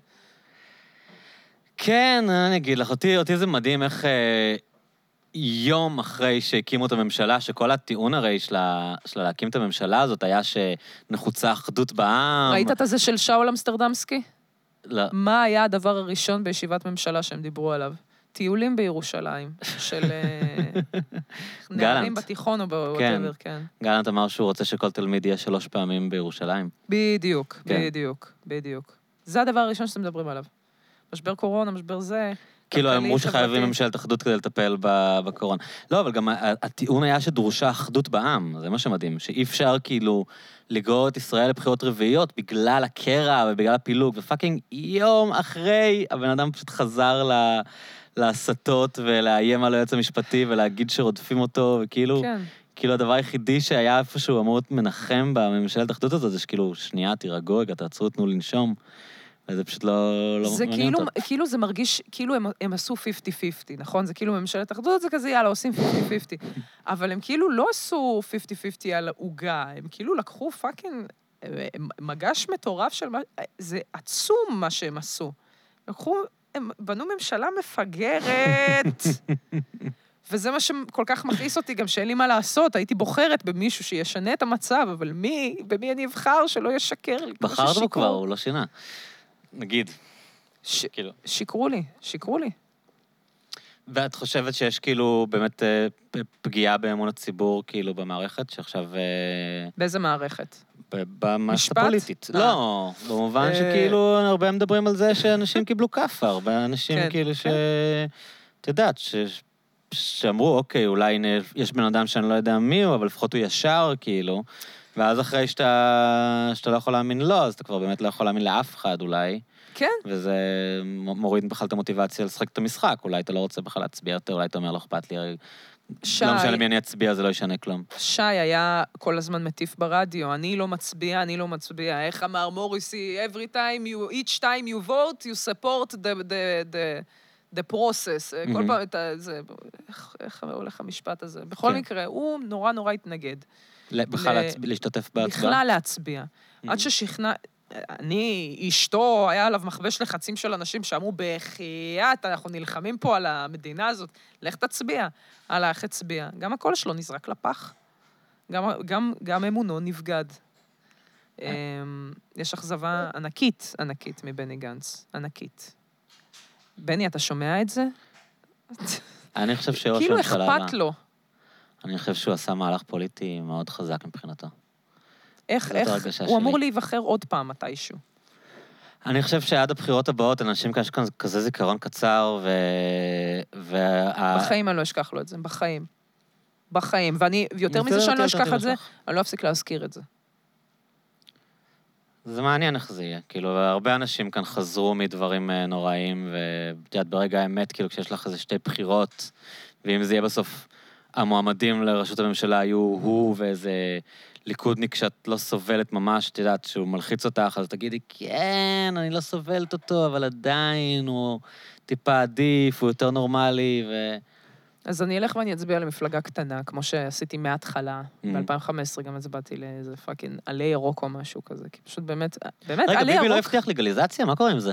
כן, אני אגיד לך, אותי, אותי זה מדהים איך... יום אחרי שהקימו את הממשלה, שכל הטיעון הרי שלה, שלה להקים את הממשלה הזאת היה שנחוצה אחדות בעם. ראית את זה של שאול אמסטרדמסקי? לא. מה היה הדבר הראשון בישיבת ממשלה שהם דיברו עליו? טיולים בירושלים, של נערים בתיכון או בוואטאבר, כן. גלנט אמר שהוא רוצה שכל תלמיד יהיה שלוש פעמים בירושלים. בדיוק, בדיוק, בדיוק. זה הדבר הראשון שאתם מדברים עליו. משבר קורונה, משבר זה... כאילו, אמרו שחייבים ממשלת אחדות כדי לטפל בקורונה. לא, אבל גם הטיעון היה שדרושה אחדות בעם, זה מה שמדהים, שאי אפשר כאילו לגרור את ישראל לבחירות רביעיות בגלל הקרע ובגלל הפילוג, ופאקינג יום אחרי הבן אדם פשוט חזר להסתות ולאיים על היועץ המשפטי ולהגיד שרודפים אותו, וכאילו, כאילו הדבר היחידי שהיה איפשהו אמור להיות מנחם בממשלת אחדות הזאת, זה שכאילו, שנייה, תירגעו, תעצרו, תנו לנשום. וזה פשוט לא, לא זה מעניין כאילו, אותו. כאילו זה מרגיש, כאילו הם, הם עשו חמישים חמישים, נכון? זה כאילו ממשלת אחדות, זה כזה, יאללה, עושים חמישים חמישים. אבל הם כאילו לא עשו חמישים חמישים על העוגה, הם כאילו לקחו פאקינג מגש מטורף של מה... זה עצום מה שהם עשו. לקחו, הם בנו ממשלה מפגרת, וזה מה שכל כך מכעיס אותי, גם שאין לי מה לעשות, הייתי בוחרת במישהו שישנה את המצב, אבל מי, במי אני אבחר שלא ישקר לי? בחרת בו כבר, הוא לא שינה. נגיד. ש... כאילו. שיקרו לי, שיקרו לי. ואת חושבת שיש כאילו באמת פגיעה באמון הציבור כאילו במערכת, שעכשיו... באיזה מערכת? במערכת הפוליטית. לא, במובן שכאילו הרבה מדברים על זה שאנשים קיבלו כפה, הרבה אנשים כאילו ש... את יודעת, שאמרו, אוקיי, אולי יש בן אדם שאני לא יודע מי הוא, אבל לפחות הוא ישר, כאילו, ואז אחרי שאתה, שאתה לא יכול להאמין לו, אז אתה כבר באמת לא יכול להאמין לאף אחד, אולי. כן. וזה מוריד בכלל את המוטיבציה לשחק את המשחק, אולי אתה לא רוצה בכלל להצביע יותר, אולי אתה אומר, לא אכפת לי, שי, לא משנה מי אני אצביע, זה לא ישנה כלום. שי היה כל הזמן מטיף ברדיו, אני לא מצביע, אני לא מצביע, איך אמר מוריסי, every time you, each time you vote, you support the, the, the, the process, mm-hmm. כל פעם, את זה, איך, איך הולך המשפט הזה? בכל כן. מקרה, הוא נורא נורא התנגד. בכלל ל... להצ... להשתתף בהצבעה? בכלל להצביע. Mm-hmm. עד ששכנע... אני, אשתו, היה עליו מחבש לחצים של אנשים שאמרו, בחייאת, אנחנו נלחמים פה על המדינה הזאת, לך תצביע. הלך הצביע. גם הקול שלו נזרק לפח. גם, גם, גם אמונו נבגד. יש אכזבה ענקית, ענקית מבני גנץ. ענקית. בני, אתה שומע את זה? אני חושב שראש כאילו הממשלה... אכפת לו. אני חושב שהוא עשה מהלך פוליטי מאוד חזק מבחינתו. איך, איך, הוא אמור להיבחר עוד פעם מתישהו. אני חושב שעד הבחירות הבאות, אנשים כאן יש כזה זיכרון קצר, ו... וה... בחיים אני לא אשכח לו את זה, בחיים. בחיים, ואני, יותר מזה שאני לא אשכח את זה, אני לא אפסיק להזכיר את זה. זה מעניין איך זה יהיה, כאילו, הרבה אנשים כאן חזרו מדברים נוראים, ואת ברגע האמת, כאילו, כשיש לך איזה שתי בחירות, ואם זה יהיה בסוף, המועמדים לראשות הממשלה היו הוא ואיזה... ליכודניק שאת לא סובלת ממש, את יודעת, שהוא מלחיץ אותך, אז תגידי, כן, אני לא סובלת אותו, אבל עדיין הוא טיפה עדיף, הוא יותר נורמלי, ו... אז אני אלך ואני אצביע למפלגה קטנה, כמו שעשיתי מההתחלה, Mm-hmm. ב-אלפיים וחמש עשרה גם הצבעתי לאיזה פאקינג עלי ירוק או משהו כזה, כי פשוט באמת, באמת, רגע, עלי ביבי ירוק... לא הבטיח לגליזציה? מה קורה עם זה?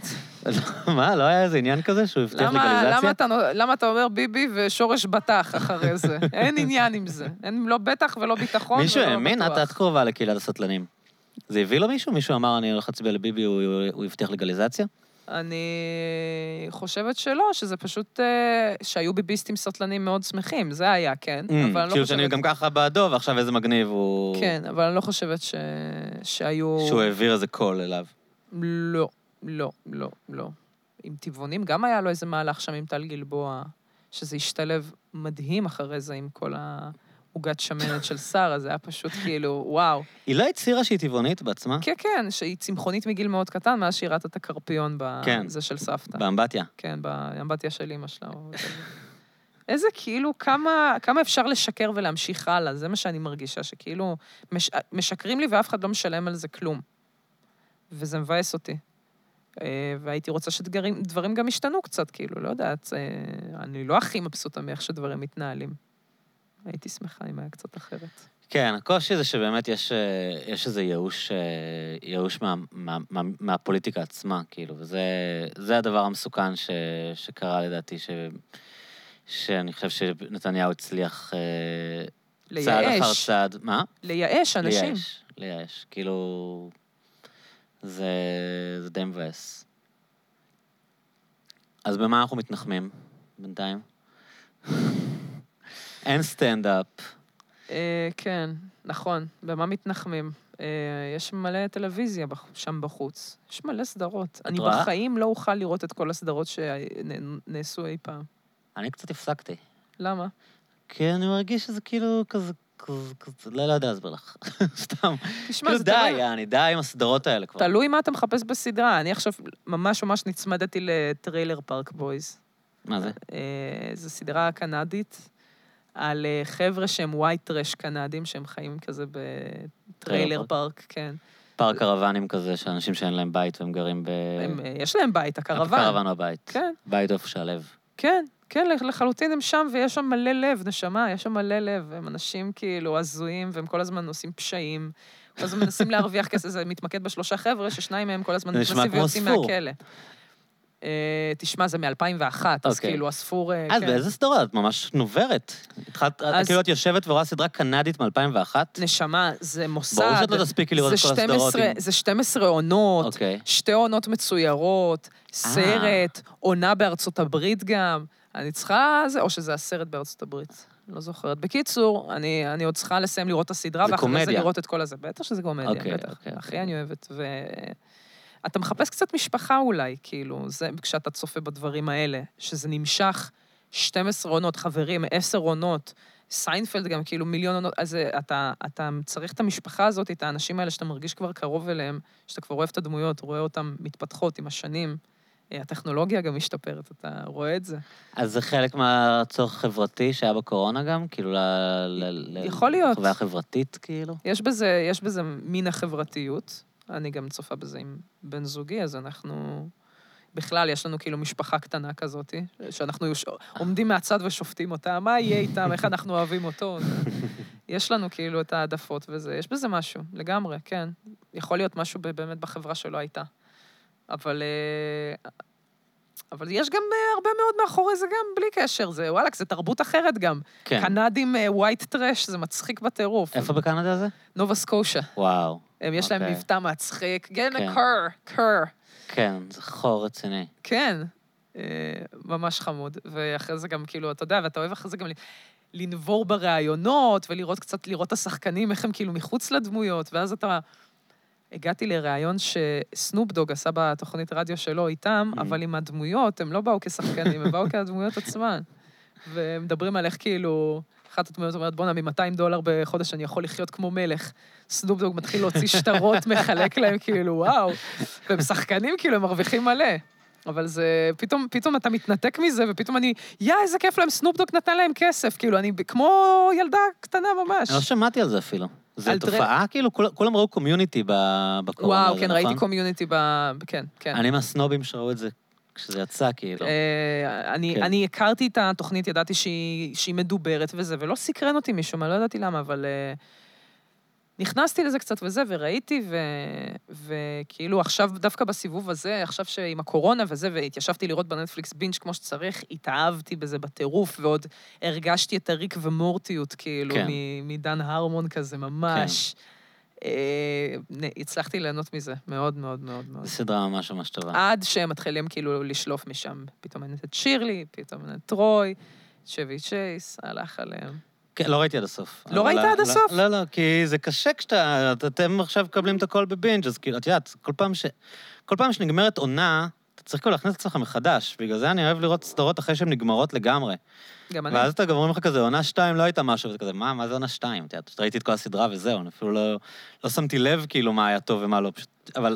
מה, לא היה איזה עניין כזה שהוא הבטיח למה, לגליזציה? למה אתה, למה אתה אומר ביבי ושורש בטח אחרי זה? אין עניין עם זה. אין לא בטח ולא ביטחון ולא בטוח. מישהו האמין, את את קרובה לקהילת הסטלנים. זה הביא לו מישהו? מישהו אמר, אני הולך להצביע לביבי, הוא, הוא הבטיח לגליזציה? אני חושבת שלא, שזה פשוט, אה, שהיו ביביסטים סטלנים מאוד שמחים, זה היה, כן. Mm, אבל אני לא כאילו חושבת... שאני גם ככה בעדו, ועכשיו איזה מגניב הוא... כן, אבל אני לא חושבת ש... שהיו... שהוא העביר איזה קול אליו. לא, לא, לא, לא. עם טבעונים גם היה לו איזה מהלך שם עם טל גלבוע, שזה השתלב מדהים אחרי זה עם כל העוגת שמנת של שר, אז זה היה פשוט כאילו, וואו. היא לא הצהירה שהיא טבעונית בעצמה? כן, כן, שהיא צמחונית מגיל מאוד קטן, מאז שהיא ראתה את הקרפיון כן. בזה של סבתא. באמבטיה. כן, באמבטיה של אמא שלה. איזה כאילו, כמה, כמה אפשר לשקר ולהמשיך הלאה, זה מה שאני מרגישה, שכאילו, מש, משקרים לי ואף אחד לא משלם על זה כלום. וזה מבאס אותי. והייתי רוצה שדברים גם השתנו קצת, כאילו, לא יודעת, אני לא הכי מבסוטה מאיך שדברים מתנהלים. הייתי שמחה אם היה קצת אחרת. כן, הקושי זה שבאמת יש, יש איזה ייאוש, ייאוש מה, מה, מה, מהפוליטיקה עצמה, כאילו, וזה זה הדבר המסוכן ש, שקרה לדעתי, ש, שאני חושב שנתניהו הצליח לייאש. צעד אחר צעד. מה? לייאש אנשים. לייאש, לייאש, כאילו... זה, זה די מבאס. אז במה אנחנו מתנחמים בינתיים? אין סטנד-אפ. כן, נכון. במה מתנחמים? יש מלא טלוויזיה שם בחוץ. יש מלא סדרות. אני בחיים לא אוכל לראות את כל הסדרות שנעשו אי פעם. אני קצת הפסקתי. למה? כי אני מרגיש שזה כאילו כזה... לא יודע להסביר לך, סתם. תשמע, זה די, אני די עם הסדרות האלה כבר. תלוי מה אתה מחפש בסדרה. אני עכשיו ממש ממש נצמדתי לטריילר פארק בויז. מה זה? זו סדרה קנדית על חבר'ה שהם ווייט טרש קנדים, שהם חיים כזה בטריילר פארק, כן. פארק קרוונים כזה, שאנשים שאין להם בית והם גרים ב... יש להם בית, הקרוון. הקרוון או הבית. כן. בית איפה שהלב. כן. כן, לחלוטין הם שם, ויש שם מלא לב, נשמה, יש שם מלא לב, הם אנשים כאילו הזויים, והם כל הזמן עושים פשעים, כל הזמן מנסים להרוויח כסף, זה מתמקד בשלושה חבר'ה, ששניים מהם כל הזמן נכנסים ויוצאים מהכלא. תשמע, זה מ-אלפיים ואחת, אז כאילו הספור... אז באיזה סדרה? את ממש נוברת. התחלת, כאילו את יושבת ורואה סדרה קנדית מ-אלפיים ואחת? נשמה, זה מוסד. ברור שאת לא תספיקי לראות את כל הסדרות. זה שתים עשרה עונות, שתי עונות מצוירות, סרט, עונה בארצות הברית גם. אני צריכה זה, או שזה הסרט בארצות הברית. לא זוכרת. בקיצור, אני, אני עוד צריכה לסיים לראות את הסדרה, ואחרי זה לראות את כל הזה. בטח שזה קומדיה, okay, בטח. Okay, okay. הכי אני אוהבת. ואתה מחפש קצת משפחה אולי, כאילו, זה כשאתה צופה בדברים האלה, שזה נמשך שתים עשרה עונות, חברים, עשר עונות, סיינפלד גם, כאילו, מיליון עונות, אז אתה, אתה צריך את המשפחה הזאת, את האנשים האלה שאתה מרגיש כבר קרוב אליהם, שאתה כבר אוהב את הדמויות, רואה אותם מתפתחות עם השנים. הטכנולוגיה גם משתפרת, אתה רואה את זה. אז זה חלק מהצורך חברתי שהיה בקורונה גם? כאילו, יכול להיות. לחוויה חברתית, כאילו? יש בזה, יש בזה מין החברתיות. אני גם צופה בזה עם בן זוגי, אז אנחנו... בכלל, יש לנו כאילו משפחה קטנה כזאת, שאנחנו עומדים מהצד ושופטים אותה, מה יהיה איתם, איך אנחנו אוהבים אותו. יש לנו כאילו את העדפות וזה, יש בזה משהו, לגמרי, כן. יכול להיות משהו באמת בחברה שלא הייתה. אבל, אבל יש גם הרבה מאוד מאחורי זה גם בלי קשר, זה וואלק, זה תרבות אחרת גם. כן. קנדים ווייט טרש, זה מצחיק בטירוף. איפה בקנדה זה? נובה סקושה. וואו. יש להם מבטא מצחיק, get in a car, car. כן, זה חור רציני. כן, ממש חמוד. ואחרי זה גם כאילו, אתה יודע, ואתה אוהב אחרי זה גם לנבור ברעיונות, ולראות קצת, לראות את השחקנים, איך הם כאילו מחוץ לדמויות, ואז אתה... הגעתי לראיון שסנופ דוג עשה בתוכנית רדיו שלו איתם, אבל עם הדמויות, הם לא באו כשחקנים, הם באו כהדמויות עצמן. ומדברים על איך כאילו, אחת הדמויות אומרת, בונה, מ-מאתיים דולר בחודש אני יכול לחיות כמו מלך. סנופ דוג מתחיל להוציא שטרות, מחלק להם כאילו, וואו. והם שחקנים כאילו, הם מרוויחים מלא. אבל זה, פתאום, פתאום אתה מתנתק מזה, ופתאום אני, יא, איזה כיף להם, סנופ דוג נתן להם כסף, כאילו, אני כמו ילדה קטנה ממש. אני לא שמעתי על זה אפילו. זה תופעה, כאילו, כולם ראו קומיוניטי בקורונה. וואו, כן, ראיתי קומיוניטי ב... כן, כן. אני מהסנובים שראו את זה כשזה יצא, כאילו. אני הכרתי את התוכנית, ידעתי שהיא מדוברת וזה, ולא סקרן אותי מישהו, אני לא ידעתי למה, אבל... נכנסתי לזה קצת וזה, וראיתי, ו... וכאילו עכשיו, דווקא בסיבוב הזה, עכשיו שעם הקורונה וזה, והתיישבתי לראות בנטפליקס בינג' כמו שצריך, התאהבתי בזה בטירוף, ועוד הרגשתי את הריק ומורטיות, כאילו, כן. מדן הרמון כזה, ממש. כן. אה, הצלחתי ליהנות מזה, מאוד מאוד מאוד מאוד. זו סדרה ממש ממש טובה. עד שהם מתחילים כאילו לשלוף משם, פתאום אין את שירלי, פתאום אין את טרוי, שבי צ'ייס, הלך עליהם. כן, לא ראיתי עד הסוף. לא ראית עד הסוף? לא, לא, כי זה קשה כשאתה, אתם עכשיו מקבלים את הכל בבינג', אז כאילו, את יודעת, כל פעם ש... כל פעם שנגמרת עונה, אתה צריך כאילו להכניס את עצמך מחדש, בגלל זה אני אוהב לראות סדרות אחרי שהן נגמרות לגמרי. גם אני. ואז אתה גם אומרים לך כזה, עונה שתיים לא הייתה משהו, וזה כזה, מה, מה זה עונה שתיים? אתה יודעת, ראיתי את כל הסדרה וזהו, אני אפילו לא, לא שמתי לב כאילו מה היה טוב ומה לא, פשוט, אבל...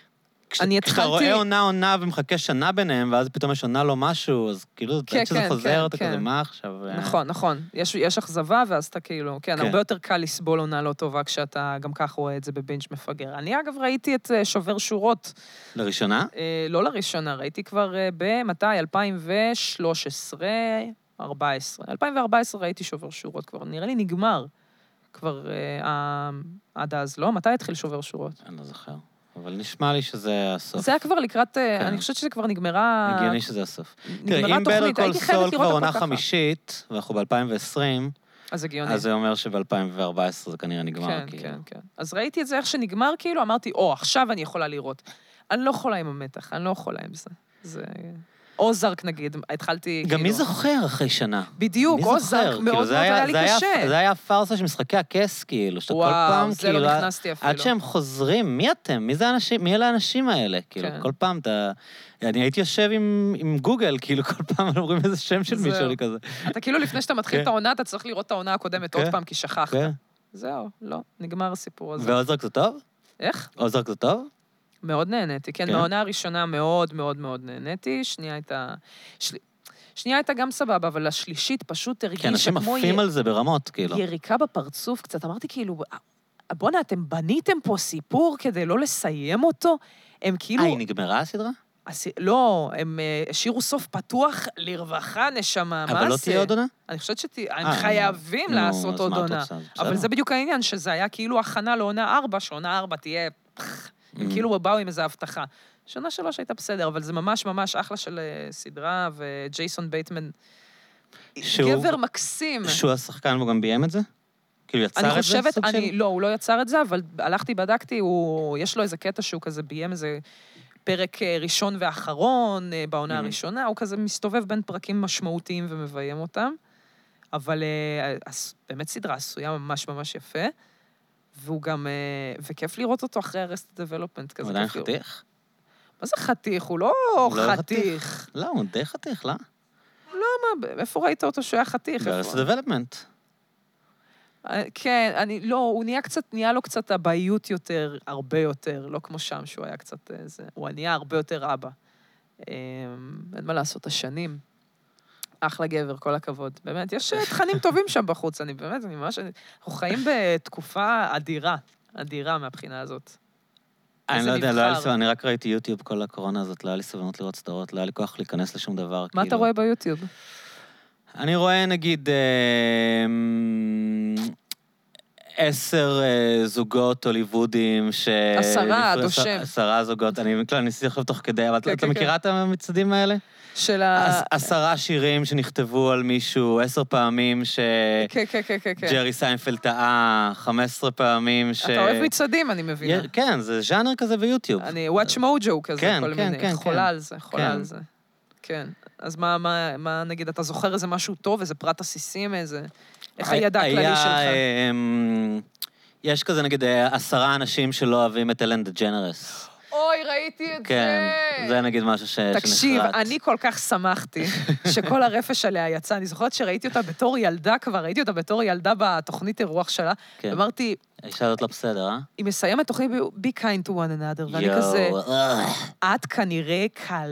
אני כשאתה התחלתי... רואה עונה עונה ומחכה שנה ביניהם, ואז פתאום יש עונה לא משהו, אז כאילו, כן, עד שזה כן, חוזר, אתה כן, כזה, כן. מה עכשיו? נכון, נכון. יש, יש אכזבה, ואז אתה כאילו, כן, כן. הרבה יותר קל לסבול עונה לא טובה, כשאתה גם כך רואה את זה בבינג' מפגר. אני אגב ראיתי את שובר שורות. לראשונה? אה, לא לראשונה, ראיתי כבר אה, במתי? אלפיים ושלוש עשרה, ארבע עשרה. אלפיים וארבע עשרה ראיתי שובר שורות כבר, נראה לי נגמר. כבר אה, עד אז, לא? מתי התחיל שובר שורות? אני לא זוכר. אבל נשמע לי שזה הסוף. זה היה כבר לקראת, כן. אני חושבת שזה כבר נגמרה... הגיוני שזה הסוף. נגמרה תוכנית, הייתי חייבת לראות כבר הכל עונה ככה. חמישית, ואנחנו ב-אלפיים ועשרים, אז הגיוני. אז זה אומר שב-אלפיים וארבע עשרה זה כנראה נגמר. כן, כאילו. כן, כן. אז ראיתי את זה איך שנגמר, כאילו, אמרתי, או, עכשיו אני יכולה לראות. אני לא יכולה עם המתח, אני לא יכולה עם זה. זה... אוזרק, נגיד, התחלתי, גם כאילו... מי זוכר אחרי שנה? בדיוק, מי אוזרק, זוכר? מאוד כאילו, מאוד זה היה לי זה קשה. זה היה פארסה של משחקי הכס, כאילו, שאתה כל וואו, פעם, זה לא כאילו, נכנסתי אפילו. עד שהם חוזרים, מי אתם? מי זה האנשים? מי אלה האנשים האלה? כאילו, כן. כל פעם אתה... אני הייתי יושב עם, עם גוגל, כאילו, כל פעם אומרים איזה שם של זהו. מישהו לי כזה. אתה כאילו, לפני שאתה מתחיל כן. את העונה, אתה צריך לראות את העונה הקודמת כן. עוד פעם, כי שכחת. כן. זהו, לא, נגמר הסיפור הזה. ואוזרק זה טוב? איך? אוזרק זה טוב? מאוד נהניתי, כן, כן. מהעונה הראשונה מאוד מאוד מאוד נהניתי, שנייה הייתה... של... שנייה הייתה גם סבבה, אבל השלישית פשוט כי הרגישה אנשים כמו עפים על זה ברמות, כאילו. יריקה בפרצוף קצת. אמרתי כאילו, בוא'נה, אתם בניתם פה סיפור כדי לא לסיים אותו? הם כאילו... אה, היא נגמרה הסדרה? הס... לא, הם uh, השאירו סוף פתוח לרווחה, נשמה, מה זה? אבל לא תהיה עוד עונה? אני חושבת שהם אה, חייבים נו, לעשות אז עוד מה את עונה. רוצה? אבל בסדר. זה בדיוק העניין, שזה היה כאילו הכנה לעונה ארבע, שעונה ארבע תהיה... הם Mm. כאילו באו עם איזו הבטחה. שנה שלוש הייתה בסדר, אבל זה ממש ממש אחלה של uh, סדרה, וג'ייסון בייטמן, שהוא- גבר מקסים. שהוא השחקן והוא גם ביים את זה? כאילו יצר אני את זה? חושבת, סוג אני, של? לא, הוא לא יצר את זה, אבל הלכתי, בדקתי, הוא, יש לו איזה קטע שהוא כזה ביים איזה פרק אה, ראשון ואחרון אה, בעונה Mhm. הראשונה, הוא כזה מסתובב בין פרקים משמעותיים ומביים אותם, אבל אה, אז, באמת סדרה עשויה ממש ממש יפה, והוא גם, אה, וכיף לראות אותו אחרי הרסט דבלופמנט כזה. הוא עדיין כיף לראות. חתיך? מה זה חתיך? הוא לא הוא לא חתיך. לא, הוא די חתיך, לא? מה, איפה ראית אותו שהוא היה חתיך? בארץ איפה? דבלפמנט. כן, אני, לא, הוא נהיה קצת, נהיה לו קצת הבעיות יותר, הרבה יותר, לא כמו שם, שהוא היה קצת, זה, הוא נהיה הרבה יותר אבא. אין מה לעשות, השנים. אחלה גבר, כל הכבוד. באמת, יש תכנים טובים שם בחוץ, אני באמת, אני ממש, אנחנו חיים בתקופה אדירה, אדירה מהבחינה הזאת. אני איזה לא יודע, לא היה לי מבחר. סבלנות, אני רק ראיתי יוטיוב כל הקורונה הזאת, לא היה לי סבלנות לראות סדרות, לא היה לי כוח להיכנס לשום דבר. מה אתה כאילו. רואה ביוטיוב? אני רואה נגיד אה, עשר אה, זוגות הוליוודים ש... עשרה, לפני- דושם. עשרה זוגות, אני לא, ניסיתי לחשוב תוך כדי, אבל כן, אתה כן, מכירה את המצעדים האלה? של ה... עש- עשרה שירים שנכתבו על מישהו, עשר פעמים כן, כן, כן, כן, כן. שג'רי סיינפלד טעה, חמש עשרה פעמים ש... אתה אוהב מצעדים, אני מבינה. יה- כן, זה ז'אנר כזה ביוטיוב. אני, Watch Mojo כזה, כן, כל כן, מיני. כן, חולה כן. על זה, חולה כן. על זה. כן. אז מה, מה, מה, נגיד, אתה זוכר איזה משהו טוב, איזה פרט עסיסים, איזה... איך הידע הכללי היה, שלך? אמ, יש כזה, נגיד, אה, עשרה אנשים שלא אוהבים את אלן דה ג'נרס. אוי, ראיתי את כן, זה! זה נגיד משהו ש... תקשיב, שנחרט. אני כל כך שמחתי שכל הרפש עליה יצא. אני זוכרת שראיתי אותה בתור ילדה כבר, ראיתי אותה בתור ילדה בתוכנית אירוח שלה. כן. אמרתי, האישה הזאת לא בסדר, אה? היא מסיימת תוכנית be kind to one another, ואני יואו, כזה, אה. את כנראה כלבה.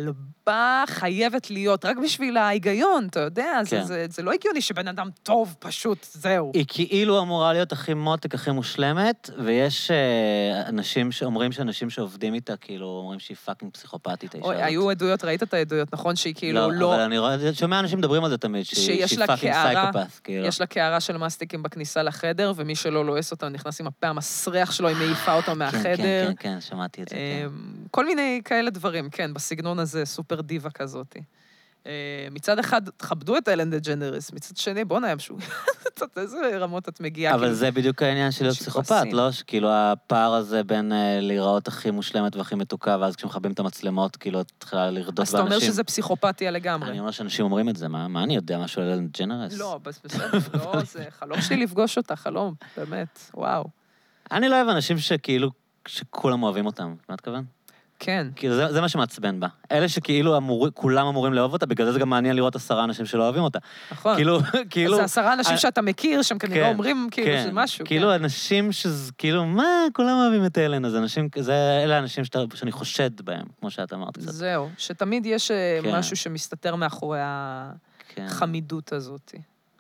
טיפה חייבת להיות, רק בשביל ההיגיון, אתה יודע, כן. זה, זה, זה לא הגיוני שבן אדם טוב, פשוט, זהו. היא כאילו אמורה להיות הכי מותק, הכי מושלמת, ויש אה, אנשים שאומרים שאנשים שעובדים איתה, כאילו, אומרים שהיא פאקינג פסיכופתית, האישה הזאת. היו עדויות, ראית את העדויות, נכון? שהיא כאילו לא... לא... אבל אני רואה, שומע אנשים מדברים על זה תמיד, שהיא פאקינג סייקופת, כאילו. יש לה קערה של מסטיקים בכניסה לחדר, ומי שלא לועס אותה, נכנס עם הפה המסריח שלו, היא מעיפה אותו מהחדר. כן, כן, כן, כן, שמעתי את זה, כן. כל מיני כאלה דברים, כן, בסגנון הזה, סופר דיבה כזאת. מצד אחד, תכבדו את אלן דג'נרס, מצד שני, בוא נהיה משהו. איזה רמות את מגיעה. אבל זה בדיוק העניין של פסיכופת, לא? שכאילו הפער הזה בין להיראות הכי מושלמת והכי מתוקה, ואז כשמחברים את המצלמות, כאילו, את צריכה לרדות באנשים. אז אתה אומר שזה פסיכופתיה לגמרי. אני אומר שאנשים אומרים את זה, מה אני יודע משהו על אלן דג'נרס? לא, בסדר, לא, זה חלום שלי לפגוש אותה, חלום, באמת, וואו. אני לא אוהב אנשים שכאילו, שכולם אוהבים אותם, מה את כוון? כן. כאילו, זה, זה מה שמעצבן בה. אלה שכאילו אמור, כולם אמורים לאהוב אותה, בגלל זה זה גם מעניין לראות עשרה אנשים שלא אוהבים אותה. נכון. כאילו, כאילו... אז זה עשרה אנשים שאתה מכיר, שהם כנראה כן, אומרים כאילו כן. שזה משהו. כאילו כן. אנשים שזה, כאילו, מה, כולם אוהבים את אלן, אז אנשים, זה, אלה האנשים שאתה, שאני חושד בהם, כמו שאת אמרת קצת. זהו, שתמיד יש כן. משהו שמסתתר מאחורי כן. החמידות הזאת.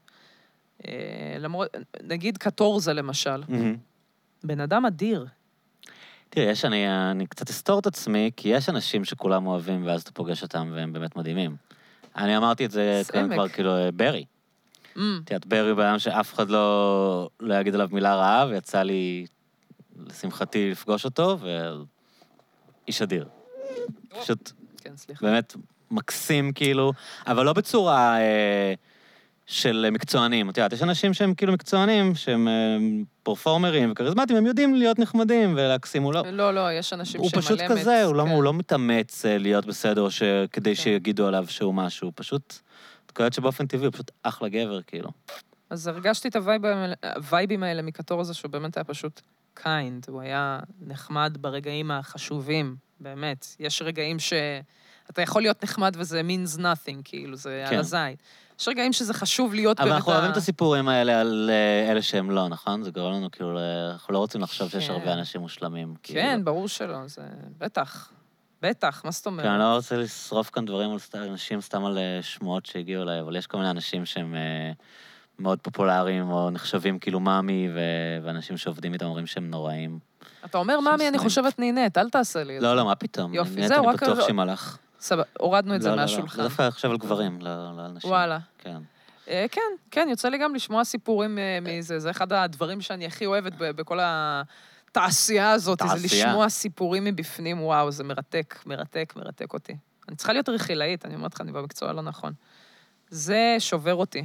למרות, נגיד קטורזה למשל. בן אדם אדיר. תראי, יש, אני, אני קצת אסתור את עצמי, כי יש אנשים שכולם אוהבים, ואז אתה פוגש אותם, והם באמת מדהימים. אני אמרתי את זה כאן כבר, כאילו, ברי. Mm. תראה, ברי בעיה שאף אחד לא, לא יגיד עליו מילה רעה, ויצא לי, לשמחתי, לפגוש אותו, ואיש אדיר. פשוט, כן, סליחה. באמת מקסים, כאילו, אבל לא בצורה... אה, של מקצוענים. את יודעת, יש אנשים שהם כאילו מקצוענים, שהם פרפורמרים וכריזמטיים, הם יודעים להיות נחמדים ולהקסים, הוא לא... לא, לא, יש אנשים שמלא... הוא פשוט כזה, הוא, כן. לא, הוא לא מתאמץ להיות בסדר כדי כן. שיגידו עליו שהוא משהו, הוא פשוט... את קוראת שבאופן טבעי, הוא פשוט אחלה גבר, כאילו. אז הרגשתי את הווייבים האלה מקטור הזה, שהוא באמת היה פשוט קיינד, הוא היה נחמד ברגעים החשובים, באמת. יש רגעים שאתה יכול להיות נחמד וזה means nothing, כאילו, זה כן. על הזית. יש רגעים שזה חשוב להיות באמת... אבל אנחנו אוהבים את הסיפורים האלה על אלה שהם לא, נכון? זה גורם לנו כאילו, אנחנו לא רוצים לחשוב שיש הרבה אנשים מושלמים. כן, ברור שלא, זה בטח. בטח, מה זאת אומרת? כן, אני לא רוצה לשרוף כאן דברים על אנשים סתם על שמועות שהגיעו אליי, אבל יש כל מיני אנשים שהם מאוד פופולריים, או נחשבים כאילו מאמי, ואנשים שעובדים איתם אומרים שהם נוראים. אתה אומר מאמי, אני חושבת נהנית, אל תעשה לי את זה. לא, לא, מה פתאום? יופי, זהו, רק... אני בטוח שמלך. סבבה, הורדנו את זה מהשולחן. זה דווקא עכשיו על גברים, לא על נשים. וואלה. כן. כן, כן, יוצא לי גם לשמוע סיפורים מזה, זה אחד הדברים שאני הכי אוהבת בכל התעשייה הזאת, זה לשמוע סיפורים מבפנים, וואו, זה מרתק, מרתק, מרתק אותי. אני צריכה להיות רכילאית, אני אומרת לך, אני במקצוע לא נכון. זה שובר אותי,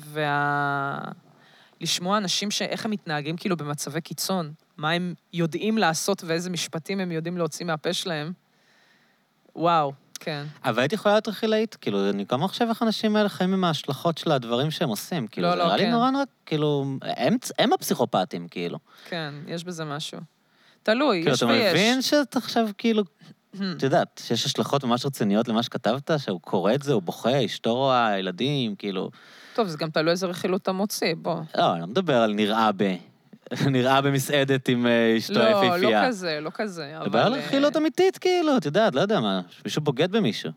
ולשמוע אנשים שאיך הם מתנהגים כאילו במצבי קיצון, מה הם יודעים לעשות ואיזה משפטים הם יודעים להוציא מהפה שלהם, וואו. כן. אבל הייתי יכולה להיות רכילאית, כאילו, אני גם חושב איך אנשים האלה חיים עם ההשלכות של הדברים שהם עושים, כאילו, לא, זה לא, נראה כן. לי נורא נורא, כאילו, הם, הם הפסיכופטים, כאילו. כן, יש בזה משהו. תלוי, כאילו, יש אתה ויש. מבין שאתה עכשיו, כאילו, את יודעת, שיש השלכות ממש רציניות למה שכתבת, שהוא קורא את זה, הוא בוכה, אשתו רואה, הילדים, כאילו... טוב, זה גם תלוי איזה רכילות אתה מוציא, בוא. לא, אני לא מדבר על נראה ב... נראה במסעדת עם אשתו היפיפייה. לא, לא כזה, לא כזה, אבל... דבר על רכילות אמיתית, כאילו, את יודעת, לא יודע מה, מישהו בוגד במישהו.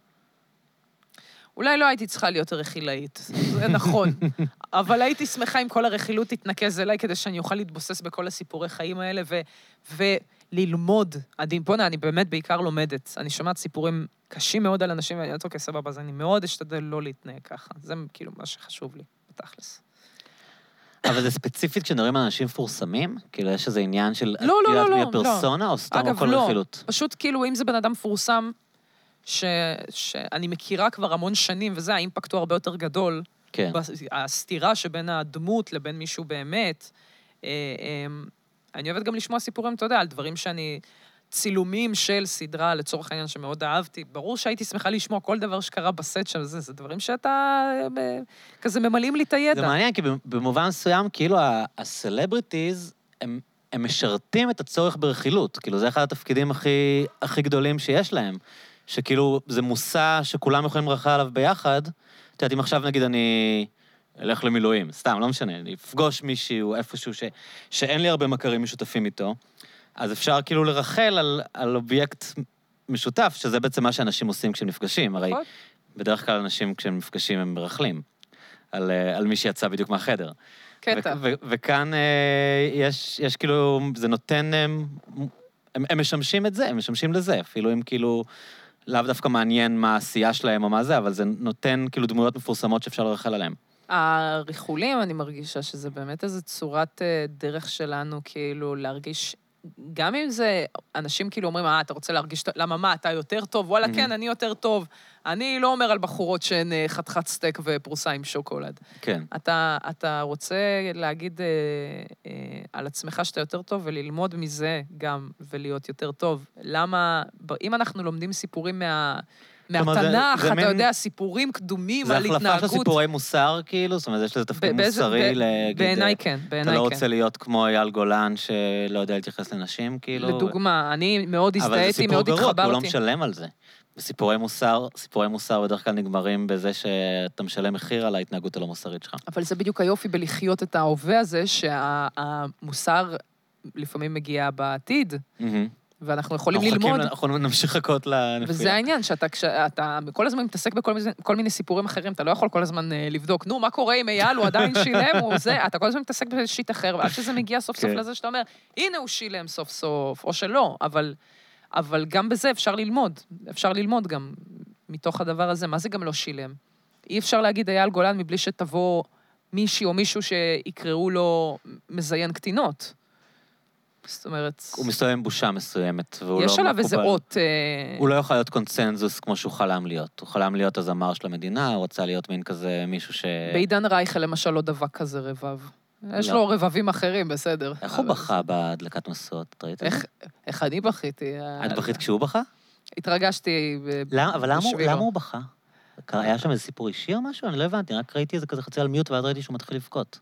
אולי לא הייתי צריכה להיות רכילאית, זה נכון. אבל הייתי שמחה אם כל הרכילות תתנקז אליי, כדי שאני אוכל להתבוסס בכל הסיפורי חיים האלה, וללמוד. בוא'נה, אני באמת בעיקר לומדת. אני שומעת סיפורים קשים מאוד על אנשים, ואני אומרת, אוקיי, סבבה, אז אני מאוד אשתדל לא להתנהג ככה. זה כאילו מה שחשוב לי, בתכלס. אבל זה ספציפית כשנראים על אנשים פורסמים? כאילו, יש איזה עניין של... לא, לא, לא, לא. מי הפרסונה, או סתם הכל רכילות? פשוט כאילו, אם זה בן אדם פורסם, שאני מכירה כבר המון שנים, וזה, האימפקט הוא הרבה יותר גדול. כן. הסתירה שבין הדמות לבין מישהו באמת. אני אוהבת גם לשמוע סיפורים, אתה יודע, על דברים שאני... צילומים של סדרה, לצורך העניין שמאוד אהבתי. ברור שהייתי שמחה לשמוע כל דבר שקרה בסט שם, זה, זה דברים שאתה כזה ממלאים לי את הידע. זה מעניין, כי במובן מסוים, כאילו, הסלבריטיז, הם, הם משרתים את הצורך ברכילות. כאילו, זה אחד התפקידים הכי, הכי גדולים שיש להם. שכאילו, זה מושא שכולם יכולים לרחל עליו ביחד. את יודעת, אם עכשיו נגיד אני אלך למילואים, סתם, לא משנה, אני אפגוש מישהו איפשהו ש, שאין לי הרבה מכרים משותפים איתו, אז אפשר כאילו לרחל על, על אובייקט משותף, שזה בעצם מה שאנשים עושים כשהם נפגשים. הרי בדרך כלל אנשים כשהם נפגשים הם מרחלים, על, על מי שיצא בדיוק מהחדר. קטע. ו- ו- וכאן יש, יש כאילו, זה נותן, הם, הם משמשים את זה, הם משמשים לזה, אפילו אם כאילו, לאו דווקא מעניין מה העשייה שלהם או מה זה, אבל זה נותן כאילו דמויות מפורסמות שאפשר לרחל עליהם. הריחולים, אני מרגישה שזה באמת איזו צורת דרך שלנו, כאילו, להרגיש, גם אם זה, אנשים כאילו אומרים, אה, אתה רוצה להרגיש, למה מה, אתה יותר טוב? וואלה, כן, אני יותר טוב. אני לא אומר על בחורות שהן חתיכת סטייק ופרוסה עם שוקולד. כן. אתה, אתה רוצה להגיד אה, אה, על עצמך שאתה יותר טוב, וללמוד מזה גם, ולהיות יותר טוב. למה, אם אנחנו לומדים סיפורים מה... מהתנ"ך, אתה יודע, סיפורים קדומים על התנהגות. זה החלפה של סיפורי מוסר, כאילו? זאת אומרת, יש לזה תפקיד מוסרי להגיד... בעיניי כן, בעיניי כן. אתה לא רוצה להיות כמו אייל גולן שלא יודע להתייחס לנשים, כאילו? לדוגמה, אני מאוד הזדהיתי, מאוד התחברתי. אבל זה סיפור גרוע, כי הוא לא משלם על זה. וסיפורי מוסר, סיפורי מוסר בדרך כלל נגמרים בזה שאתה משלם מחיר על ההתנהגות הלא מוסרית שלך. אבל זה בדיוק היופי בלחיות את ההווה הזה, שהמוסר לפעמים מגיע בעתיד. ואנחנו יכולים ללמוד. אנחנו נמשיך לחכות לנפילה. וזה העניין, שאתה, כשאתה כל הזמן מתעסק בכל מיני, כל מיני סיפורים אחרים, אתה לא יכול כל הזמן לבדוק, נו, מה קורה עם אייל, הוא עדיין שילם, הוא זה, אתה כל הזמן מתעסק בשיט אחר, ועד שזה מגיע סוף סוף לזה שאתה אומר, הנה הוא שילם סוף סוף, או שלא, אבל, אבל גם בזה אפשר ללמוד, אפשר ללמוד גם מתוך הדבר הזה, מה זה גם לא שילם? אי אפשר להגיד אייל גולן מבלי שתבוא מישהי או מישהו שיקראו לו מזיין קטינות. זאת אומרת... הוא מסתובב עם בושה מסוימת, והוא לא מקובל. יש עליו איזה אות... הוא לא יכול להיות קונצנזוס כמו שהוא חלם להיות. הוא חלם להיות הזמר של המדינה, הוא רוצה להיות מין כזה מישהו ש... בעידן רייכל למשל לא דבק כזה רבב. יש לו רבבים אחרים, בסדר. איך הוא בכה בהדלקת מסעות? איך אני בכיתי? את בכית כשהוא בכה? התרגשתי... אבל למה הוא בכה? היה שם איזה סיפור אישי או משהו? אני לא הבנתי, רק ראיתי איזה כזה חצי על מיוט, ואז ראיתי שהוא מתחיל לבכות.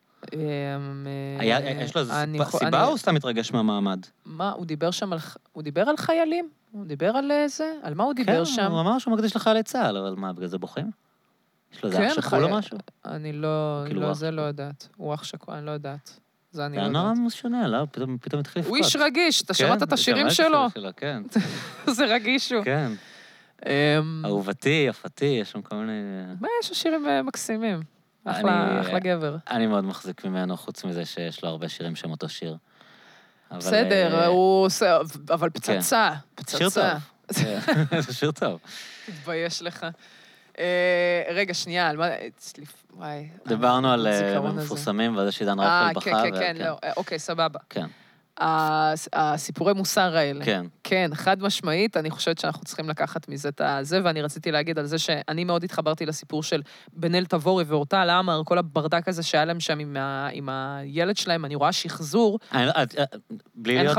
יש לו איזו סיבה או סתם מתרגש מהמעמד? מה, הוא דיבר שם על... הוא דיבר על חיילים? הוא דיבר על זה? על מה הוא דיבר שם? כן, הוא אמר שהוא מקדיש לחיילי צה"ל, אבל מה, בגלל זה בוחרים? יש לו איזה אח שכול או משהו? אני לא, זה לא יודעת. הוא אח שכול, אני לא יודעת. זה אני לא יודעת. זה נורא משונה, לא? פתאום התחיל לבכות. הוא איש רגיש, אתה שמעת את השירים שלו? כן. זה רגיש הוא. כן. אהובתי, יפתי, יש שם כל מיני... מה, יש לו שירים מקסימים. אחלה גבר. אני מאוד מחזיק ממנו, חוץ מזה שיש לו הרבה שירים שהם אותו שיר. בסדר, הוא עושה... אבל פצצה. שיר טוב. זה שיר טוב. תתבייש לך. רגע, שנייה, על מה... וואי. דיברנו על מפורסמים, וזה שעידן רייכל בכה. כן, כן, כן, אוקיי, סבבה. כן. הסיפורי מוסר האלה. כן. כן, חד משמעית, אני חושבת שאנחנו צריכים לקחת מזה את זה, ואני רציתי להגיד על זה שאני מאוד התחברתי לסיפור של בן-אל תבורי ואורטל עמר, כל הברדק הזה שהיה להם שם עם הילד שלהם, אני רואה שחזור. בלי להיות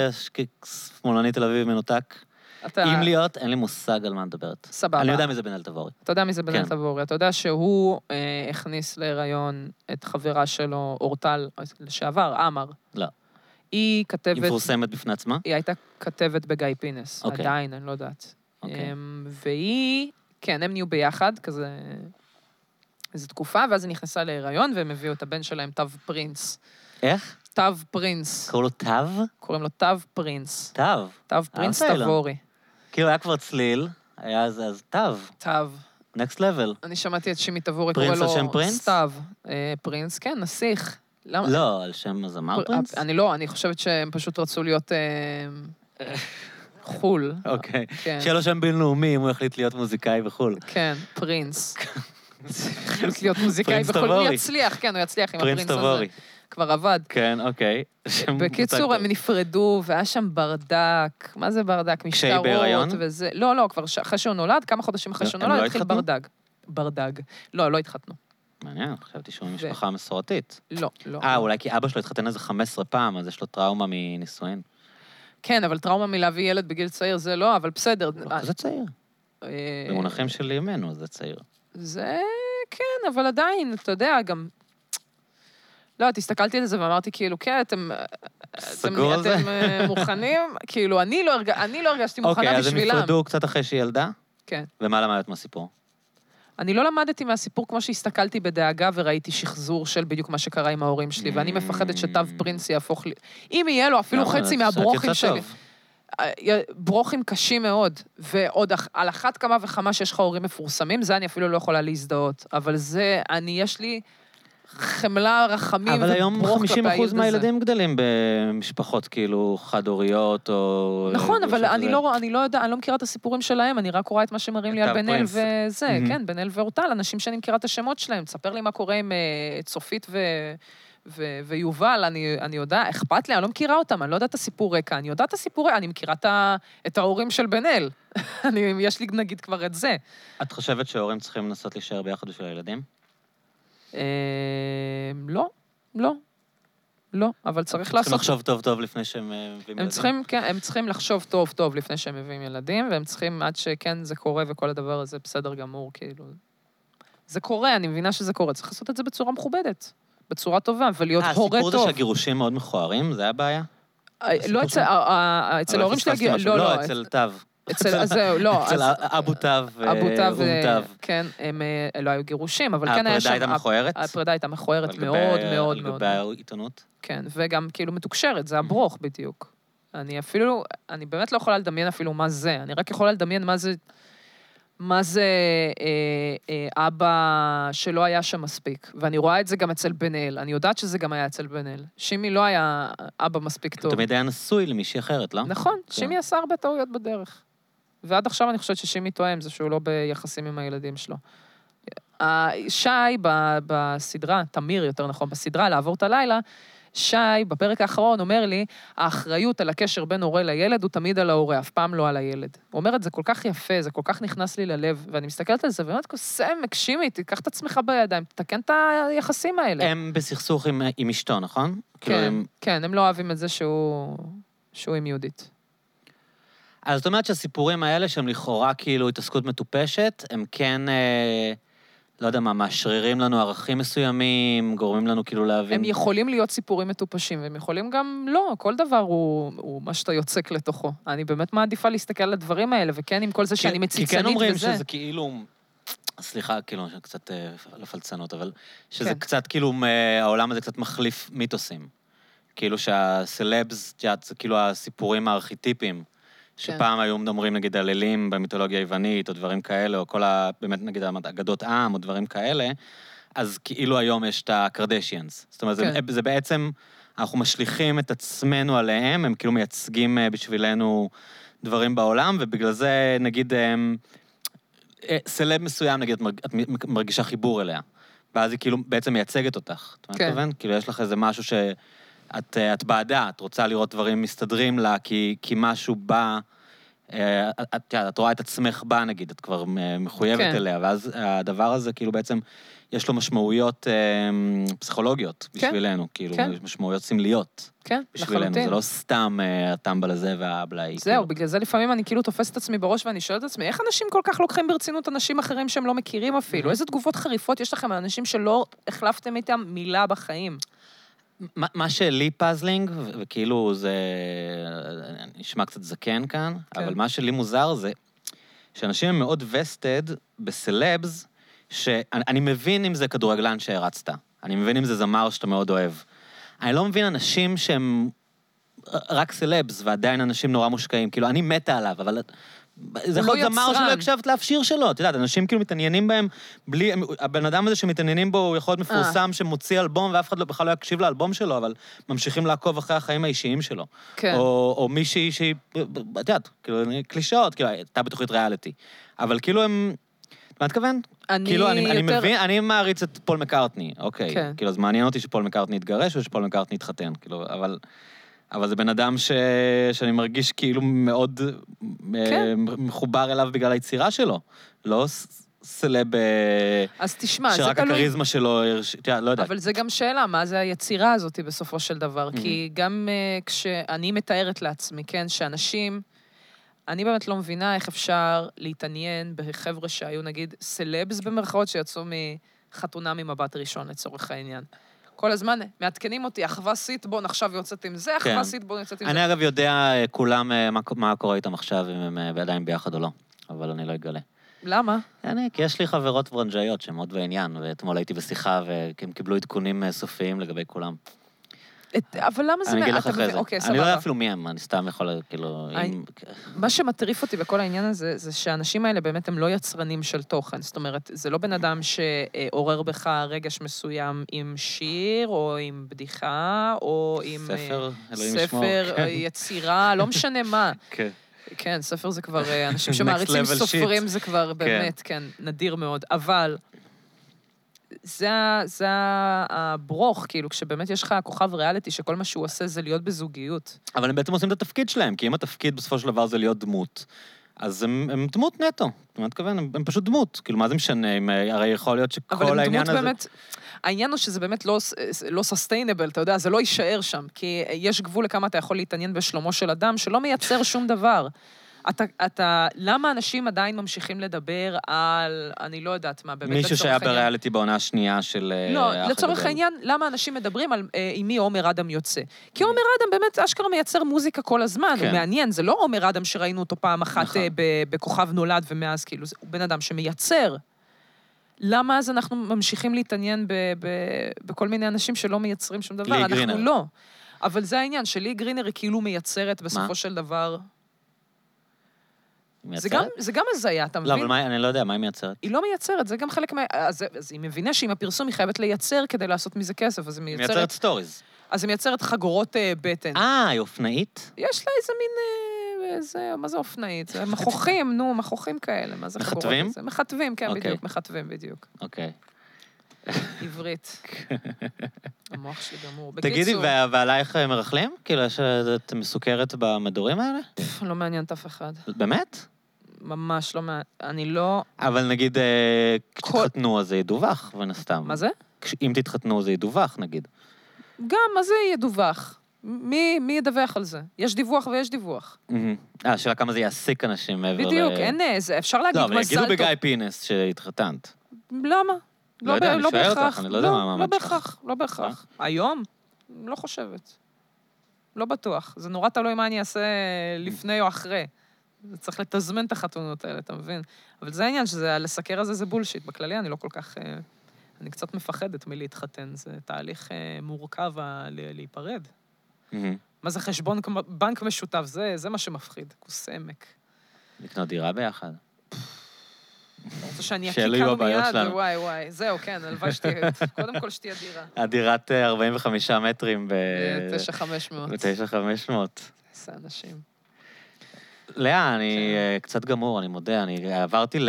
שמאלני תל אביב מנותק, אם להיות, אין לי מושג על מה מדברת. סבבה. אני יודע מי זה בן-אל תבורי. אתה יודע מי זה בן-אל תבורי. אתה יודע שהוא הכניס להיריון את חברה שלו, אורטל, לשעבר, עמר. לא. היא כתבת... היא מפורסמת בפני עצמה? היא הייתה כתבת בגיא פינס, okay. עדיין, אני לא יודעת. Okay. והיא, כן, הם נהיו ביחד, כזה, איזו תקופה, ואז היא נכנסה להיריון, והם הביאו את הבן שלהם, תו פרינס. איך? תו פרינס. קוראים לו תו? קוראים לו תו פרינס. תו? תו פרינס תבורי. כאילו היה כבר צליל, היה אז, אז תו. תו. Next level. אני שמעתי את שימי תבורי, קורא לו... פרינס על שם פרינס? סתיו. פרינס, כן, נסיך. לא, על שם הזמר פרינס? אני לא, אני חושבת שהם פשוט רצו להיות חול. אוקיי. שיהיה לו שם בינלאומי, אם הוא החליט להיות מוזיקאי בחול. כן, פרינס. החליט להיות מוזיקאי בחול. הוא יצליח, כן, הוא יצליח עם הפרינס הזה. כבר עבד. כן, אוקיי. בקיצור, הם נפרדו, והיה שם ברדק. מה זה ברדק? משטרות וזה. לא, לא, כבר אחרי שהוא נולד, כמה חודשים אחרי שהוא נולד, התחיל ברדג. ברדג. לא, לא התחתנו. מעניין, חשבתי שהוא משפחה מסורתית. לא, לא. אה, אולי כי אבא שלו התחתן איזה חמש עשרה פעם, אז יש לו טראומה מנישואין. כן, אבל טראומה מלהביא ילד בגיל צעיר, זה לא, אבל בסדר. זה צעיר. במונחים של ימינו, זה צעיר. זה, כן, אבל עדיין, אתה יודע, גם... לא, תסתכלתי על זה ואמרתי, כאילו, כן, אתם... סגור על זה? אתם מוכנים? כאילו, אני לא הרגשתי מוכנה בשבילם. אוקיי, אז הם נפרדו קצת אחרי שהיא ילדה? כן. ומה למדת מהסיפור? אני לא למדתי מהסיפור כמו שהסתכלתי בדאגה וראיתי שחזור של בדיוק מה שקרה עם ההורים שלי, ואני מפחדת שתו פרינס יהפוך לי... אם יהיה לו אפילו חצי מהברוכם שלי... ברוכים קשים מאוד, ועוד על אחת כמה וכמה שיש לך הורים מפורסמים, זה אני אפילו לא יכולה להזדהות, אבל זה, אני, יש לי חמלה, רחמים וברוך אבל היום חמישים אחוז הזה. מהילדים גדלים במשפחות כאילו חד-הוריות או... נכון, אבל אני לא, אני לא יודע, אני לא מכירה את הסיפורים שלהם, אני רק רואה את מה שמראים לי על בן אל וזה, כן, בן אל ואורטל, אנשים שאני מכירה את השמות שלהם, תספר לי מה קורה עם צופית ו... ו- ויובל, אני, אני יודע, אכפת לי, אני לא מכירה אותם, אני לא יודעת את הסיפור רקע, אני יודעת את הסיפור, אני מכירה את, ה- את ההורים של בן אל. אני, יש לי נגיד כבר את זה. את חושבת שההורים צריכים לנסות להישאר ביחד בשביל הילדים? אה, לא, לא, לא, אבל צריך לעשות... צריכים לחשוב טוב טוב לפני שהם מביאים ילדים. הם צריכים, כן, הם צריכים לחשוב טוב טוב לפני שהם מביאים ילדים, והם צריכים, עד שכן זה קורה וכל הדבר הזה בסדר גמור, כאילו. זה קורה, אני מבינה שזה קורה, צריך לעשות את זה בצורה מכובדת. בצורה טובה, ולהיות הורה טוב. הסיפור זה שהגירושים מאוד מכוערים, זה הבעיה? לא אצל, אצל ההורים שלי, לא, לא, אצל תו. אצל, זהו, לא. אצל אבו תו ואום תו. כן, הם לא היו גירושים, אבל כן היה שם... הפרידה הייתה מכוערת? הפרידה הייתה מכוערת מאוד, מאוד, מאוד. לגבי העיתונות? כן, וגם כאילו מתוקשרת, זה הברוך בדיוק. אני אפילו, אני באמת לא יכולה לדמיין אפילו מה זה, אני רק יכולה לדמיין מה זה... מה זה אה, אה, אבא שלא היה שם מספיק. ואני רואה את זה גם אצל בן אל. אני יודעת שזה גם היה אצל בן אל. שימי לא היה אבא מספיק טוב. הוא תמיד היה נשוי למישהי אחרת, לא? נכון, כן. שימי עשה הרבה טעויות בדרך. ועד עכשיו אני חושבת ששימי טועה עם זה שהוא לא ביחסים עם הילדים שלו. שי בסדרה, תמיר יותר נכון, בסדרה, לעבור את הלילה, שי, בפרק האחרון, אומר לי, האחריות על הקשר בין הורה לילד הוא תמיד על ההורה, אף פעם לא על הילד. הוא אומר את זה כל כך יפה, זה כל כך נכנס לי ללב, ואני מסתכלת על זה, ואומרת, קוסם, מקשימי, תיקח את עצמך בידיים, תתקן את היחסים האלה. הם בסכסוך עם, עם אשתו, נכון? כן, הם... כן, הם לא אוהבים את זה שהוא, שהוא עם יהודית. אז זאת אומרת שהסיפורים האלה, שהם לכאורה כאילו התעסקות מטופשת, הם כן... אה... לא יודע מה, מאשררים לנו ערכים מסוימים, גורמים לנו כאילו להבין... הם יכולים להיות סיפורים מטופשים, והם יכולים גם, לא, כל דבר הוא, הוא מה שאתה יוצק לתוכו. אני באמת מעדיפה להסתכל על הדברים האלה, וכן, עם כל זה שאני מציצנית וזה. כי כן אומרים וזה. שזה כאילו, סליחה, כאילו, קצת לפלצנות, אבל שזה כן. קצת כאילו, העולם הזה קצת מחליף מיתוסים. כאילו שהסלבס, זה כאילו הסיפורים הארכיטיפיים, שפעם היו מדברים, נגיד, על אלים במיתולוגיה היוונית, או דברים כאלה, או כל ה... באמת, נגיד, אגדות עם, או דברים כאלה, אז כאילו היום יש את הקרדשיאנס. זאת אומרת, כן. זה, זה בעצם, אנחנו משליכים את עצמנו עליהם, הם כאילו מייצגים בשבילנו דברים בעולם, ובגלל זה, נגיד, סלב מסוים, נגיד, את מרגישה חיבור אליה, ואז היא כאילו בעצם מייצגת אותך. אתה כן. מתכוון? כאילו, יש לך איזה משהו ש... את, את בעדה, את רוצה לראות דברים מסתדרים לה, כי, כי משהו בא, את, את רואה את עצמך בה, נגיד, את כבר מחויבת כן. אליה, ואז הדבר הזה, כאילו, בעצם, יש לו משמעויות אה, פסיכולוגיות כן. בשבילנו, כאילו, כן. משמעויות סמליות. כן, בשבילנו, לחלוטין. זה לא סתם אה, הטמבל הזה והבלעי. זהו, כאילו. בגלל זה לפעמים אני כאילו תופסת את עצמי בראש, ואני שואלת את עצמי, איך אנשים כל כך לוקחים ברצינות אנשים אחרים שהם לא מכירים אפילו? איזה תגובות חריפות יש לכם על אנשים שלא החלפתם איתם מילה בחיים? מה שלי פאזלינג, וכאילו זה נשמע קצת זקן כאן, כן. אבל מה שלי מוזר זה שאנשים הם מאוד וסטד בסלבס, שאני מבין אם זה כדורגלן שהרצת, אני מבין אם זה זמר שאתה מאוד אוהב. אני לא מבין אנשים שהם רק סלבס, ועדיין אנשים נורא מושקעים, כאילו אני מתה עליו, אבל... זה יכול להיות זמר שלא הקשבת לאף שיר שלו, את יודעת, אנשים כאילו מתעניינים בהם, בלי, הבן אדם הזה שמתעניינים בו, הוא יכול להיות מפורסם, שמוציא אלבום, ואף אחד בכלל לא יקשיב לאלבום שלו, אבל ממשיכים לעקוב אחרי החיים האישיים שלו. כן. או, או מישהי שהיא, את יודעת, כאילו, קלישאות, כאילו, הייתה בתוכנית ריאליטי. אבל כאילו הם, מה את כוון? אני כאילו, אני, יותר... אני מבין, אני מעריץ את פול מקארטני, אוקיי. כן. כאילו, אז מעניין אותי שפול מקארטני יתגרש, או שפול מקארטני יתחתן, כאילו, אבל... אבל זה בן אדם ש... שאני מרגיש כאילו מאוד כן. מחובר אליו בגלל היצירה שלו. לא סלב... אז תשמע, שרק הקריזמה שלו, לא יודע. אבל זה גם שאלה, מה זה היצירה הזאת בסופו של דבר? Mm-hmm. כי גם uh, כשאני מתארת לעצמי, כן, שאנשים... אני באמת לא מבינה איך אפשר להתעניין בחבר'ה שהיו, נגיד, סלבס במרכאות שיצאו מחתונה ממבט ראשון לצורך העניין. כל הזמן מעדכנים אותי, אחווה סיטבון, עכשיו יוצאת עם זה, אחווה סיטבון יוצאת עם זה. אני אגב יודע כולם מה קורה איתם עכשיו, אם הם עדיין ביחד או לא, אבל אני לא אגלה. למה? אני, כי יש לי חברות ברנג'איות שהן מאוד בעניין, ואתמול הייתי בשיחה, והם קיבלו עדכונים סופיים לגבי כולם. אבל למה זה... אני אגיד לך אחרי זה. אוקיי, אני לא סבבה. יודע אפילו מי הם, אני סתם יכול, כאילו... מה שמטריף אותי בכל העניין הזה, זה שהאנשים האלה באמת הם לא יצרנים של תוכן. זאת אומרת, זה לא בן אדם שעורר בך רגש מסוים עם שיר, או עם בדיחה, או עם... ספר, אלוהים ישמור. ספר, יצירה, לא משנה מה. כן. כן, ספר זה כבר... אנשים שמעריצים סופרים זה כבר באמת, כן, נדיר מאוד. אבל... זה, זה הברוך, כאילו, כשבאמת יש לך כוכב ריאליטי, שכל מה שהוא עושה זה להיות בזוגיות. אבל הם בעצם עושים את התפקיד שלהם, כי אם התפקיד בסופו של דבר זה להיות דמות, אז הם, הם דמות נטו. אתה מתכוון, הם, הם פשוט דמות. כאילו, מה זה משנה? הם, הרי יכול להיות שכל העניין הזה... באמת, העניין הוא שזה באמת לא, לא sustainable, אתה יודע, זה לא יישאר שם, כי יש גבול לכמה אתה יכול להתעניין בשלומו של אדם, שלא מייצר שום דבר. אתה, אתה, למה אנשים עדיין ממשיכים לדבר על, אני לא יודעת מה, באמת מישהו שהיה בריאליטי בעונה השנייה של... לא, לצורך העניין, למה אנשים מדברים על עם מי עומר אדם יוצא? כי עומר אדם באמת אשכרה מייצר מוזיקה כל הזמן, הוא מעניין, זה לא עומר אדם שראינו אותו פעם אחת בכוכב נולד ומאז, כאילו, הוא בן אדם שמייצר. למה אז אנחנו ממשיכים להתעניין בכל מיני אנשים שלא מייצרים שום דבר? אנחנו לא. אבל זה העניין, שלי גרינר היא כאילו מייצרת בסופו של דבר... זה גם, זה גם הזיה, אתה מבין? לא, אבל מה, אני לא יודע, מה היא מייצרת? היא לא מייצרת, זה גם חלק מה... אז, אז היא מבינה שעם הפרסום היא חייבת לייצר כדי לעשות מזה כסף, אז היא מייצרת... מייצרת סטוריז. אז היא מייצרת חגורות uh, בטן. אה, היא אופנאית? יש לה איזה מין... Uh, זה, מה זה אופנאית? זה מחוכים, נו, מחוכים כאלה. מה זה חגורות? מחתבים? זה מחתבים, כן, okay. בדיוק, מחתבים, בדיוק. אוקיי. Okay. עברית. המוח שלי גמור. תגידי, ועלייך מרחלים? כאילו, יש את מסוכרת במדורים האלה? לא מעניין את אף אחד. באמת? ממש לא מה... אני לא... אבל נגיד, כשתתחתנו, אז זה ידווח, ונסתם. מה זה? אם תתחתנו, זה ידווח, נגיד. גם, מה זה ידווח? מי, מי ידווח על זה? יש דיווח ויש דיווח. אה, השאלה כמה זה יעסיק אנשים מעבר ל... בדיוק, אין איזה, אפשר להגיד מזל טוב. לא, אבל יגידו בגיא פינס שהתחתנת. למה? לא יודע, אני שואל אותך, אני לא יודע מה המעמד שלך. לא בהכרח, לא בהכרח. היום? לא חושבת. לא בטוח. זה נורא תלוי מה אני אעשה לפני או אחרי. צריך לתזמן את החתונות האלה, אתה מבין? אבל זה העניין, שזה, לסקר הזה זה בולשיט. בכללי אני לא כל כך... אני קצת מפחדת מלהתחתן. זה תהליך מורכב להיפרד. מה זה חשבון בנק משותף? זה, זה מה שמפחיד. כוס עמק. לקנות דירה ביחד. אתה רוצה שאני אקי כמה מיד? וואי, וואי. זהו, כן, הלוואי שתהיה... קודם כל שתהיה דירה. הדירת ארבעים וחמישה מטרים ב... ב-תשע אלף וחמש מאות. ב-תשע אלף וחמש מאות. איזה אנשים. לאה, אני קצת גמור, אני מודה. אני עברתי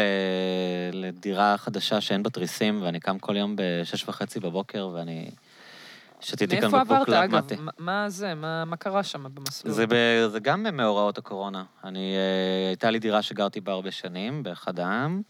לדירה חדשה שאין בה תריסים, ואני קם כל יום בשש וחצי בבוקר, ואני שתיתי כאן בבוק לאב מטה. מאיפה עברת, אגב? מה זה? מה קרה שם במסלול? זה גם במאורעות הקורונה. הייתה לי דירה שגרתי בה הרבה שנים, באחד העם,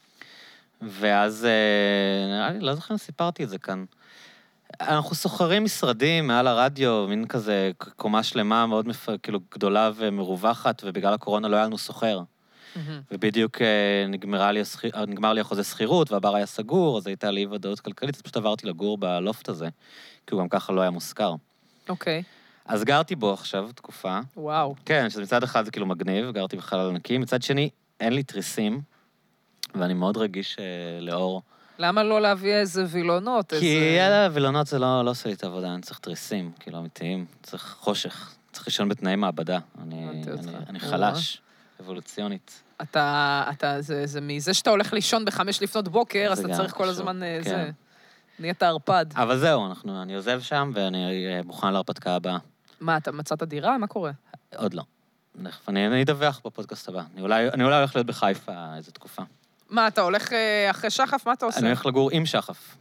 ואז, נראה לי, לא זוכר אם סיפרתי את זה כאן. אנחנו סוחרים משרדים מעל הרדיו, מין כזה קומה שלמה מאוד כאילו גדולה ומרווחת, ובגלל הקורונה לא היה לנו סוחר. ובדיוק נגמר לי, נגמר לי החוזה שכירות, והבר היה סגור, אז הייתה לי ודאות כלכלית, אז פשוט עברתי לגור בלופט הזה, כי הוא גם ככה לא היה מושכר. אוקיי. אז גרתי בו עכשיו תקופה. וואו. כן, שזה מצד אחד זה כאילו מגניב, גרתי בחלל נקי, מצד שני אין לי תריסים, ואני מאוד רגיש לאור. למה לא להביא איזה וילונות? כי יאללה, וילונות זה לא עושה לי את העבודה, אני צריך תריסים, כאילו אמיתיים, צריך חושך, צריך לישון בתנאי מעבדה. אני חלש, אבולוציונית. אתה, זה מזה שאתה הולך לישון בחמש לפנות בוקר, אז אתה צריך כל הזמן זה... נהיית הרפד. אבל זהו, אני עוזב שם, ואני מוכן להרפתקה הבאה. מה, אתה מצאת דירה? מה קורה? עוד לא. אני אדווח בפודקאסט הבא. אני אולי הולך להיות בחיפה איזו תקופה. מה, אתה הולך אחרי שחף? מה אתה עושה? אני הולך לגור עם שחף.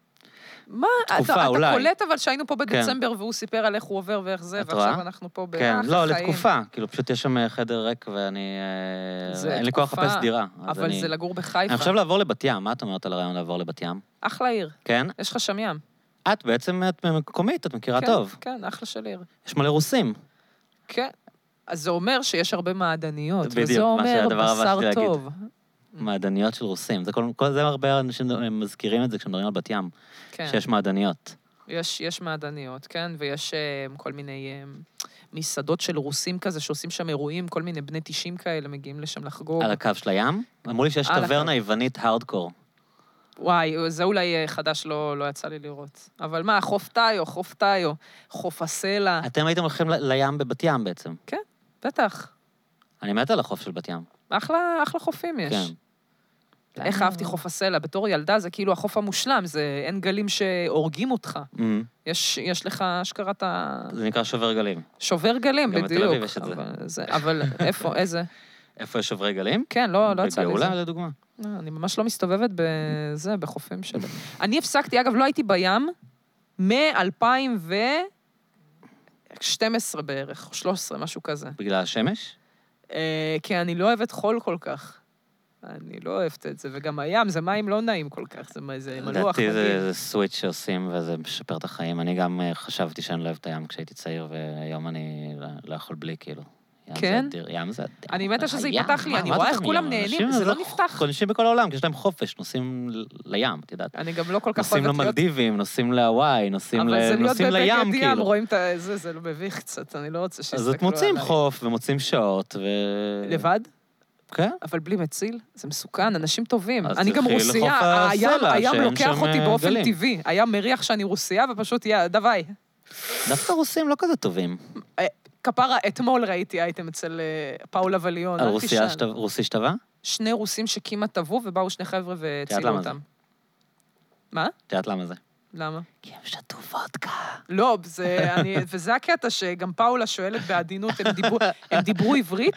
מה? תקופה, אתה, אולי. אתה קולט אבל שהיינו פה בדצמבר, כן. והוא סיפר על איך הוא עובר ואיך זה, ועכשיו אנחנו פה באח כן, החיים. לא, לתקופה. כאילו, פשוט יש שם חדר ריק, ואני... אין לי כוח לחפש דירה. אבל אני... זה לגור בחיפה. אני חושב לעבור לבת ים. מה את אומרת על הרעיון לעבור לבת ים? אחלה עיר. כן? יש לך שם ים. את בעצם את מקומית, את מכירה כן, טוב. כן, אחלה של עיר. יש מלא רוסים. כן. אז זה אומר שיש הרבה מעדניות. בדיוק, וזה אומר בשר טוב. מעדניות של רוסים. זה כל, כל זה הרבה אנשים מזכירים את זה כשמדברים על בת ים, כן. שיש מעדניות. יש, יש מעדניות, כן, ויש um, כל מיני um, מסעדות של רוסים כזה, שעושים שם אירועים, כל מיני בני תשעים כאלה מגיעים לשם לחגוג. על הקו של הים? אמרו לי שיש טברנה יוונית הארדקור. וואי, זה אולי חדש לא, לא יצא לי לראות. אבל מה, חוף טאיו, חוף טאיו, חוף הסלע. אתם הייתם הולכים ל- לים בבת ים בעצם. כן, בטח. אני מת על החוף של בת ים. אחלה, אחלה חופים יש. כן. איך אהבתי חוף הסלע? בתור ילדה זה כאילו החוף המושלם, זה אין גלים שהורגים אותך. Mm-hmm. יש, יש לך אשכרת ה... זה נקרא שובר גלים. שובר גלים, גם בדיוק. בתל אביב יש את זה. אבל, זה, אבל איפה, איזה? איפה יש שוברי גלים? כן, לא, לא יצא לי זה. בגאולה, לדוגמה. לא, אני ממש לא מסתובבת בזה, בחופים שלי. אני הפסקתי, אגב, לא הייתי בים מ-אלפיים ושתים עשרה בערך, או שלוש עשרה, משהו כזה. בגלל השמש? אה, כי אני לא אוהבת חול כל כך. אני לא אוהבת את זה, וגם הים, זה מים לא נעים כל כך, זה, זה מלוח לדעתי מגיל. זה, זה סוויץ' שעושים וזה משפר את החיים. אני גם uh, חשבתי שאני לא אוהב את הים כשהייתי צעיר, והיום אני לא, לא יכול בלי, כאילו. ים כן? זה אדיר, ים זה אדיר. אני מתה שזה הים, ייפתח לי, מה- אני מה רואה זה איך גם כולם ים? נהנים, אנשים זה לא לא- נפתח. אנשים בכל העולם, יש להם חופש, נוסעים לים, את יודעת. אני גם לא כל כך נוסעים אוהבת להיות... למלדיבים, נוסעים להוואי, נוסעים אבל ל- זה להיות נוסעים בבגד לים, ים, כאילו. רואים את זה, זה לא מביך קצת, אני לא רוצה שיסתכלו אז עליי. את מוצאים חוף ומוצאים שעות, ו... לבד? כן. אבל בלי מציל, זה מסוכן, אנשים טובים. אז אני גם תלכי רוסייה, לחוף הים, הסלע, הים שאין לוקח שם, אותי אה, באופן גלים. טבעי. הים מריח שאני רוסייה, ופשוט, יא, דווי. דווקא רוסים לא כזה טובים. כפרה, אתמול ראיתי אייטם אצל אה, פאולה וליון. על אל רוסיה תשאל. שטב- רוסי שטבה? שני רוסים שכמעט טבעו, ובאו שני חבר'ה והצילו למה זה? אותם. מה? את יודעת למה זה? למה? כי הם שתו וודקה. לא, זה, אני, וזה הקטע שגם פאולה שואלת בעדינות, הם דיברו, הם דיברו עברית?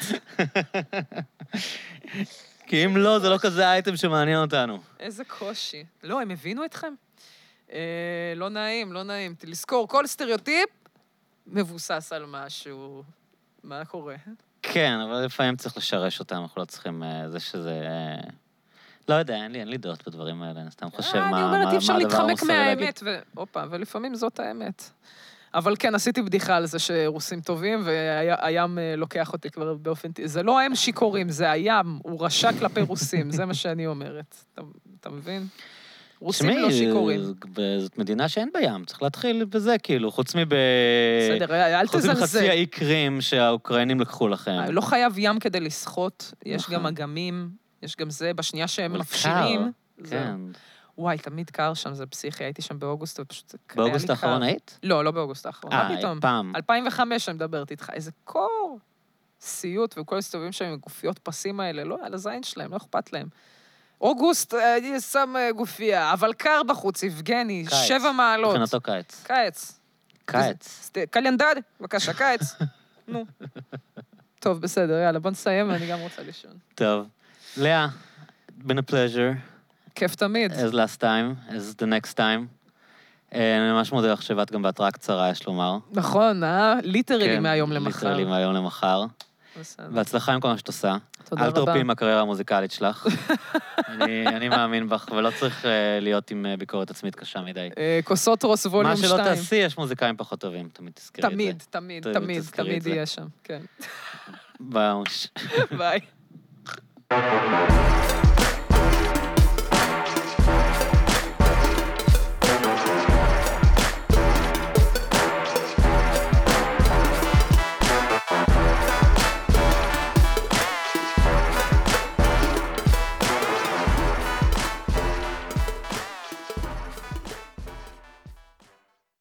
כי אם לא, זה לא כזה אייטם שמעניין אותנו. איזה קושי. לא, הם הבינו אתכם? אה, לא נעים, לא נעים. לזכור, כל סטריאוטיפ מבוסס על משהו. מה קורה? כן, אבל לפעמים צריך לשרש אותם, אנחנו לא צריכים... אה, זה שזה... אה, לא יודע, אין לי, אין לי דעות בדברים האלה, אני סתם חושב מה, אני מה, אומרת, אי אפשר מה הדבר להתחמק המוסרי להגיד. מהאמת, ו... הופה, ולפעמים זאת האמת. אבל כן, עשיתי בדיחה על זה שרוסים טובים, והים לוקח אותי כבר באופן... זה לא הם שיכורים, זה הים, הוא רשע כלפי רוסים, זה מה שאני אומרת. אתה, אתה מבין? רוסים לא שיכורים. שמי, זאת מדינה שאין בים, צריך להתחיל בזה, כאילו, חוץ מב... בסדר, אל חוץ מחצי תזלזל. האי קרים שהאוקראינים לקחו לכם. לא חייב ים כדי לשחות, יש נכון. גם אגמים, יש גם זה, בשנייה שהם אבל מפשירים. קר, זהו. כן. וואי, תמיד קר שם, זה פסיכי, הייתי שם באוגוסט, ופשוט... היה לי באוגוסט קר. האחרון היית? לא, לא באוגוסט האחרון, מה אה, פתאום? פעם. אלפיים וחמש אני מדברת איתך, איזה קור, סיוט, וכל הסתובבים שם עם גופיות פסים האלה, לא, על הזין שלהם, לא אכפת להם. אוגוסט, אני שם אה, גופייה, אבל קר בחוץ, יבגני, קיץ. שבע מעלות. מבחינתו קיץ. קיץ. קיץ. סת- קלנדר, בבקשה, קיץ. נו. טוב, בסדר, יאללה, בוא נסיים, אני גם רוצה לישון. טוב. לאה, been a pleasure, כיף תמיד. as last time, as the next time. אה, אני ממש מודה לך שבאת גם בהתראה קצרה, יש לומר. נכון, אה? ליטרלי מהיום למחר. ליטרלי מהיום למחר. בסדר. בהצלחה עם כל מה שאת עושה. תודה אל רבה. תרפי עם הקריירה המוזיקלית שלך. אני, אני מאמין בך, ולא צריך uh, להיות עם uh, ביקורת עצמית קשה מדי. אה, כוסות רוס ווליום מה שתיים. שלא תעשי, יש מוזיקאים פחות טובים, תמיד תזכרי את זה. תמיד, תמיד, ת- תמיד, תזכרי את תמיד זה. יהיה שם, כן. באוש. ביי.